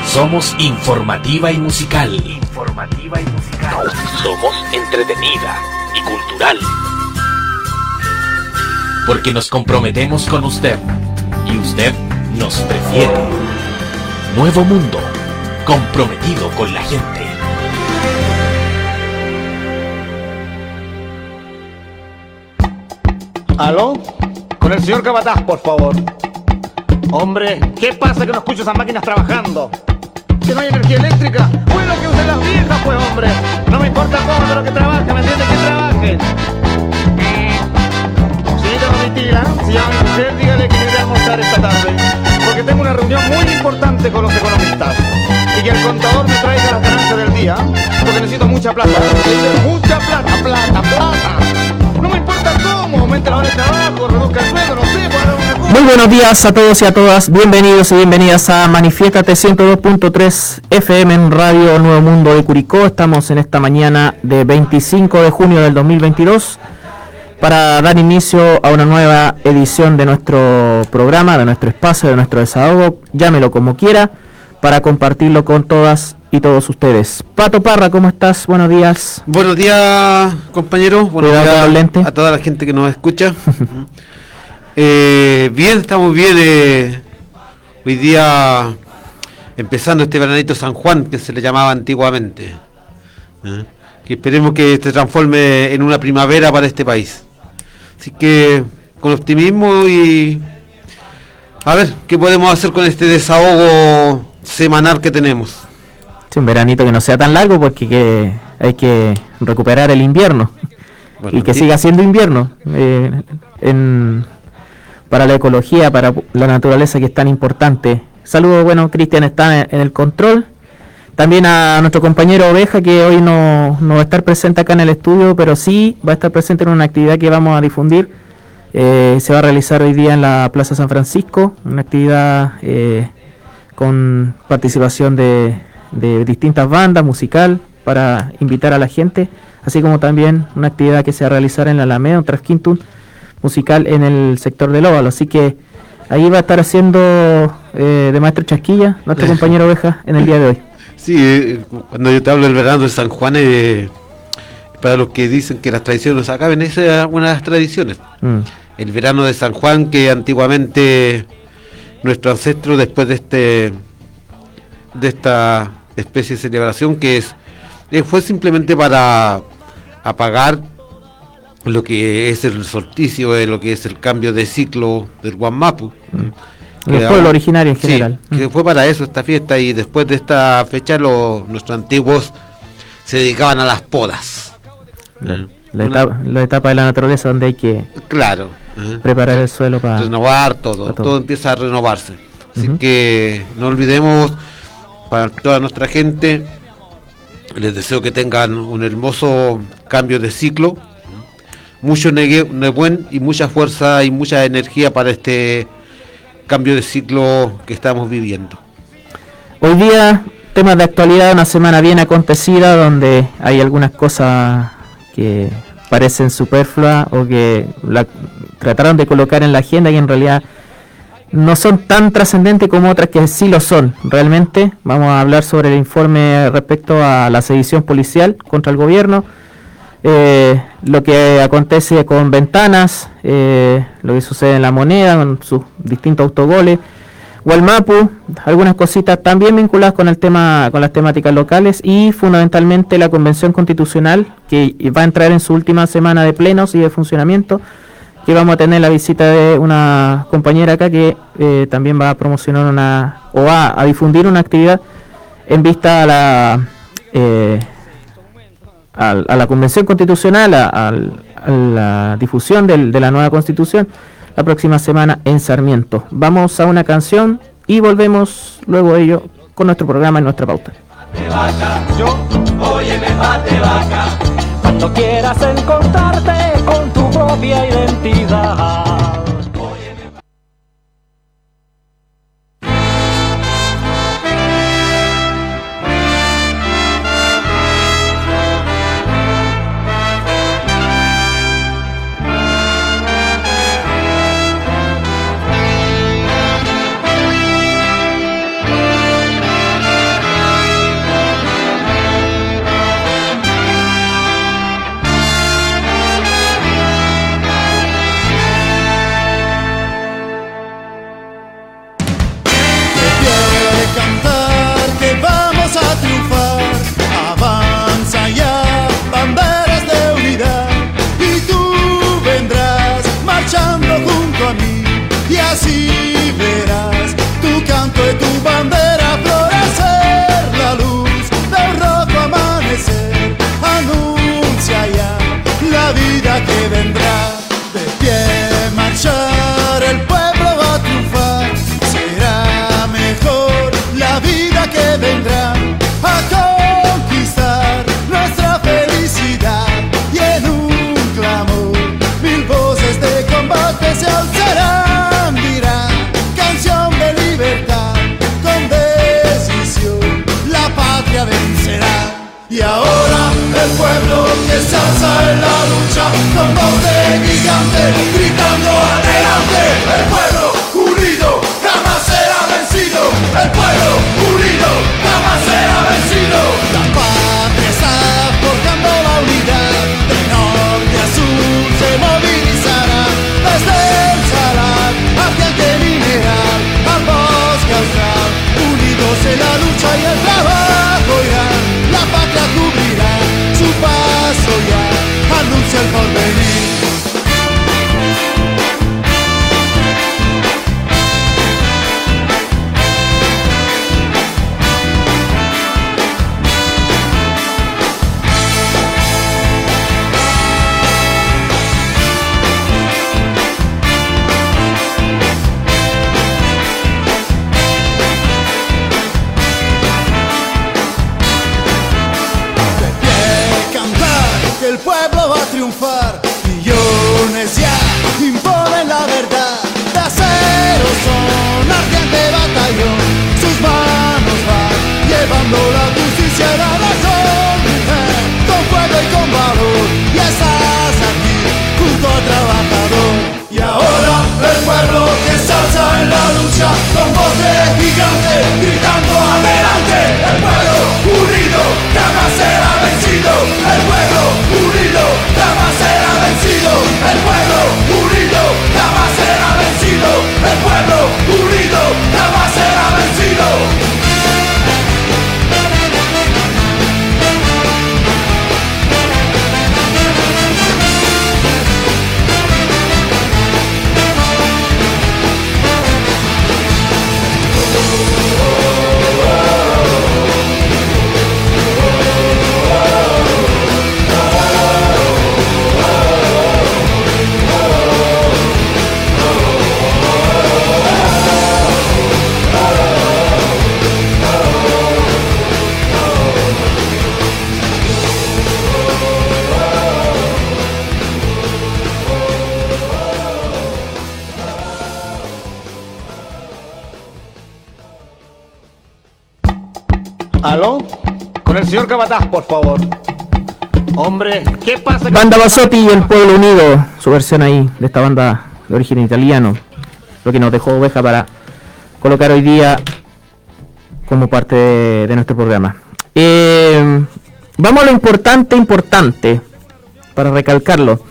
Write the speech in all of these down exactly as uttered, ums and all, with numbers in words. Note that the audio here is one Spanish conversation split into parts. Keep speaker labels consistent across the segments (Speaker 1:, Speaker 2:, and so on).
Speaker 1: Somos informativa y musical. Informativa y musical. Somos entretenida y cultural. Porque nos comprometemos con usted y usted nos prefiere. Nuevo Mundo, comprometido con la gente.
Speaker 2: ¿Aló? Con el señor Capataz, por favor. Hombre, ¿qué pasa que no escucho esas máquinas trabajando? ¿Que no hay energía eléctrica? Bueno, que usen las viejas, pues, hombre. No me importa cómo, pero que trabajen, ¿me entiendes? Que trabajen. Señorita Domitila, si llama a mi mujer, dígale que iré a almorzar esta tarde. Porque tengo una reunión muy importante con los economistas. Y que el contador me traiga las ganancias del día. Porque necesito mucha plata. Mucha plata, plata, plata. No me importa cómo, aumente la hora de trabajo, reduzca el sueldo, no sé, para una cosa.
Speaker 3: Muy buenos días a todos y a todas, bienvenidos y bienvenidas a Manifiéstate ciento dos punto tres F M en Radio Nuevo Mundo de Curicó. Estamos en esta mañana de veinticinco de junio del dos mil veintidós para dar inicio a una nueva edición de nuestro programa, de nuestro espacio, de nuestro desahogo, llámelo como quiera, para compartirlo con todas y todos ustedes. Pato Parra, ¿cómo estás? Buenos días.
Speaker 4: Buenos días, compañeros. Buenos
Speaker 3: Cuidado
Speaker 4: días a toda la gente que nos escucha. eh, bien, estamos bien. Eh, hoy día empezando este veranito San Juan, que se le llamaba antiguamente. ¿eh? Que esperemos que se transforme en una primavera para este país. Así que con optimismo y a ver qué podemos hacer con este desahogo semanal que tenemos.
Speaker 3: Sí, un veranito que no sea tan largo porque que hay que recuperar el invierno. Bueno, y que sí. siga siendo invierno eh, en, para la ecología, para la naturaleza, que es tan importante. Saludos, bueno, Cristian está en, en el control. También a nuestro compañero Oveja, que hoy no, no va a estar presente acá en el estudio, pero sí va a estar presente en una actividad que vamos a difundir. Eh, se va a realizar hoy día en la Plaza San Francisco, una actividad eh, con participación de... de distintas bandas musical para invitar a la gente, así como también una actividad que se va a realizar en la Alameda, un trasquintum musical en el sector del Óvalo, así que ahí va a estar haciendo eh, de maestro Chasquilla nuestro compañero Oveja en el día de hoy.
Speaker 4: Sí, eh, cuando yo te hablo del verano de San Juan, eh, para los que dicen que las tradiciones no se acaben, esa es una de las tradiciones. Mm. El verano de San Juan, que antiguamente nuestro ancestro, después de este de esta especie de celebración, que es eh, fue simplemente para apagar lo que es el solsticio, eh, lo que es el cambio de ciclo del Guamapu.
Speaker 3: Mm. El pueblo originario en general.
Speaker 4: Sí, mm. que fue para eso esta fiesta, y después de esta fecha los nuestros antiguos se dedicaban a las podas.
Speaker 3: La, la, etapa, la etapa de la naturaleza donde hay que
Speaker 4: claro uh-huh.
Speaker 3: preparar el suelo para
Speaker 4: renovar todo, para todo, todo empieza a renovarse. Así uh-huh. que no olvidemos. Para toda nuestra gente, les deseo que tengan un hermoso cambio de ciclo, mucho nebuen y mucha fuerza y mucha energía para este cambio de ciclo que estamos viviendo.
Speaker 3: Hoy día, temas de actualidad, una semana bien acontecida, donde hay algunas cosas que parecen superfluas o que la trataron de colocar en la agenda y en realidad no son tan trascendentes como otras que sí lo son. Realmente vamos a hablar sobre el informe respecto a la sedición policial contra el gobierno, eh, lo que acontece con Ventanas, eh, lo que sucede en La Moneda con sus distintos autogoles, Gualmapu, algunas cositas también vinculadas con el tema, con las temáticas locales, y fundamentalmente la Convención Constitucional, que va a entrar en su última semana de plenos y de funcionamiento, que vamos a tener la visita de una compañera acá que eh, también va a promocionar una, o va a difundir una actividad en vista a la eh, a, a la Convención Constitucional, a, a, a la difusión del, de la nueva Constitución la próxima semana en Sarmiento. Vamos a una canción y volvemos luego de ello con nuestro programa en nuestra pauta.
Speaker 5: Yo, óyeme, mate vaca, cuando quieras encontrarte con tu propia identidad.
Speaker 6: triunfar. Millones ya imponen la verdad, de acero son ardiente batallón. Sus manos van llevando la justicia y la razón, mujer, con fuego y con valor. Y estás aquí junto al trabajador. Y ahora el pueblo que se alza en la lucha, con voz de gigante, gritando adelante. El pueblo unido jamás será vencido. El pueblo unido jamás será vencido. El pueblo unido jamás será vencido. El pueblo unido jamás será vencido.
Speaker 2: ¿Aló? Con el señor Capataz, por favor. Hombre, ¿qué pasa?
Speaker 3: Banda Basotti y el Pueblo Unido, su versión ahí de esta banda de origen italiano, lo que nos dejó Oveja para colocar hoy día como parte de, de nuestro programa. Eh, vamos a lo importante, importante, para recalcarlo.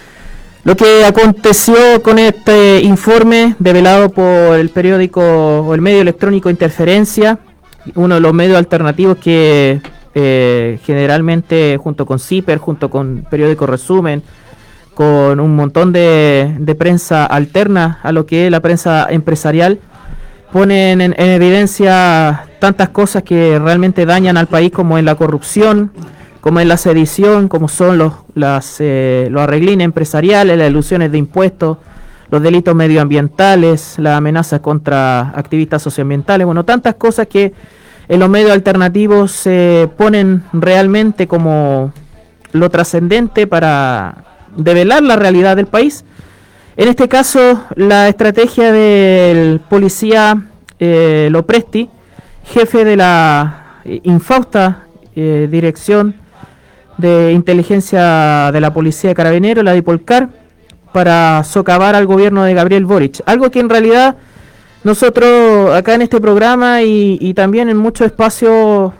Speaker 3: Lo que aconteció con este informe develado por el periódico o el medio electrónico Interferencia, uno de los medios alternativos que eh, generalmente junto con CIPER, junto con Periódico Resumen, con un montón de, de prensa alterna a lo que es la prensa empresarial, ponen en, en evidencia tantas cosas que realmente dañan al país, como en la corrupción, como en la sedición, como son los, las, eh, los arreglines empresariales, las ilusiones de impuestos, los delitos medioambientales, las amenazas contra activistas socioambientales, bueno, tantas cosas que en los medios alternativos se ponen realmente como lo trascendente para develar la realidad del país. En este caso, la estrategia del policía eh, Lopresti, jefe de la eh, infausta eh, dirección de inteligencia de la Policía de Carabineros, la Dipolcar, para socavar al gobierno de Gabriel Boric. Algo que en realidad nosotros acá en este programa y, y también en muchos espacios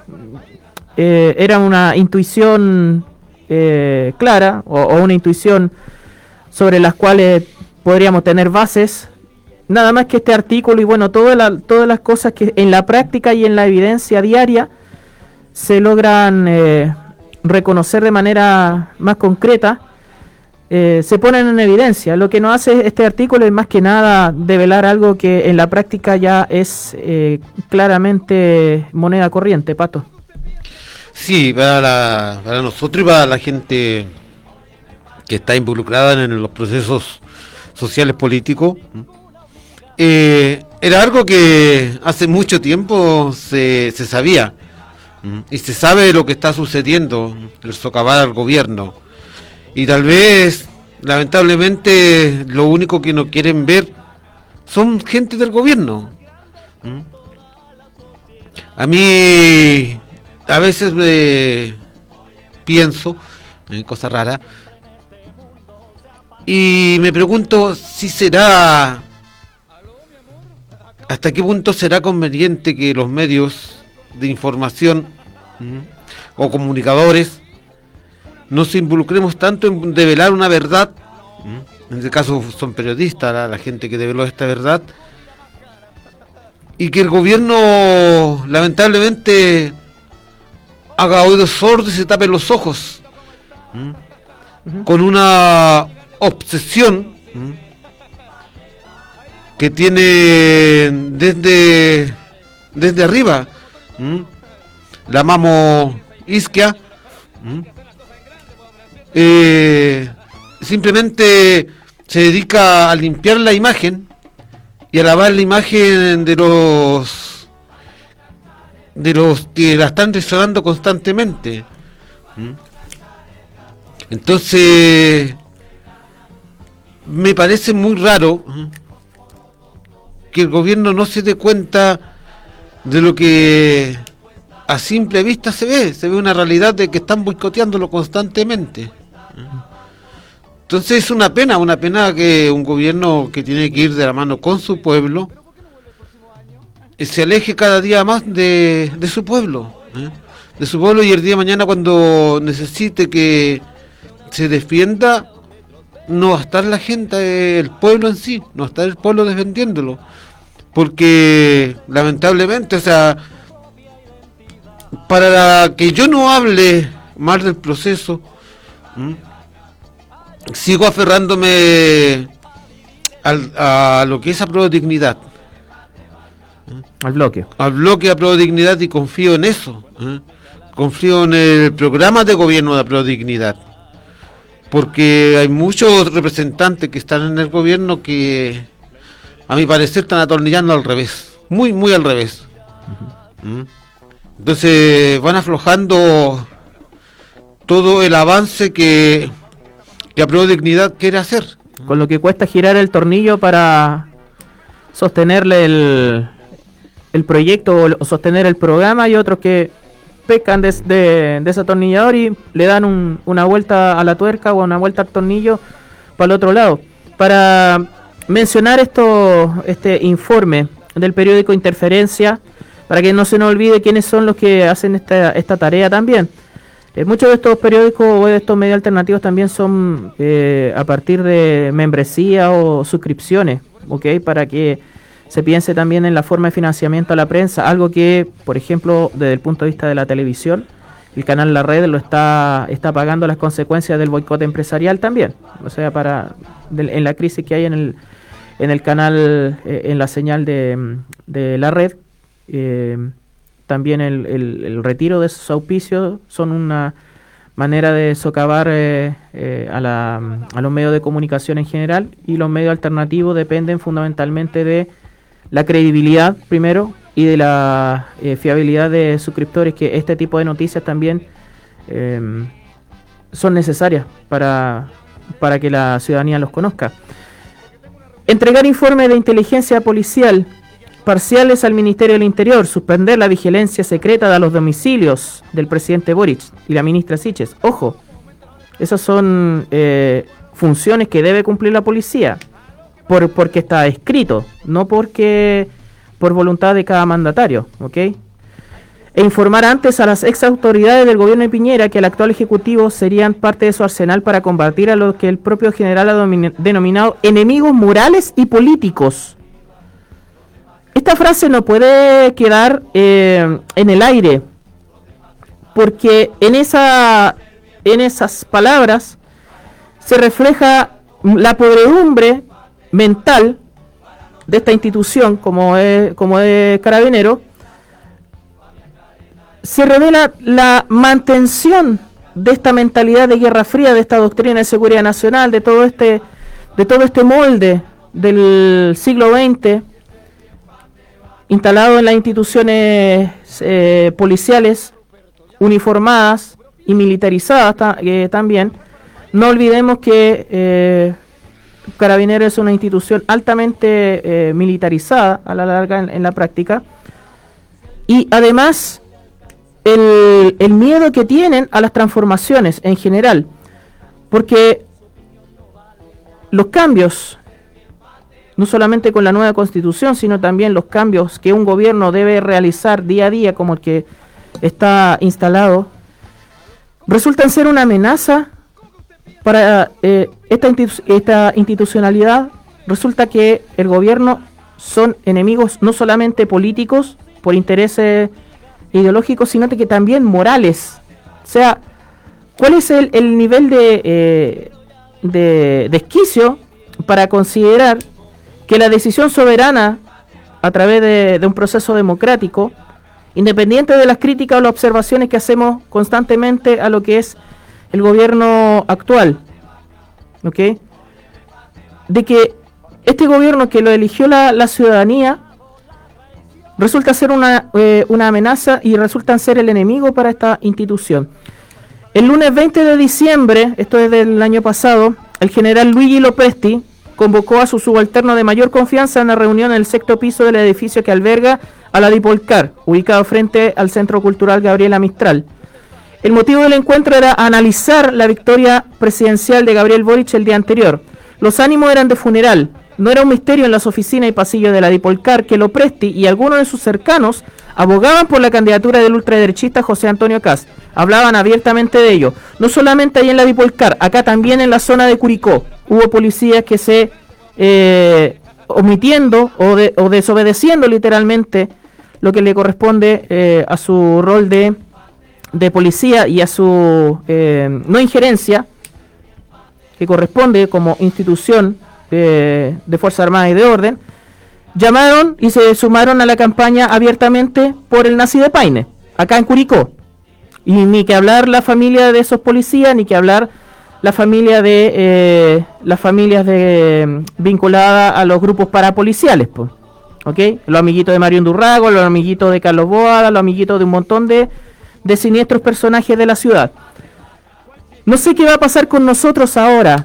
Speaker 3: eh, era una intuición eh, clara o, o una intuición sobre las cuales podríamos tener bases. Nada más que este artículo y bueno, toda la, todas las cosas que en la práctica y en la evidencia diaria se logran eh, reconocer de manera más concreta. Eh, se ponen en evidencia. Lo que nos hace este artículo es más que nada develar algo que en la práctica ya es eh, claramente moneda corriente, Pato.
Speaker 4: Sí, para, la, para nosotros y para la gente que está involucrada en los procesos sociales políticos, eh, era algo que hace mucho tiempo se, se sabía, y se sabe lo que está sucediendo, el socavar al gobierno. Y tal vez, lamentablemente, lo único que no quieren ver son gente del gobierno. ¿Mm? A mí, a veces me pienso en cosas raras y me pregunto si será, hasta qué punto será conveniente que los medios de información ¿Mm? o comunicadores nos involucremos tanto en develar una verdad, en este caso son periodistas, la, la gente que develó esta verdad, y que el gobierno lamentablemente haga oídos sordos y se tape los ojos, ¿m? Uh-huh. Con una obsesión ¿m? que tiene desde, desde arriba, ¿m? la mamo isquia, ¿m? Eh, simplemente se dedica a limpiar la imagen y a lavar la imagen de los de los que la están traicionando constantemente. ¿Mm? Entonces, me parece muy raro que el gobierno no se dé cuenta de lo que a simple vista se ve, se ve una realidad de que están boicoteándolo constantemente. Entonces es una pena, una pena que un gobierno que tiene que ir de la mano con su pueblo se aleje cada día más de, de su pueblo, ¿eh? de su pueblo, y el día de mañana cuando necesite que se defienda, no va a estar la gente, el pueblo en sí, no va a estar el pueblo defendiéndolo, porque lamentablemente, o sea, para que yo no hable más del proceso, ¿m? sigo aferrándome al, a lo que es Apruebo Dignidad, ¿eh?
Speaker 3: al bloque,
Speaker 4: al bloque Apruebo Dignidad, y confío en eso, ¿eh? confío en el programa de gobierno de Apruebo Dignidad, porque hay muchos representantes que están en el gobierno que a mi parecer están atornillando al revés, muy muy al revés. Uh-huh. Entonces van aflojando todo el avance que, que Apruebo Dignidad quiere hacer.
Speaker 3: Con lo que cuesta girar el tornillo para sostenerle el, el proyecto o, o sostener el programa, y otros que pecan de, de, de ese atornillador y le dan un, una vuelta a la tuerca o una vuelta al tornillo para el otro lado. Para mencionar esto, este informe del periódico Interferencia, para que no se nos olvide quiénes son los que hacen esta, esta tarea también. Eh, muchos de estos periódicos o de estos medios alternativos también son eh, a partir de membresía o suscripciones, ¿ok? Para que se piense también en la forma de financiamiento a la prensa, algo que, por ejemplo, desde el punto de vista de la televisión, el canal La Red lo está, está pagando las consecuencias del boicot empresarial también, o sea, para de, en la crisis que hay en el en el canal, eh, en la señal de, de La Red, eh, también el, el, el retiro de esos auspicios son una manera de socavar eh, eh, a, la, a los medios de comunicación en general, y los medios alternativos dependen fundamentalmente de la credibilidad primero y de la eh, fiabilidad de suscriptores, que este tipo de noticias también eh, son necesarias para, para que la ciudadanía los conozca. Entregar informes de inteligencia policial parciales al Ministerio del Interior, suspender la vigilancia secreta de los domicilios del presidente Boric y la ministra Siches. Ojo, esas son eh, funciones que debe cumplir la policía, por, porque está escrito, no porque por voluntad de cada mandatario, ¿ok? E informar antes a las ex autoridades del gobierno de Piñera que el actual ejecutivo serían parte de su arsenal para combatir a lo que el propio general ha domin- denominado enemigos morales y políticos. Esta frase no puede quedar eh, en el aire, porque en esa, en esas palabras se refleja la podredumbre mental de esta institución, como es, como es Carabinero. Se revela la mantención de esta mentalidad de Guerra Fría, de esta doctrina de seguridad nacional, de todo este, de todo este molde del siglo veinte, instalado en las instituciones eh, policiales uniformadas y militarizadas ta, eh, también. No olvidemos que eh, Carabineros es una institución altamente eh, militarizada a la larga en, en la práctica, y además el, el miedo que tienen a las transformaciones en general, porque los cambios, no solamente con la nueva constitución, sino también los cambios que un gobierno debe realizar día a día, como el que está instalado, resultan ser una amenaza para eh, esta, institu- esta institucionalidad. Resulta que el gobierno son enemigos no solamente políticos por intereses ideológicos, sino que también morales. O sea, ¿cuál es el, el nivel de eh, de desquicio para considerar que la decisión soberana a través de, de un proceso democrático, independiente de las críticas o las observaciones que hacemos constantemente a lo que es el gobierno actual, ¿ok?, de que este gobierno que lo eligió la, la ciudadanía resulta ser una, eh, una amenaza y resultan ser el enemigo para esta institución? El lunes veinte de diciembre, esto es del año pasado, el general Luigi Lopresti convocó a su subalterno de mayor confianza a una reunión en el sexto piso del edificio que alberga a la Dipolcar, ubicado frente al Centro Cultural Gabriela Mistral. El motivo del encuentro era analizar la victoria presidencial de Gabriel Boric el día anterior. Los ánimos eran de funeral. No era un misterio en las oficinas y pasillos de la Dipolcar que Lopresti y algunos de sus cercanos abogaban por la candidatura del ultraderechista José Antonio Kast. Hablaban abiertamente de ello. No solamente ahí en la Dipolcar, acá también en la zona de Curicó. Hubo policías que se, eh, omitiendo o, de, o desobedeciendo literalmente lo que le corresponde eh, a su rol de, de policía y a su eh, no injerencia, que corresponde como institución de, de Fuerzas Armadas y de Orden, llamaron y se sumaron a la campaña abiertamente por el nazi de Paine, acá en Curicó. Y ni que hablar la familia de esos policías, ni que hablar la familia de eh, las familias de vinculadas a los grupos parapoliciales, pues. ¿Ok? Los amiguitos de Mario Undurrago, los amiguitos de Carlos Boada, los amiguitos de un montón de, de siniestros personajes de la ciudad. No sé qué va a pasar con nosotros ahora.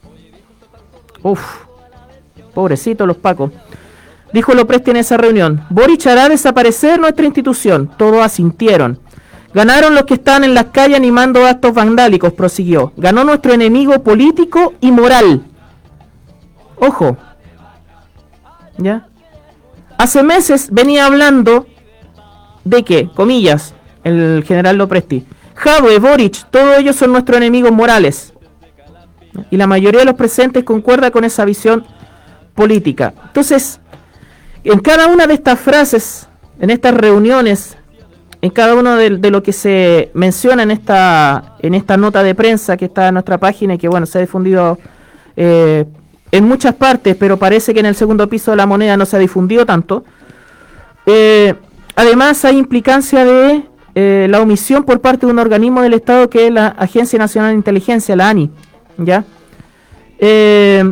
Speaker 3: Uf, pobrecitos los pacos. Dijo Lopresti en esa reunión: Boric hará desaparecer nuestra institución. Todos asintieron. Ganaron los que estaban en las calles animando actos vandálicos, prosiguió. Ganó nuestro enemigo político y moral. Ojo. ¿Ya? Hace meses venía hablando de que, comillas, el general Lopresti, Jadwe, Boric, todos ellos son nuestros enemigos morales. Y la mayoría de los presentes concuerda con esa visión política. Entonces, en cada una de estas frases, en estas reuniones, en cada uno de, de lo que se menciona en esta en esta nota de prensa que está en nuestra página y que, bueno, se ha difundido eh, en muchas partes, pero parece que en el segundo piso de La Moneda no se ha difundido tanto. Eh, además, hay implicancia de eh, la omisión por parte de un organismo del Estado que es la Agencia Nacional de Inteligencia, la A N I, ¿ya? Eh,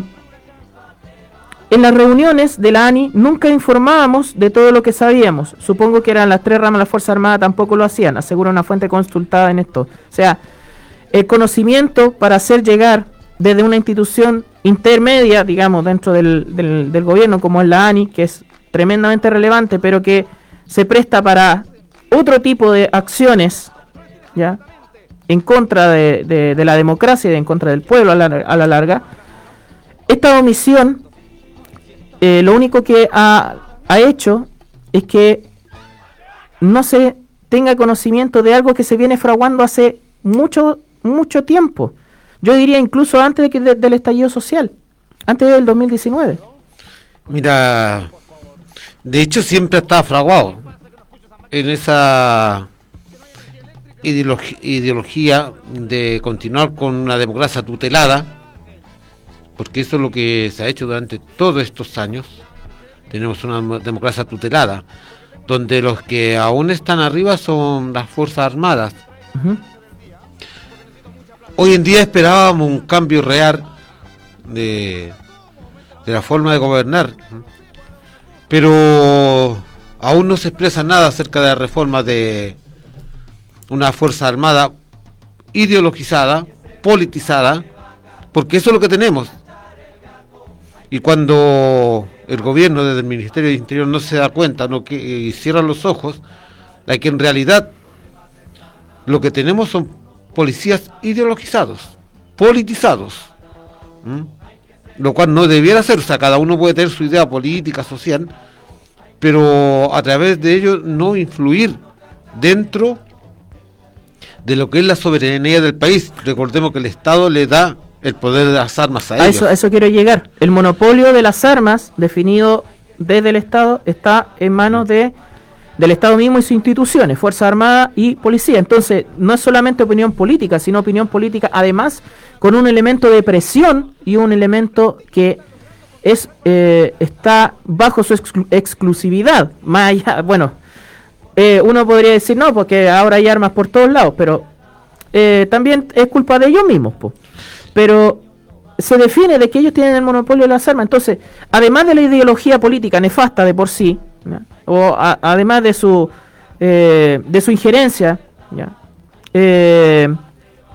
Speaker 3: En las reuniones de la A N I nunca informábamos de todo lo que sabíamos. Supongo que eran las tres ramas de la Fuerza Armada, tampoco lo hacían, asegura una fuente consultada en esto. O sea, el conocimiento para hacer llegar desde una institución intermedia, digamos, dentro del, del, del gobierno, como es la A N I, que es tremendamente relevante, pero que se presta para otro tipo de acciones, ¿ya?, en contra de, de, de la democracia y en contra del pueblo a la, a la larga. Esta omisión... Eh, lo único que ha, ha hecho es que no se tenga conocimiento de algo que se viene fraguando hace mucho mucho tiempo. Yo diría incluso antes de que de, del estallido social, antes del dos mil diecinueve.
Speaker 4: Mira, de hecho siempre está fraguado en esa ideología, ideología de continuar con una democracia tutelada, porque eso es lo que se ha hecho durante todos estos años. Tenemos una democracia tutelada, donde los que aún están arriba son las Fuerzas Armadas. Uh-huh. Hoy en día esperábamos un cambio real de, de la forma de gobernar, pero aún no se expresa nada acerca de la reforma de una Fuerza Armada ideologizada, politizada, porque eso es lo que tenemos. Y cuando el gobierno desde el Ministerio de Interior no se da cuenta, no que y cierran los ojos, de que en realidad lo que tenemos son policías ideologizados, politizados, ¿Mm? lo cual no debiera ser. O sea, cada uno puede tener su idea política, social, pero a través de ello no influir dentro de lo que es la soberanía del país. Recordemos que el Estado le da el poder de las armas a, a ellos.
Speaker 3: Eso, a eso quiero llegar. El monopolio de las armas, definido desde el Estado, está en manos de del Estado mismo y sus instituciones, Fuerza Armada y Policía. Entonces, no es solamente opinión política, sino opinión política, además, con un elemento de presión y un elemento que es eh, está bajo su exclu- exclusividad. Más allá, bueno, eh, uno podría decir no, porque ahora hay armas por todos lados, pero eh, también es culpa de ellos mismos, po. Pero se define de que ellos tienen el monopolio de las armas. Entonces, además de la ideología política nefasta de por sí, ¿ya?, o a, además de su eh, de su injerencia, ¿ya?, eh,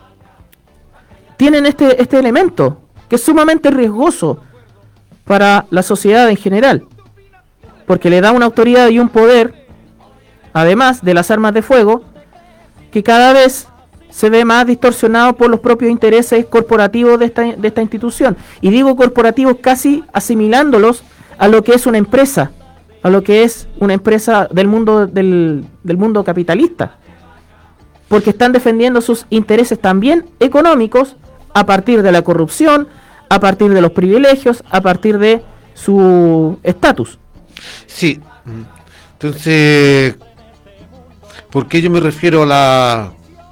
Speaker 3: tienen este, este elemento, que es sumamente riesgoso para la sociedad en general, porque le da una autoridad y un poder, además de las armas de fuego, que cada vez se ve más distorsionado por los propios intereses corporativos de esta, de esta institución. Y digo corporativos casi asimilándolos a lo que es una empresa, a lo que es una empresa del mundo del, del mundo capitalista, porque están defendiendo sus intereses también económicos a partir de la corrupción, a partir de los privilegios, a partir de su estatus.
Speaker 4: Sí, entonces, ¿por qué yo me refiero a la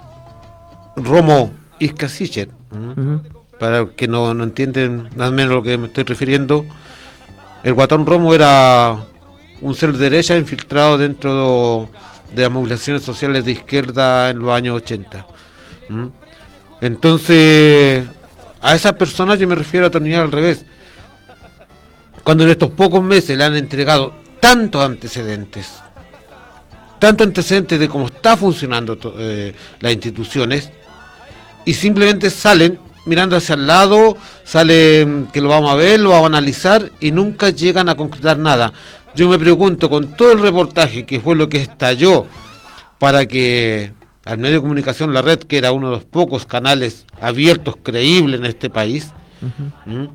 Speaker 4: Romo Isca Sicher? Uh-huh. Para los que no, no entienden nada menos a lo que me estoy refiriendo, el Guatón Romo era un ser de derecha infiltrado dentro de, de las movilizaciones sociales de izquierda en los años ochenta. ¿Mm? Entonces, a esas personas yo me refiero a terminar al revés. Cuando en estos pocos meses le han entregado tantos antecedentes, tantos antecedentes de cómo está funcionando to, eh, las instituciones, y simplemente salen mirando hacia el lado, salen que lo vamos a ver, lo vamos a analizar, y nunca llegan a concretar nada. Yo me pregunto, con todo el reportaje que fue lo que estalló para que al medio de comunicación La Red, que era uno de los pocos canales abiertos, creíbles en este país, uh-huh. ¿m?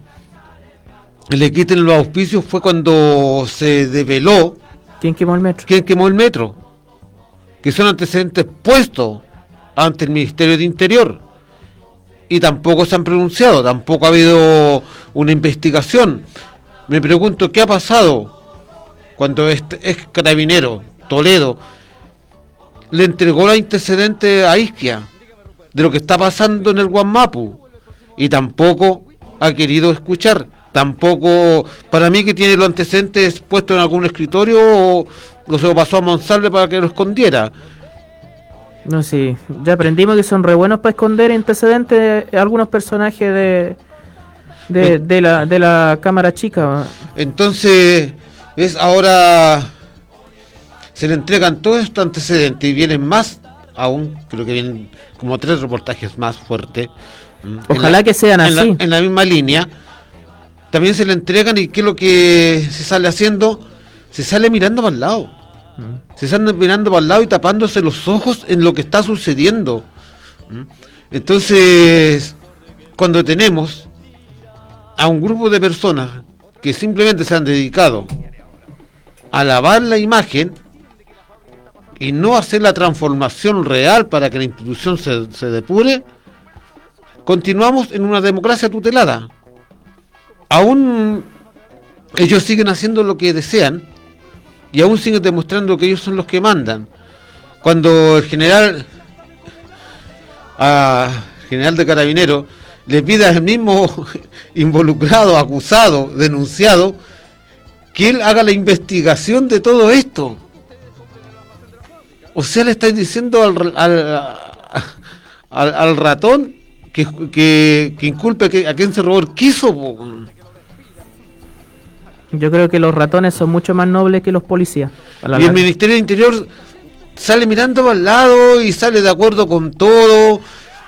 Speaker 4: le quiten los auspicios, fue cuando se develó
Speaker 3: ¿Quién quemó el metro?
Speaker 4: ¿Quién quemó el metro? Que son antecedentes puestos ante el Ministerio de Interior, y tampoco se han pronunciado, tampoco ha habido una investigación. Me pregunto, ¿qué ha pasado cuando este ex carabinero, Toledo, le entregó los antecedentes a Isquia de lo que está pasando en el Guamapu? Y tampoco ha querido escuchar, tampoco, para mí que tiene los antecedentes puestos en algún escritorio, o lo se lo pasó a Monsalve para que lo escondiera.
Speaker 3: No, sí, ya aprendimos que son re buenos para esconder antecedentes de algunos personajes de de, eh, de la de la cámara chica.
Speaker 4: Entonces, es ahora se le entregan todos estos antecedentes y vienen más aún, creo que vienen como tres reportajes más fuertes.
Speaker 3: Ojalá la, que sean
Speaker 4: en
Speaker 3: así.
Speaker 4: La, en la misma línea. También se le entregan, y ¿qué es lo que se sale haciendo? Se sale mirando para el lado. Se sale mirando para el lado y tapándose los ojos en lo que está sucediendo. Entonces, cuando tenemos a un grupo de personas que simplemente se han dedicado a lavar la imagen y no hacer la transformación real para que la institución se, se depure, continuamos en una democracia tutelada. Aún ellos siguen haciendo lo que desean y aún siguen demostrando que ellos son los que mandan. Cuando el general a general de Carabineros le pide al mismo involucrado, acusado, denunciado, que él haga la investigación de todo esto. O sea, le estáis diciendo al, al, al, al ratón que, que, que inculpe a, que, a quien se robó el quiso.
Speaker 3: Yo creo que los ratones son mucho más nobles que los policías.
Speaker 4: Y el Ministerio de Interior sale mirando al lado y sale de acuerdo con todo.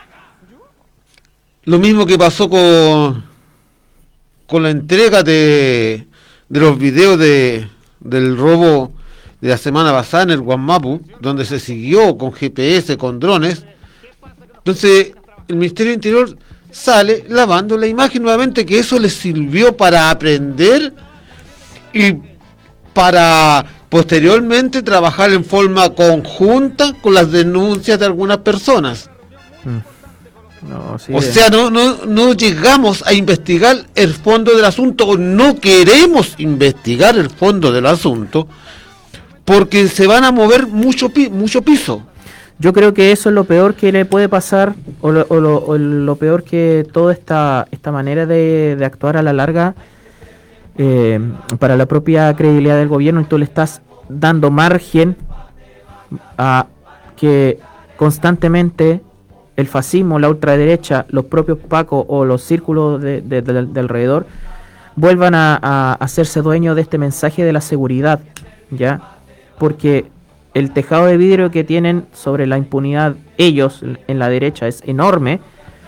Speaker 4: Lo mismo que pasó con con la entrega de, de los videos de del robo de la semana pasada en el Guamapu, donde se siguió con G P S, con drones. Entonces el Ministerio de Interior sale lavando la imagen nuevamente, que eso les sirvió para aprender y para posteriormente trabajar en forma conjunta con las denuncias de algunas personas.
Speaker 3: No, sí,
Speaker 4: o sea, no, no, no llegamos a investigar el fondo del asunto, o no queremos investigar el fondo del asunto, porque se van a mover mucho, pi mucho piso.
Speaker 3: Yo creo que eso es lo peor que le puede pasar, o lo, o lo, o lo peor que toda esta, esta manera de, de actuar a la larga, eh, para la propia credibilidad del gobierno. Y tú le estás dando margen a que constantemente el fascismo, la ultraderecha, los propios pacos o los círculos de, de, de, de alrededor vuelvan a, a hacerse dueños de este mensaje de la seguridad, ¿ya? Porque el tejado de vidrio que tienen sobre la impunidad ellos en la derecha es enorme,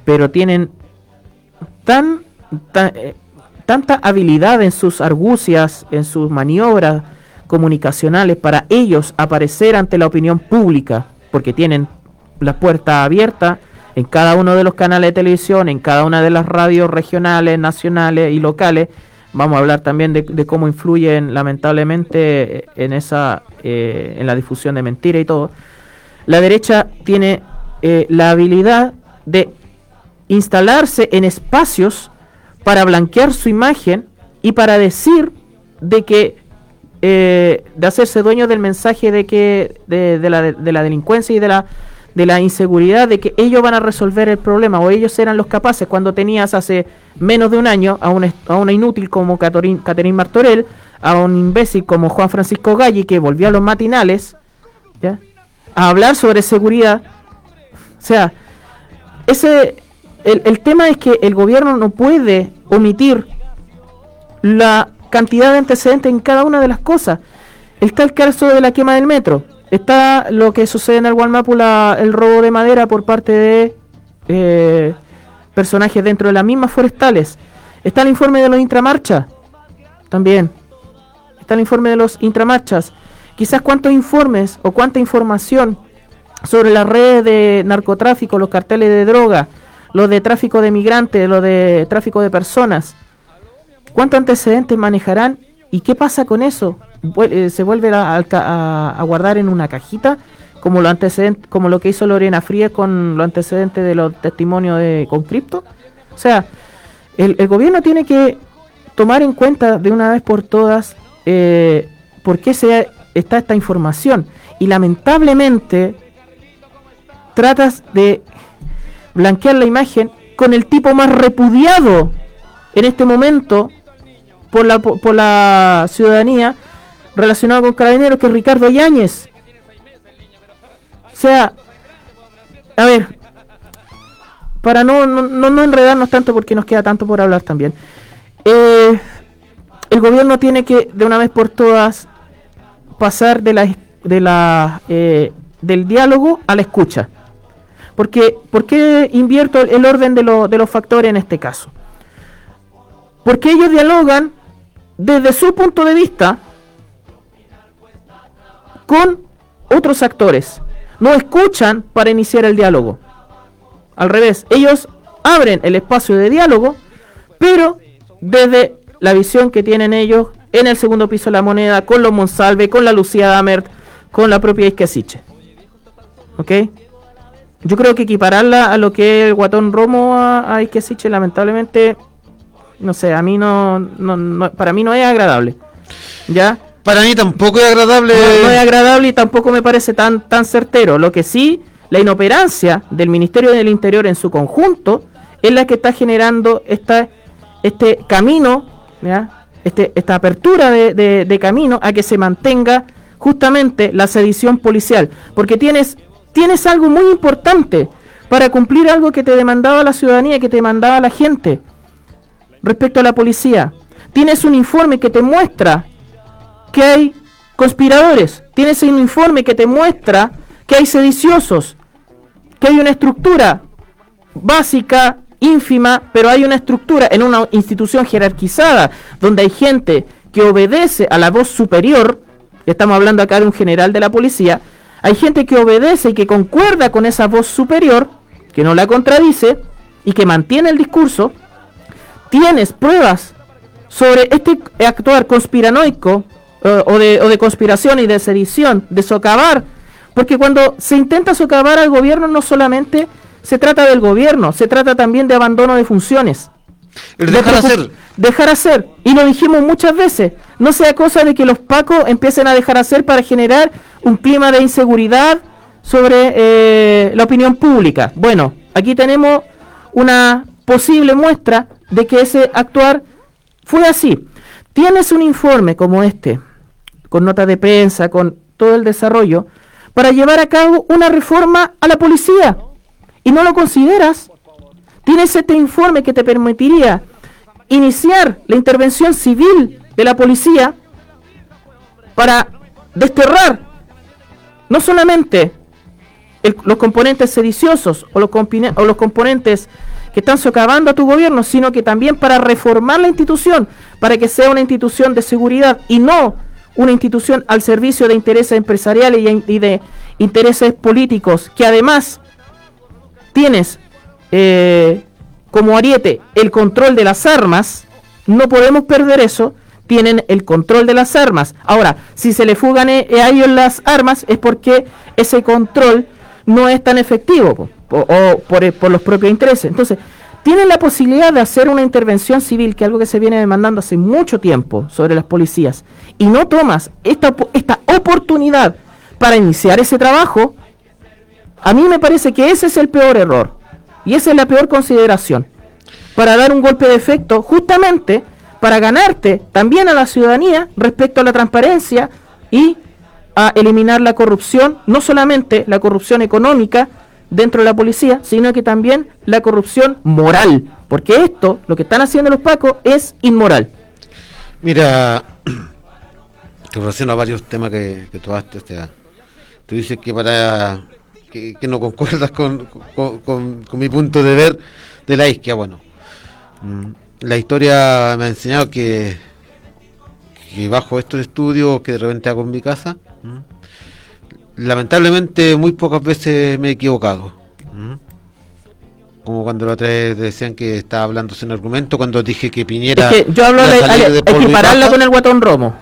Speaker 3: pero tienen tan, tan eh, tanta habilidad en sus argucias, en sus maniobras comunicacionales para ellos aparecer ante la opinión pública, porque tienen la puerta abierta en cada uno de los canales de televisión, en cada una de las radios regionales, nacionales y locales. Vamos a hablar también de, de cómo influyen lamentablemente en esa eh, en la difusión de mentiras y todo. La derecha tiene eh, la habilidad de instalarse en espacios para blanquear su imagen y para decir de que eh, de hacerse dueño del mensaje de que de, de, la, de la delincuencia y de la de la inseguridad, de que ellos van a resolver el problema, o ellos eran los capaces, cuando tenías hace menos de un año a una, a una inútil como Catherine Martorell, a un imbécil como Juan Francisco Galli, que volvió a los matinales, ¿ya?, a hablar sobre seguridad. O sea, ese el, el tema es que el gobierno no puede omitir la cantidad de antecedentes en cada una de las cosas. Está el caso de la quema del metro. Está lo que sucede en el Gualmapu, la, el robo de madera por parte de eh, personajes dentro de las mismas forestales. Está el informe de los intramarchas, también. Está el informe de los intramarchas. Quizás cuántos informes o cuánta información sobre las redes de narcotráfico, los carteles de droga, los de tráfico de migrantes, los de tráfico de personas. ¿Cuántos antecedentes manejarán y qué pasa con eso? ¿Se vuelve a, a, a guardar en una cajita como lo antecedente, como lo que hizo Lorena Frías con los antecedentes de los testimonios de con cripto? O sea, el, el gobierno tiene que tomar en cuenta de una vez por todas eh, por qué se está esta información, y lamentablemente tratas de blanquear la imagen con el tipo más repudiado en este momento por la por la ciudadanía relacionado con Carabineros, que es Ricardo Yáñez. O sea, a ver, para no, no, no enredarnos tanto, porque nos queda tanto por hablar también, eh, el gobierno tiene que de una vez por todas pasar de la de la eh, del diálogo a la escucha. Porque ¿por qué invierto el orden de, lo, de los factores en este caso? Porque ellos dialogan desde su punto de vista con otros actores, no escuchan para iniciar el diálogo. Al revés, ellos abren el espacio de diálogo, pero desde la visión que tienen ellos en el segundo piso de la Moneda, con los Monsalve, con la Lucía Damert, con la propia Isquiasiche. ¿Ok? Yo creo que equipararla a lo que es el Guatón Romo a, a Isquiasiche, lamentablemente, no sé, a mí no, no, no, para mí no es agradable. ¿Ya?
Speaker 4: Para mí tampoco es agradable.
Speaker 3: No, no es agradable y tampoco me parece tan, tan certero. Lo que sí, la inoperancia del Ministerio del Interior en su conjunto es la que está generando esta, este camino, ¿ya? Este, esta apertura de, de, de camino a que se mantenga justamente la sedición policial. Porque tienes, tienes algo muy importante para cumplir algo que te demandaba la ciudadanía, que te demandaba la gente respecto a la policía. Tienes un informe que te muestra que hay conspiradores, tienes un informe que te muestra que hay sediciosos, que hay una estructura básica, ínfima, pero hay una estructura en una institución jerarquizada, donde hay gente que obedece a la voz superior. Estamos hablando acá de un general de la policía. Hay gente que obedece y que concuerda con esa voz superior, que no la contradice y que mantiene el discurso. Tienes pruebas sobre este actuar conspiranoico, O de, o de conspiración y de sedición, de socavar, porque cuando se intenta socavar al gobierno no solamente se trata del gobierno, se trata también de abandono de funciones.
Speaker 4: El dejar
Speaker 3: de
Speaker 4: hacer.
Speaker 3: Dejar hacer, y lo dijimos muchas veces, no sea cosa de que los pacos empiecen a dejar hacer para generar un clima de inseguridad sobre eh, la opinión pública. Bueno, aquí tenemos una posible muestra de que ese actuar fue así. Tienes un informe como este, con notas de prensa, con todo el desarrollo, para llevar a cabo una reforma a la policía, y no lo consideras. Tienes este informe que te permitiría iniciar la intervención civil de la policía para desterrar no solamente el, los componentes sediciosos o los, compine, o los componentes que están socavando a tu gobierno, sino que también para reformar la institución, para que sea una institución de seguridad y no una institución al servicio de intereses empresariales y de intereses políticos, que además tienes eh, como ariete el control de las armas. No podemos perder eso. Tienen el control de las armas. Ahora, si se le fugan a ellos las armas es porque ese control no es tan efectivo o, o por, por los propios intereses. Entonces, tienen la posibilidad de hacer una intervención civil, que es algo que se viene demandando hace mucho tiempo sobre las policías, y no tomas esta, esta oportunidad para iniciar ese trabajo. A mí me parece que ese es el peor error y esa es la peor consideración, para dar un golpe de efecto justamente para ganarte también a la ciudadanía respecto a la transparencia y a eliminar la corrupción, no solamente la corrupción económica dentro de la policía, sino que también la corrupción moral, porque esto, lo que están haciendo los pacos, es inmoral.
Speaker 4: Mira, en relación a varios temas que, que tomaste, o sea, tú dices que para que, que no concuerdas con, con, con, con mi punto de ver de la isquia. Bueno, la historia me ha enseñado que, que bajo estos estudios que de repente hago en mi casa, lamentablemente muy pocas veces me he equivocado. Como cuando la otra vez decían que estaba hablando sin argumento, cuando dije que Piñera...
Speaker 3: Es que yo hablo de, de, de equipararla con el Guatón Romo.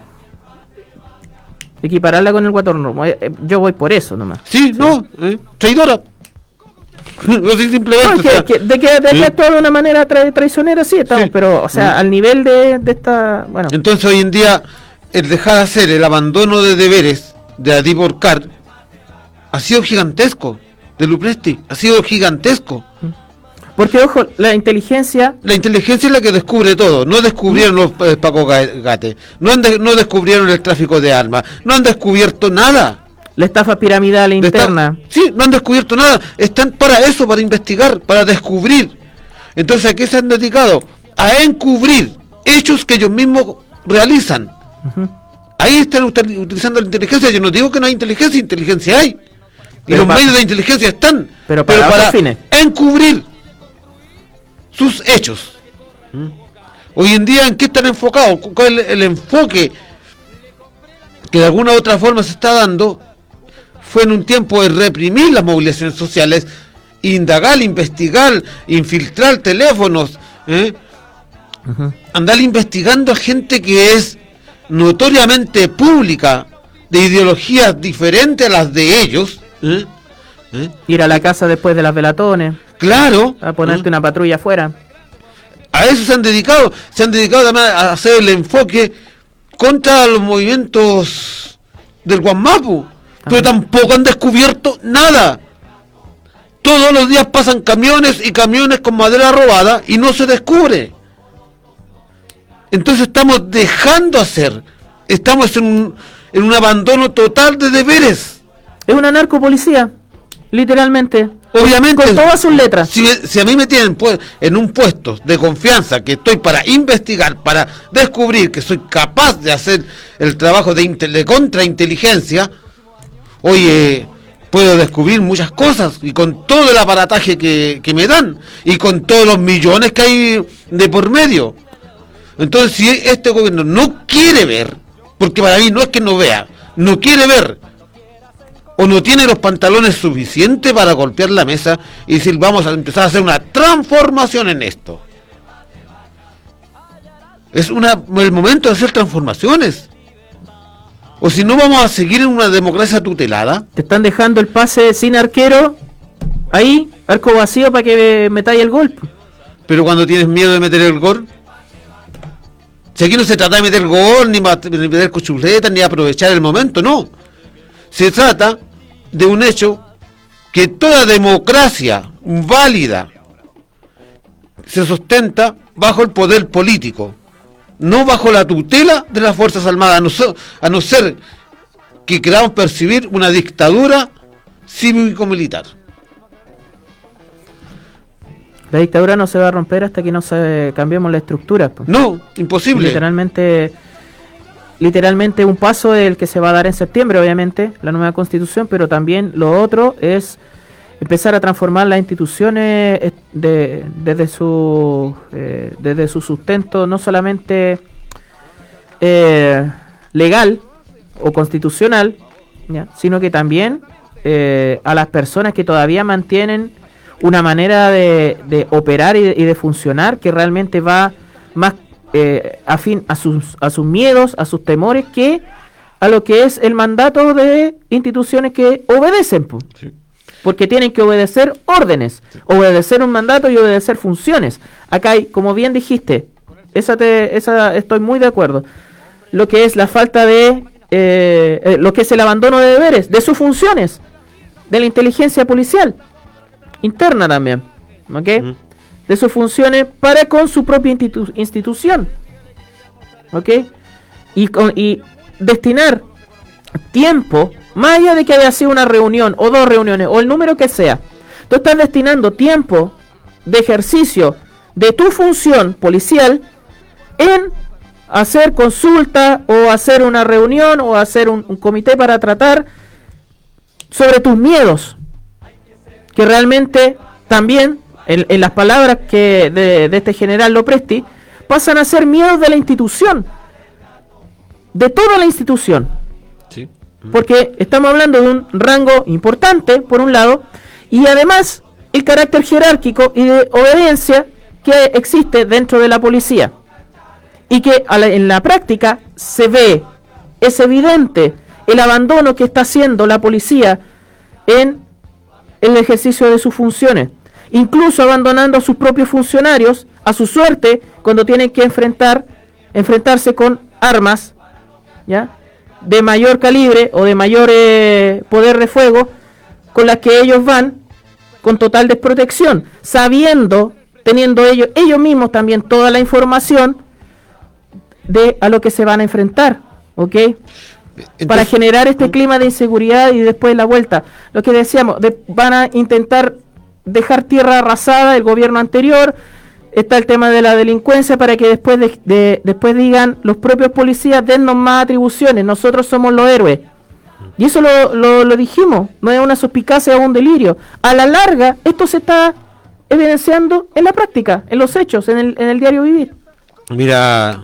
Speaker 3: Equipararla con el Guatón Romo. Yo voy por eso nomás.
Speaker 4: Sí, sí. no, eh, traidora. No sé, simplemente. No,
Speaker 3: que,
Speaker 4: o sea,
Speaker 3: que, de que, de que actuó de una manera tra traicionera, sí, estamos, sí. Pero, o sea, mm. al nivel de, de esta. Bueno.
Speaker 4: Entonces, hoy en día, el dejar de hacer el abandono de deberes de Adi Borcar ha sido gigantesco. De Lupresti, ha sido gigantesco.
Speaker 3: Porque, ojo, la inteligencia...
Speaker 4: La inteligencia es la que descubre todo. No descubrieron los eh, Paco Gate, no, de, no descubrieron el tráfico de armas, no han descubierto nada.
Speaker 3: La estafa piramidal interna.
Speaker 4: Está, sí, no han descubierto nada. Están para eso, para investigar, para descubrir. Entonces, ¿a qué se han dedicado? A encubrir hechos que ellos mismos realizan. Uh-huh. Ahí están utilizando la inteligencia. Yo no digo que no hay inteligencia, inteligencia hay. Y los medios de inteligencia están.
Speaker 3: Pero para,
Speaker 4: pero para
Speaker 3: fines.
Speaker 4: encubrir sus hechos. ¿Mm? Hoy en día, ¿en qué están enfocados? ¿Cuál es el, el enfoque que de alguna u otra forma se está dando? Fue en un tiempo de reprimir las movilizaciones sociales, indagar, investigar, infiltrar teléfonos, ¿eh? Uh-huh. Andar investigando a gente que es notoriamente pública, de ideologías diferentes a las de ellos. ¿Eh?
Speaker 3: ¿Eh? Ir a la casa después de las velatones.
Speaker 4: Claro.
Speaker 3: A ponerte ¿eh? una patrulla afuera.
Speaker 4: A eso se han dedicado. Se han dedicado además a hacer el enfoque contra los movimientos del Guamapu. Pero tampoco han descubierto nada. Todos los días pasan camiones y camiones con madera robada y no se descubre. Entonces estamos dejando hacer. Estamos en un, en un abandono total de deberes.
Speaker 3: Es una narcopolicía, literalmente.
Speaker 4: Obviamente.
Speaker 3: Con todas sus letras.
Speaker 4: Si, si a mí me tienen pues, en un puesto de confianza, que estoy para investigar, para descubrir que soy capaz de hacer el trabajo de, de contrainteligencia, oye, puedo descubrir muchas cosas, y con todo el aparataje que, que me dan, y con todos los millones que hay de por medio. Entonces, si este gobierno no quiere ver, porque para mí no es que no vea, no quiere ver, o no tiene los pantalones suficientes para golpear la mesa y decir, vamos a empezar a hacer una transformación en esto. Es una, el momento de hacer transformaciones. O si no, vamos a seguir en una democracia tutelada.
Speaker 3: Te están dejando el pase sin arquero, ahí, arco vacío para que metáis el gol.
Speaker 4: Pero cuando tienes miedo de meter el gol, si aquí no se trata de meter gol, ni de meter cochuletas, ni de aprovechar el momento, no. Se trata de un hecho que toda democracia válida se sustenta bajo el poder político, no bajo la tutela de las Fuerzas Armadas, a no ser, a no ser que queramos percibir una dictadura cívico-militar.
Speaker 3: La dictadura no se va a romper hasta que no se cambiemos la estructura. Pues.
Speaker 4: No, imposible.
Speaker 3: Literalmente... Literalmente un paso el que se va a dar en septiembre, obviamente, la nueva constitución, pero también lo otro es empezar a transformar las instituciones eh, de, desde su eh, desde su sustento no solamente eh, legal o constitucional, ¿ya?, sino que también eh, a las personas que todavía mantienen una manera de, de operar y de, y de funcionar que realmente va más eh, afín a sus a sus miedos, a sus temores, que a lo que es el mandato de instituciones que obedecen, po. Sí. Porque tienen que obedecer órdenes, sí. obedecer un mandato y obedecer funciones. Acá hay, como bien dijiste, esa te, esa estoy muy de acuerdo, lo que es la falta de, eh, eh, lo que es el abandono de deberes, de sus funciones, de la inteligencia policial, interna también, ¿ok? Uh-huh. De sus funciones para con su propia institu- institución, ¿ok? Y, con, y destinar tiempo, más allá de que haya sido una reunión o dos reuniones o el número que sea, tú estás destinando tiempo de ejercicio de tu función policial en hacer consulta o hacer una reunión o hacer un, un comité para tratar sobre tus miedos, que realmente también en, en las palabras que de, de este general Lopresti pasan a ser miedos de la institución, de toda la institución. Sí. Porque estamos hablando de un rango importante, por un lado, y además el carácter jerárquico y de obediencia que existe dentro de la policía. Y que a la, en la práctica se ve, es evidente el abandono que está haciendo la policía en el ejercicio de sus funciones. Incluso abandonando a sus propios funcionarios a su suerte cuando tienen que enfrentar, enfrentarse con armas, ¿ya?, de mayor calibre o de mayor eh, poder de fuego, con las que ellos van con total desprotección, sabiendo, teniendo ellos ellos mismos también toda la información de a lo que se van a enfrentar, ¿ok? Entonces, para generar este clima de inseguridad y después la vuelta. Lo que decíamos, de, van a intentar dejar tierra arrasada el gobierno anterior. Está el tema de la delincuencia para que después de, de, después digan los propios policías, dennos más atribuciones, nosotros somos los héroes. Y eso lo, lo, lo dijimos, no es una suspicacia o un delirio. A la larga, esto se está evidenciando en la práctica, en los hechos, en el, en el diario vivir.
Speaker 4: Mira,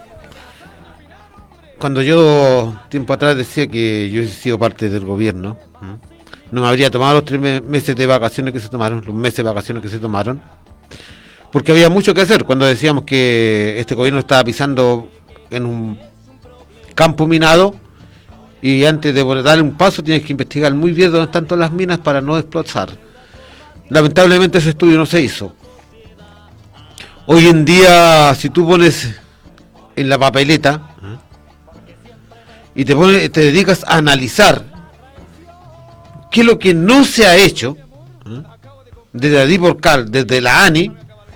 Speaker 4: cuando yo tiempo atrás decía que yo he sido parte del gobierno, no me habría tomado los tres meses de vacaciones que se tomaron, los meses de vacaciones que se tomaron, porque había mucho que hacer. Cuando decíamos que este gobierno estaba pisando en un campo minado y antes de darle un paso tienes que investigar muy bien dónde están todas las minas para no explotar. Lamentablemente ese estudio no se hizo. Hoy en día, si tú pones en la papeleta ¿eh? y te, pones, te dedicas a analizar qué es lo que no se ha hecho ¿eh? desde la DIPORCAL, desde la ANI,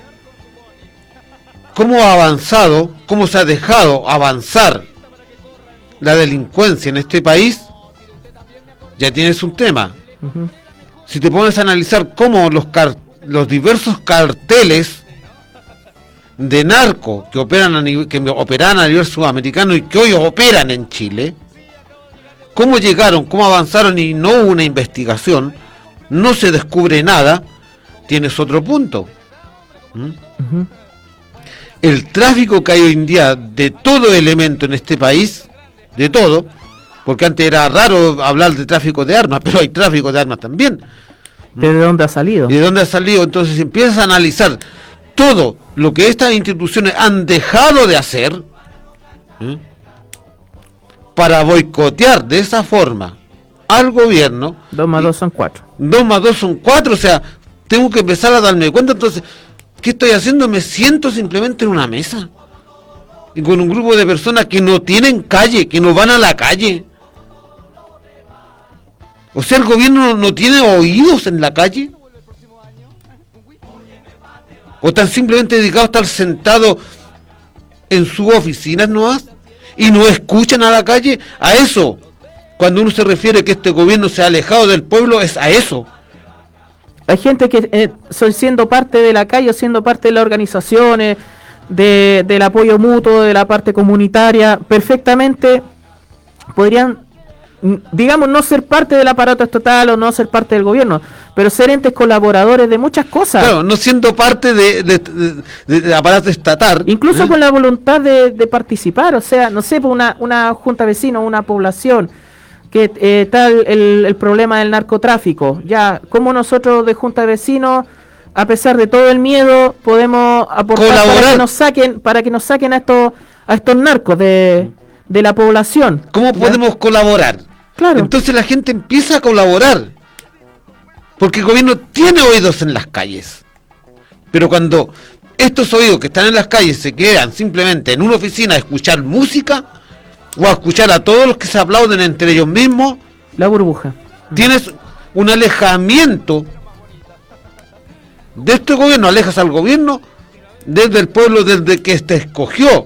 Speaker 4: cómo ha avanzado, cómo se ha dejado avanzar la delincuencia en este país, ya tienes un tema. Uh-huh. Si te pones a analizar cómo los, car- los diversos carteles de narco que operan a nivel, que operan a nivel sudamericano y que hoy operan en Chile, cómo llegaron, cómo avanzaron y no hubo una investigación, no se descubre nada, tienes otro punto. ¿Mm? Uh-huh. El tráfico que hay hoy en día de todo elemento en este país, de todo, porque antes era raro hablar de tráfico de armas, pero hay tráfico de armas también.
Speaker 3: ¿De dónde ha salido?
Speaker 4: ¿De dónde ha salido? Entonces empiezas a analizar todo lo que estas instituciones han dejado de hacer ¿eh? para boicotear de esa forma al gobierno.
Speaker 3: Dos más dos son cuatro.
Speaker 4: Dos más dos son cuatro, o sea, tengo que empezar a darme cuenta. Entonces, ¿qué estoy haciendo? Me siento simplemente en una mesa y con un grupo de personas que no tienen calle, que no van a la calle. O sea, el gobierno no tiene oídos en la calle. O están simplemente dedicados a estar sentados en sus oficinas nomás y no escuchan a la calle. A eso, cuando uno se refiere que este gobierno se ha alejado del pueblo, es a eso.
Speaker 3: Hay gente que eh, son siendo parte de la calle, siendo parte de las organizaciones, de, del apoyo mutuo, de la parte comunitaria, perfectamente podrían digamos, no ser parte del aparato estatal o no ser parte del gobierno, pero ser entes colaboradores de muchas cosas.
Speaker 4: Claro, no siendo parte de, de, de, de aparato estatal.
Speaker 3: Incluso
Speaker 4: ¿eh?
Speaker 3: con la voluntad de, de participar, o sea, no sé, una, una junta vecina, una población, que eh, está el, el, el problema del narcotráfico, ya, como nosotros de junta de vecinos, a pesar de todo el miedo, podemos aportar
Speaker 4: Colaborar.
Speaker 3: para que nos saquen, para que nos saquen a estos, a estos narcos de, de la población.
Speaker 4: ¿Cómo
Speaker 3: ¿ya?
Speaker 4: podemos colaborar?
Speaker 3: Claro.
Speaker 4: Entonces la gente empieza a colaborar. Porque el gobierno tiene oídos en las calles. Pero cuando estos oídos que están en las calles se quedan simplemente en una oficina a escuchar música o a escuchar a todos los que se aplauden entre ellos mismos,
Speaker 3: La burbuja.
Speaker 4: tienes un alejamiento de este gobierno, alejas al gobierno desde el pueblo, desde que te escogió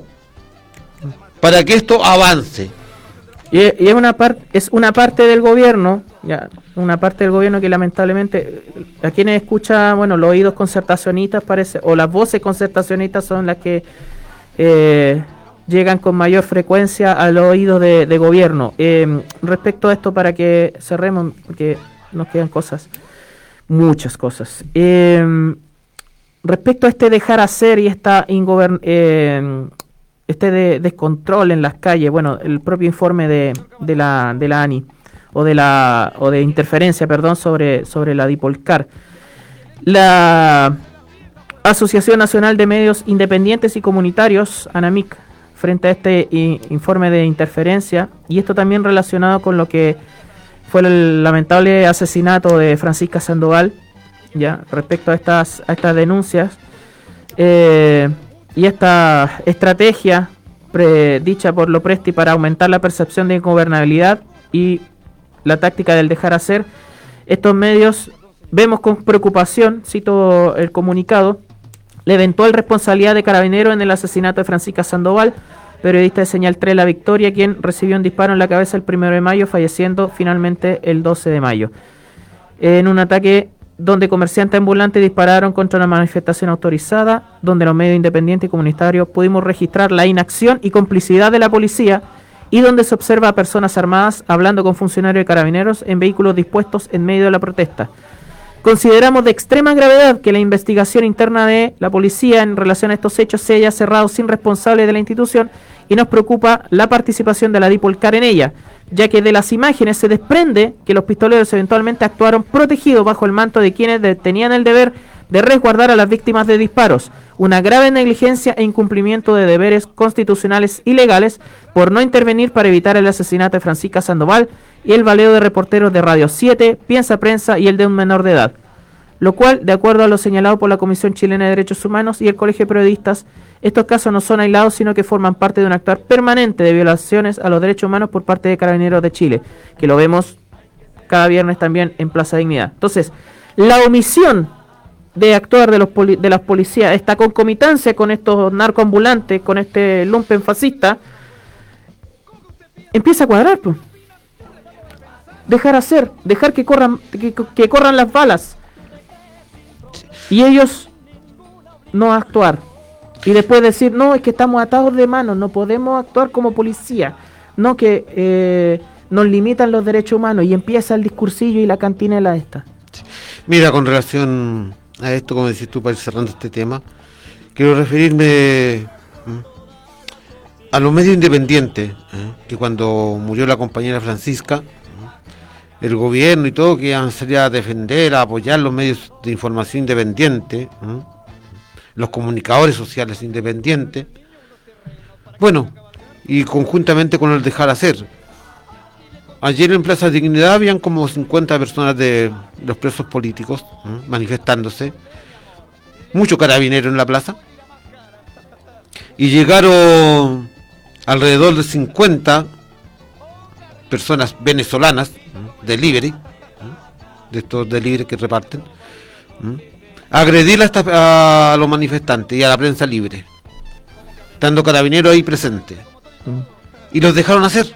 Speaker 4: para que esto avance.
Speaker 3: Y, y es una parte es una parte del gobierno, ya, una parte del gobierno que lamentablemente a quienes escuchan, bueno, los oídos concertacionistas parece, o las voces concertacionistas son las que eh, llegan con mayor frecuencia a los oídos de, de gobierno. Eh, respecto a esto, para que cerremos, porque nos quedan cosas, muchas cosas. Eh, respecto a este dejar hacer y esta ingobern eh, este de, descontrol en las calles, bueno, el propio informe de, de la de la ANI o de la o de interferencia, perdón, sobre sobre la Dipolcar. La Asociación Nacional de Medios Independientes y Comunitarios, ANAMIC, frente a este i, informe de interferencia, y esto también relacionado con lo que fue el lamentable asesinato de Francisca Sandoval, ya, respecto a estas a estas denuncias, eh, y esta estrategia pre, dicha por Lopresti para aumentar la percepción de ingobernabilidad y la táctica del dejar hacer, estos medios vemos con preocupación, cito el comunicado, la eventual responsabilidad de Carabineros en el asesinato de Francisca Sandoval, periodista de Señal tres La Victoria, quien recibió un disparo en la cabeza el primero de mayo, falleciendo finalmente el doce de mayo. En un ataque donde comerciantes ambulantes dispararon contra una manifestación autorizada, donde los medios independientes y comunitarios pudimos registrar la inacción y complicidad de la policía, y donde se observa a personas armadas hablando con funcionarios de Carabineros en vehículos dispuestos en medio de la protesta. Consideramos de extrema gravedad que la investigación interna de la policía en relación a estos hechos se haya cerrado sin responsable de la institución, y nos preocupa la participación de la Dipolcar en ella, ya que de las imágenes se desprende que los pistoleros eventualmente actuaron protegidos bajo el manto de quienes de, tenían el deber de resguardar a las víctimas de disparos, una grave negligencia e incumplimiento de deberes constitucionales y legales por no intervenir para evitar el asesinato de Francisca Sandoval y el baleo de reporteros de Radio siete, Piensa Prensa y el de un menor de edad, lo cual, de acuerdo a lo señalado por la Comisión Chilena de Derechos Humanos y el Colegio de Periodistas, estos casos no son aislados, sino que forman parte de un actuar permanente de violaciones a los derechos humanos por parte de Carabineros de Chile, que lo vemos cada viernes también en Plaza Dignidad. Entonces, la omisión de actuar de los poli de las policías, esta concomitancia con estos narcoambulantes, con este lumpen fascista, empieza a cuadrar, pues. Dejar hacer, dejar que corran, que, que corran las balas, y ellos no actuar. Y después decir, no, es que estamos atados de manos, no podemos actuar como policía, no, que eh, nos limitan los derechos humanos, y empieza el discursillo y la cantinela esta.
Speaker 4: Mira, con relación a esto, como decís tú, para ir cerrando este tema, quiero referirme a los medios independientes, ¿eh? que cuando murió la compañera Francisca, ¿eh? el gobierno y todo, que iban a salir a defender, a apoyar los medios de información independientes, ¿eh? los comunicadores sociales independientes, bueno, y conjuntamente con el dejar hacer. Ayer en Plaza Dignidad habían como cincuenta personas de los presos políticos, ¿eh? manifestándose, mucho carabinero en la plaza, y llegaron alrededor de cincuenta personas venezolanas, ¿eh? delivery, ¿eh? de estos delivery que reparten, ¿eh? agredir a, esta, a los manifestantes y a la prensa libre, estando carabineros ahí presentes, mm. y los dejaron hacer,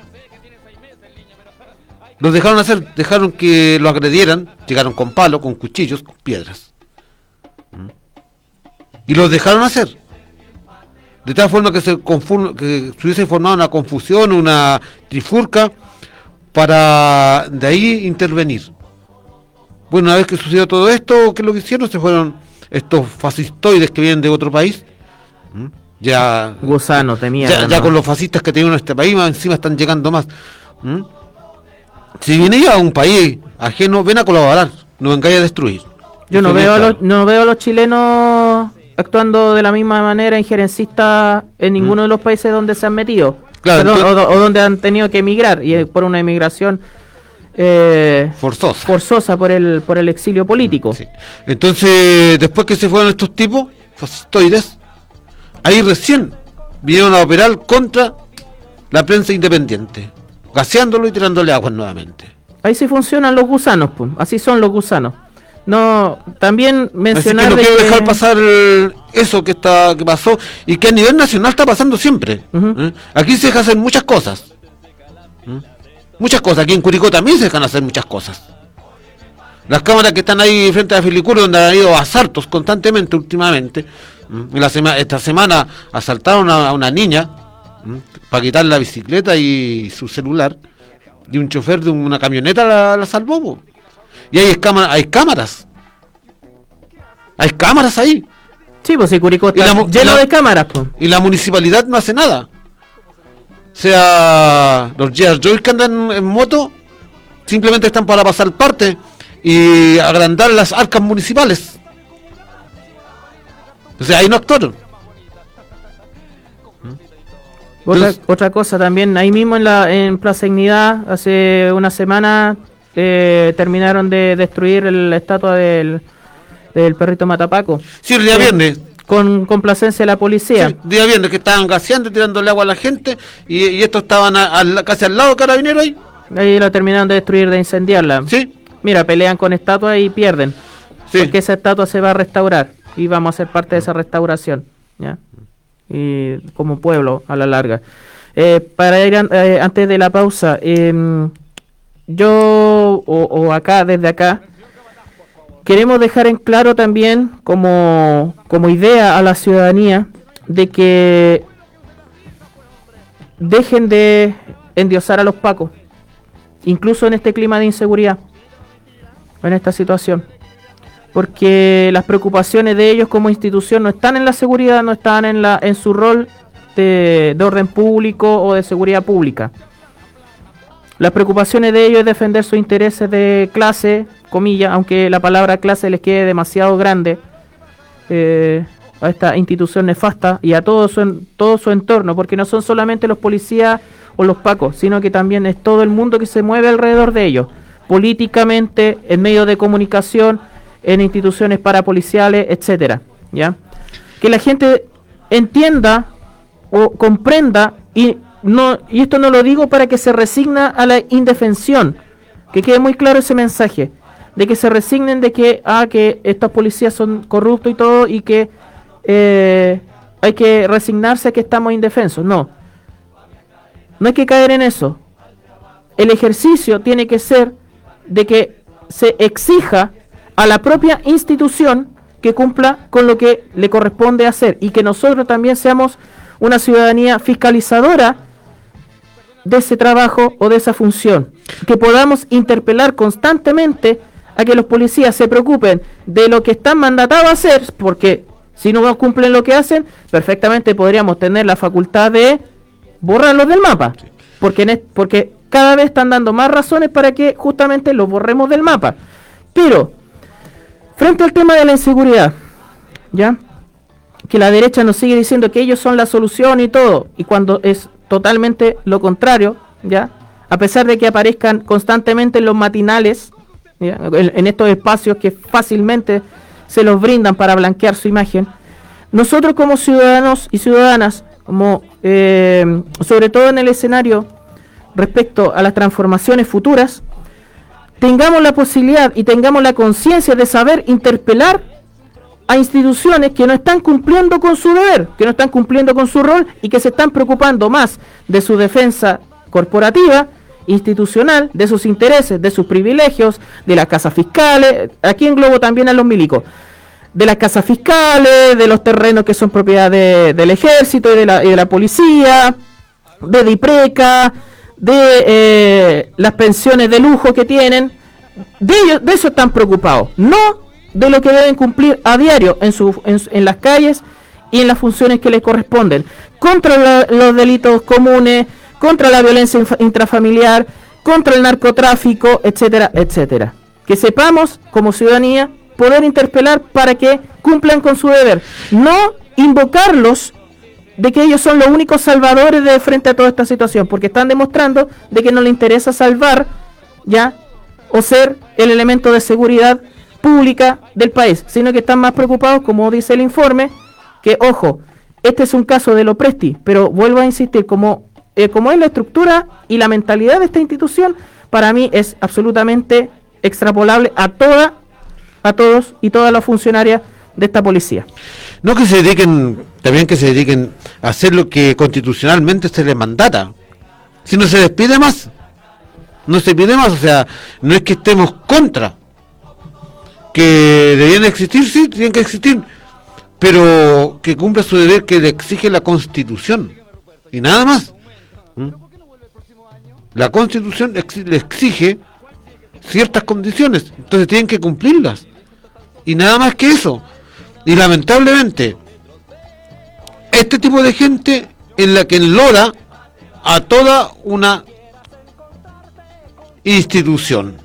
Speaker 4: los dejaron hacer, dejaron que lo agredieran, llegaron con palos, con cuchillos, con piedras, mm. y los dejaron hacer, de tal forma que se, que se hubiese formado una confusión, una trifurca, para de ahí intervenir. Bueno, una vez que sucedió todo esto, ¿qué es lo que hicieron? Se fueron estos fascistoides que vienen de otro país. ¿Mm? Ya,
Speaker 3: Gusano, temía.
Speaker 4: ya, ya con los fascistas que tenían en este país, más encima están llegando más. ¿Mm? Si viene ya a un país ajeno, ven a colaborar, no vengáis a destruir.
Speaker 3: Yo no
Speaker 4: Eso
Speaker 3: veo, a
Speaker 4: claro.
Speaker 3: los, no veo a los chilenos actuando de la misma manera injerencistas en ninguno de los países donde se han metido.
Speaker 4: Claro,
Speaker 3: Perdón,
Speaker 4: entonces-
Speaker 3: o, o donde han tenido que emigrar, y es por una emigración eh,
Speaker 4: Forzosa.
Speaker 3: forzosa por el, por el exilio político.
Speaker 4: Sí. Entonces, después que se fueron estos tipos, fascistoides, ahí recién vinieron a operar contra la prensa independiente, gaseándolo y tirándole aguas nuevamente.
Speaker 3: Ahí sí funcionan los gusanos, pues. Así son los gusanos. No, también
Speaker 4: Así que
Speaker 3: mencionar
Speaker 4: no
Speaker 3: de
Speaker 4: quiero
Speaker 3: que-
Speaker 4: dejar pasar el- eso que está que pasó y que a nivel nacional está pasando siempre.
Speaker 3: Ujú.
Speaker 4: ¿Eh? Aquí se dejan hacer muchas cosas. ¿Mm? Muchas cosas. Aquí en Curicó también se dejan hacer muchas cosas. Las cámaras que están ahí frente a Filicuro, donde han ido asaltos constantemente últimamente. ¿Mm? En la sema- esta semana asaltaron a, a una niña, ¿Mm? para quitarle la bicicleta y su celular. Y un chofer de una camioneta la, la salvó. Po. Y hay cámaras, hay cámaras. Hay cámaras ahí.
Speaker 3: Sí, pues si Curicó
Speaker 4: Y
Speaker 3: está
Speaker 4: la mu-
Speaker 3: lleno
Speaker 4: la-
Speaker 3: de cámaras, pues.
Speaker 4: Y la municipalidad no hace nada. O sea, los G R Joy que andan en moto simplemente están para pasar parte y agrandar las arcas municipales. O sea, ahí no actuaron.
Speaker 3: Otra,
Speaker 4: Entonces-
Speaker 3: otra cosa también, ahí mismo en la en Plaza Dignidad, hace una semana eh, terminaron de destruir el- la estatua del, del perrito Matapaco.
Speaker 4: Sí, el día
Speaker 3: Sí.
Speaker 4: viernes.
Speaker 3: Con complacencia de la policía.
Speaker 4: Sí, día viernes que estaban gaseando, tirándole agua a la gente y, y estos estaban a- a- casi al lado de Carabineros ahí.
Speaker 3: Ahí la terminaron de destruir, de incendiarla.
Speaker 4: Sí,
Speaker 3: Mira, pelean con estatuas y pierden.
Speaker 4: sí.
Speaker 3: Porque esa estatua se va a restaurar y vamos a ser parte de esa restauración, ¿ya? Y como pueblo a la larga. Eh, para ir an- eh, antes de la pausa, em, yo o, o acá, desde acá, queremos dejar en claro también como, como idea a la ciudadanía de que dejen de endiosar a los pacos, incluso en este clima de inseguridad, en esta situación. Porque las preocupaciones de ellos como institución no están en la seguridad, no están en la en su rol de, de orden público o de seguridad pública. Las preocupaciones de ellos es defender sus intereses de clase, comillas, aunque la palabra clase les quede demasiado grande eh, a esta institución nefasta y a todo su, en- todo su entorno, porque no son solamente los policías o los pacos, sino que también es todo el mundo que se mueve alrededor de ellos, políticamente, en medios de comunicación, en instituciones parapoliciales, etcétera, ¿ya? Que la gente entienda o comprenda, y no y esto no lo digo para que se resigna a la indefensión, que quede muy claro ese mensaje, de que se resignen de que ah, que estos policías son corruptos y todo, y que eh, hay que resignarse a que estamos indefensos. No, no hay que caer en eso. El ejercicio tiene que ser de que se exija a la propia institución que cumpla con lo que le corresponde hacer, y que nosotros también seamos una ciudadanía fiscalizadora de ese trabajo o de esa función, que podamos interpelar constantemente a que los policías se preocupen de lo que están mandatados a hacer, porque si no cumplen lo que hacen, perfectamente podríamos tener la facultad de borrarlos del mapa, porque en est- porque cada vez están dando más razones para que justamente los borremos del mapa. Pero frente al tema de la inseguridad, ¿ya? Que la derecha nos sigue diciendo que ellos son la solución y todo, y cuando es totalmente lo contrario, ¿ya? A pesar de que aparezcan constantemente en los matinales, ¿ya? En, en estos espacios que fácilmente se los brindan para blanquear su imagen, nosotros como ciudadanos y ciudadanas, como eh, sobre todo en el escenario respecto a las transformaciones futuras, tengamos la posibilidad y tengamos la conciencia de saber interpelar a instituciones que no están cumpliendo con su deber, que no están cumpliendo con su rol y que se están preocupando más de su defensa corporativa, institucional, de sus intereses, de sus privilegios, de las casas fiscales, aquí englobo también a los milicos, de las casas fiscales, de los terrenos que son propiedad de- del ejército y de la, y de la policía, de DIPRECA, de eh, las pensiones de lujo que tienen. De ellos, de eso están preocupados, no de lo que deben cumplir a diario en, su, en, en las calles y en las funciones que les corresponden, contra la, los delitos comunes, contra la violencia inf- intrafamiliar, contra el narcotráfico, etcétera, etcétera. Que sepamos, como ciudadanía, poder interpelar para que cumplan con su deber, no invocarlos de que ellos son los únicos salvadores de frente a toda esta situación, porque están demostrando de que no les interesa salvar, ya, o ser el elemento de seguridad pública del país, sino que están más preocupados, como dice el informe, que, ojo, este es un caso de Lopresti, pero vuelvo a insistir, como, eh, como es la estructura y la mentalidad de esta institución, para mí es absolutamente extrapolable a toda, a todos y todas las funcionarias de esta policía.
Speaker 4: No que se dediquen, también que se dediquen a hacer lo que constitucionalmente se les mandata. Si no se les pide más, no se pide más, o sea, no es que estemos contra, que debían existir, sí, tienen que existir, pero que cumpla su deber que le exige la Constitución, y nada más. ¿Mm? La Constitución ex- le exige ciertas condiciones, entonces tienen que cumplirlas, y nada más que eso. Y lamentablemente, este tipo de gente es la que enloda a toda una institución.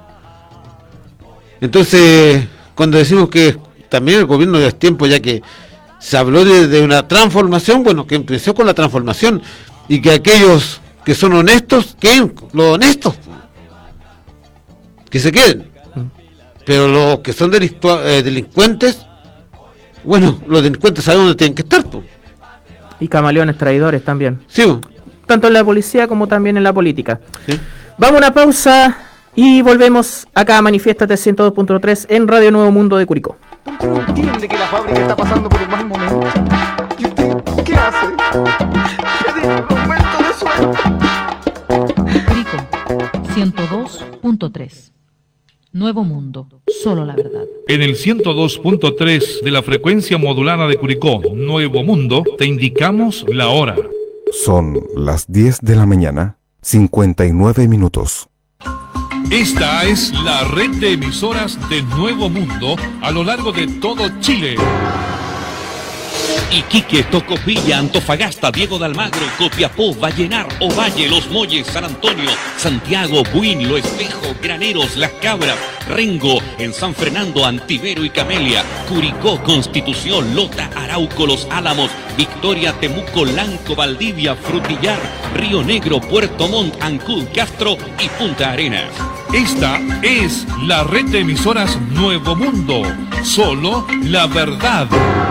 Speaker 4: Entonces, cuando decimos que también el gobierno de tiempo, ya que se habló de, de una transformación, bueno, que empezó con la transformación, y que aquellos que son honestos, queden los honestos, que se queden. Pero los que son delictu- eh, delincuentes, bueno, los delincuentes saben dónde tienen que estar, pues.
Speaker 3: Y camaleones traidores también.
Speaker 4: Sí, po.
Speaker 3: Tanto en la policía como también en la política.
Speaker 4: Sí.
Speaker 3: Vamos a una pausa y volvemos acá a Manifiéstate ciento dos punto tres en Radio Nuevo Mundo de Curicó.
Speaker 2: ¿Usted no entiende que la fábrica está pasando por un mal momento? ¿Y usted qué hace? Pedir un aumento de sueldo.
Speaker 7: Curicó ciento dos punto tres. Nuevo Mundo, solo la verdad.
Speaker 8: En el ciento dos punto tres de la frecuencia modulada de Curicó, Nuevo Mundo, te indicamos la hora.
Speaker 9: Son las diez de la mañana, cincuenta y nueve minutos.
Speaker 8: Esta es la red de emisoras de Nuevo Mundo a lo largo de todo Chile.
Speaker 10: Iquique, Tocopilla, Antofagasta, Diego de Almagro, Copiapó, Vallenar, Ovalle, Los Molles, San Antonio, Santiago, Buin, Lo Espejo, Graneros, Las Cabras, Rengo, en San Fernando, Antivero y Camelia, Curicó, Constitución, Lota, Arauco, Los Álamos, Victoria, Temuco, Lanco, Valdivia, Frutillar, Río Negro, Puerto Montt, Ancud, Castro y Punta Arenas.
Speaker 8: Esta es la red de emisoras Nuevo Mundo, solo la verdad.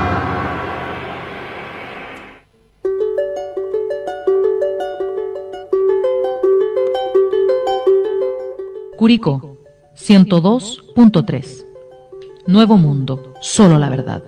Speaker 7: Curicó ciento dos punto tres. Nuevo Mundo, solo la verdad.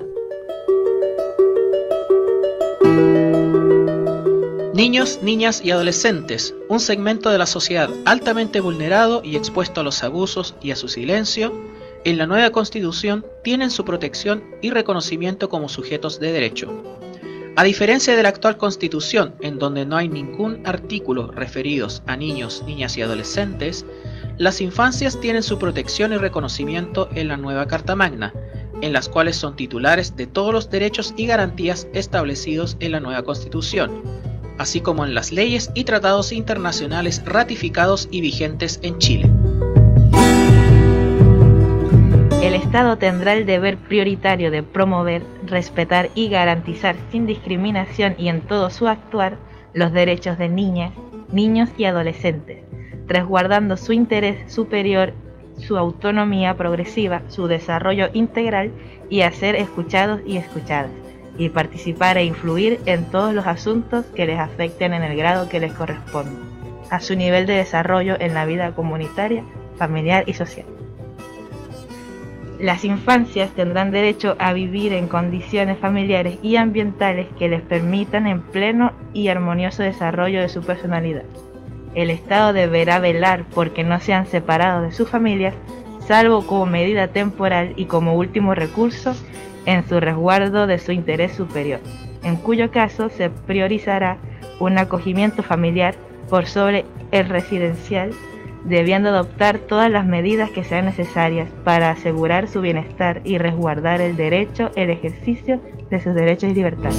Speaker 11: Niños, niñas y adolescentes, un segmento de la sociedad altamente vulnerado y expuesto a los abusos y a su silencio, en la nueva Constitución tienen su protección y reconocimiento como sujetos de derecho. A diferencia de la actual Constitución, en donde no hay ningún artículo referidos a niños, niñas y adolescentes, las infancias tienen su protección y reconocimiento en la nueva Carta Magna, en las cuales son titulares de todos los derechos y garantías establecidos en la nueva Constitución, así como en las leyes y tratados internacionales ratificados y vigentes en Chile.
Speaker 12: El Estado tendrá el deber prioritario de promover, respetar y garantizar sin discriminación y en todo su actuar los derechos de niñas, niños y adolescentes, resguardando su interés superior, su autonomía progresiva, su desarrollo integral y a ser escuchados y escuchadas, y participar e influir en todos los asuntos que les afecten en el grado que les corresponde, a su nivel de desarrollo en la vida comunitaria, familiar y social. Las infancias tendrán derecho a vivir en condiciones familiares y ambientales que les permitan en pleno y armonioso desarrollo de su personalidad. El Estado deberá velar porque no sean separados de sus familias, salvo como medida temporal y como último recurso en su resguardo de su interés superior, en cuyo caso se priorizará un acogimiento familiar por sobre el residencial, debiendo adoptar todas las medidas que sean necesarias para asegurar su bienestar y resguardar el derecho, el ejercicio de sus derechos y libertades.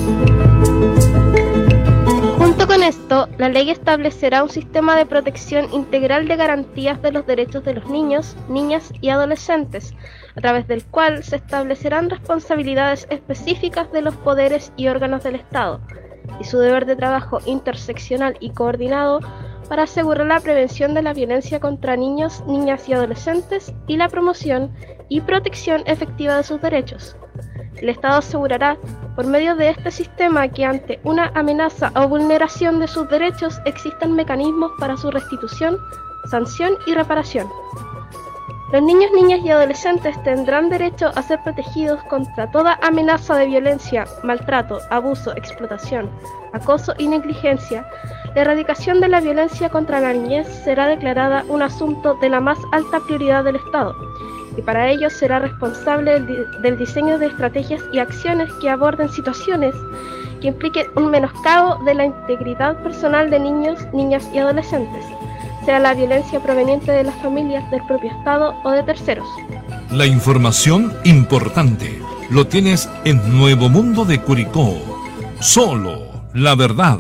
Speaker 13: Junto con esto, la ley establecerá un sistema de protección integral de garantías de los derechos de los niños, niñas y adolescentes, a través del cual se establecerán responsabilidades específicas de los poderes y órganos del Estado, y su deber de trabajo interseccional y coordinado para asegurar la prevención de la violencia contra niños, niñas y adolescentes y la promoción y protección efectiva de sus derechos. El Estado asegurará, por medio de este sistema, que ante una amenaza o vulneración de sus derechos existan mecanismos para su restitución, sanción y reparación. Los niños, niñas y adolescentes tendrán derecho a ser protegidos contra toda amenaza de violencia, maltrato, abuso, explotación, acoso y negligencia. La erradicación de la violencia contra la niñez será declarada un asunto de la más alta prioridad del Estado, y para ello será responsable del, di- del diseño de estrategias y acciones que aborden situaciones que impliquen un menoscabo de la integridad personal de niños, niñas y adolescentes, sea la violencia proveniente de las familias, del propio Estado o de terceros.
Speaker 8: La información importante lo tienes en Nuevo Mundo de Curicó. Solo la verdad.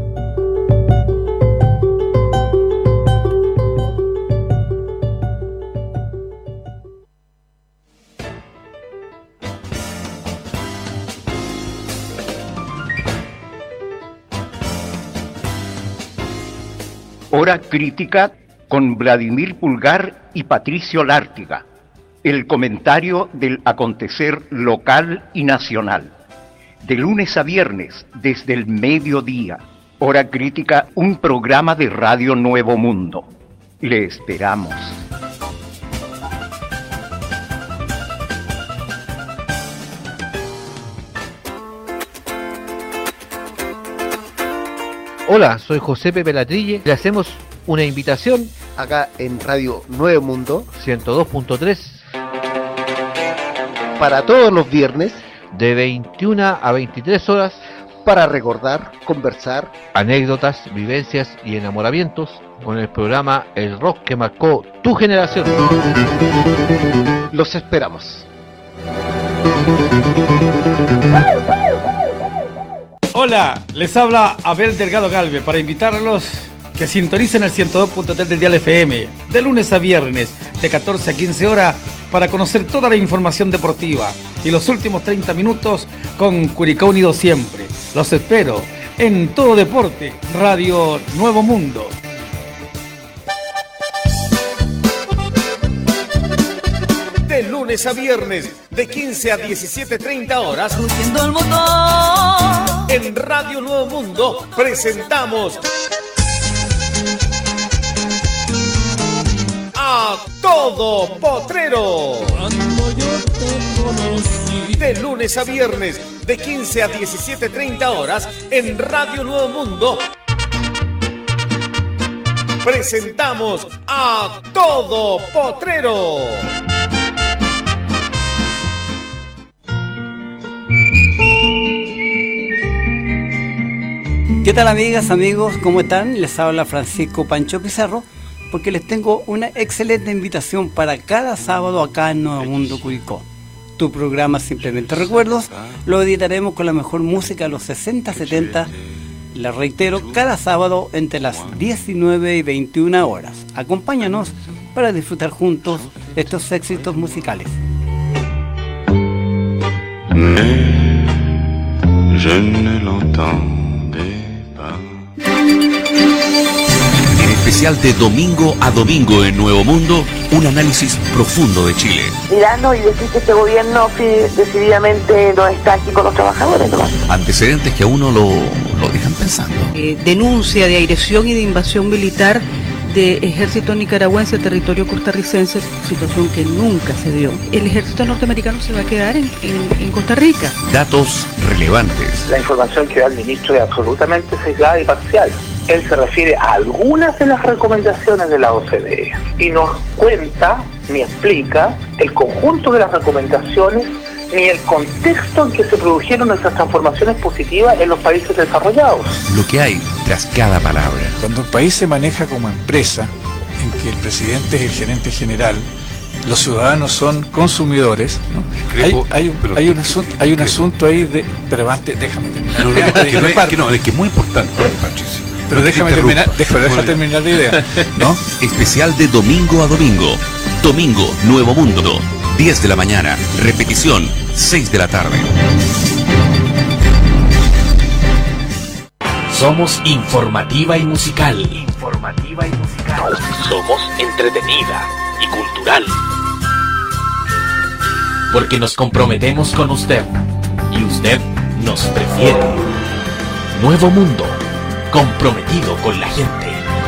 Speaker 14: Hora crítica con Vladimir Pulgar y Patricio Lártiga. El comentario del acontecer local y nacional. De lunes a viernes, desde el mediodía. Hora crítica, un programa de Radio Nuevo Mundo. Le esperamos.
Speaker 15: Hola, soy José Pepe Latrille. Le hacemos una invitación acá en Radio Nuevo Mundo ciento dos punto tres para todos los viernes de veintiuna a veintitrés horas para recordar, conversar, anécdotas, vivencias y enamoramientos con el programa El Rock que marcó tu generación. Los esperamos.
Speaker 16: Hola, les habla Abel Delgado Galve para invitarlos que sintonicen el ciento dos punto tres del dial F M de lunes a viernes de catorce a quince horas para conocer toda la información deportiva y los últimos treinta minutos con Curicó Unido siempre. Los espero en Todo Deporte, Radio Nuevo Mundo.
Speaker 17: De lunes a viernes, de quince a diecisiete treinta horas,
Speaker 18: Rugiendo el motor.
Speaker 17: En Radio Nuevo Mundo presentamos a Todo Potrero.
Speaker 18: Cuando yo te conocí.
Speaker 17: De lunes a viernes, de quince a diecisiete treinta horas, en Radio Nuevo Mundo presentamos a Todo Potrero.
Speaker 19: ¿Qué tal, amigas, amigos? ¿Cómo están? Les habla Francisco Pancho Pizarro, porque les tengo una excelente invitación para cada sábado acá en Nuevo Mundo Curicó. Tu programa Simplemente Recuerdos lo editaremos con la mejor música de los sesenta setenta. Les reitero, cada sábado entre las diecinueve y veintiuna horas. Acompáñanos para disfrutar juntos de estos éxitos musicales.
Speaker 20: Je ne l'entends.
Speaker 10: En especial de domingo a domingo en Nuevo Mundo, un análisis profundo de Chile.
Speaker 21: Mirarnos y decir que este gobierno sí, decididamente no está aquí con los trabajadores, ¿no?
Speaker 10: Antecedentes que a uno lo, lo dejan pensando.
Speaker 22: Eh, denuncia de agresión y de invasión militar de ejército nicaragüense a territorio costarricense, situación que nunca se dio. El ejército norteamericano se va a quedar en, en, en Costa Rica.
Speaker 10: Datos relevantes.
Speaker 21: La información que da el ministro es absolutamente sesgada y parcial. Él se refiere a algunas de las recomendaciones de la O C D E y nos cuenta ni explica el conjunto de las recomendaciones ni el contexto en que se produjeron esas transformaciones positivas en los países desarrollados.
Speaker 10: Lo que hay
Speaker 1: tras cada palabra.
Speaker 5: Cuando un país se maneja como empresa, en que el presidente es el gerente general, los ciudadanos son consumidores, ¿no? Crepo, hay, hay, un, hay, un asunto, hay un asunto ahí de... Pero antes, déjame terminar.
Speaker 1: No, no, no, que no, es, que no, es que es muy importante, Patricio.
Speaker 5: Pero no déjame terminar, déjame, déjame terminar la idea, ¿no?
Speaker 10: Especial de domingo a domingo. Domingo, Nuevo Mundo, diez de la mañana. Repetición, seis de la tarde.
Speaker 23: Somos informativa y musical.
Speaker 24: Informativa y musical.
Speaker 23: Somos entretenida y cultural. Porque nos comprometemos con usted y usted nos prefiere. Nuevo Mundo, comprometido con la gente.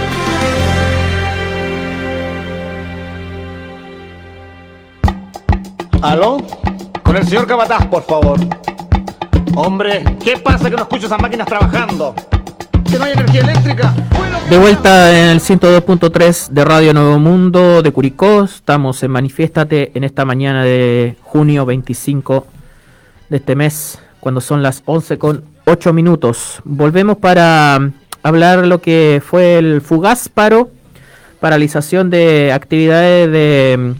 Speaker 2: ¿Aló? Con el señor Capataz, por favor. Hombre, ¿qué pasa que no escucho esas máquinas trabajando? ¿Que no hay energía eléctrica?
Speaker 3: De vuelta en el ciento dos punto tres de Radio Nuevo Mundo de Curicó. Estamos en Manifiéstate en esta mañana de junio veinticinco de este mes, cuando son las once con ocho minutos. Volvemos para hablar lo que fue el fugaz paro, paralización de actividades de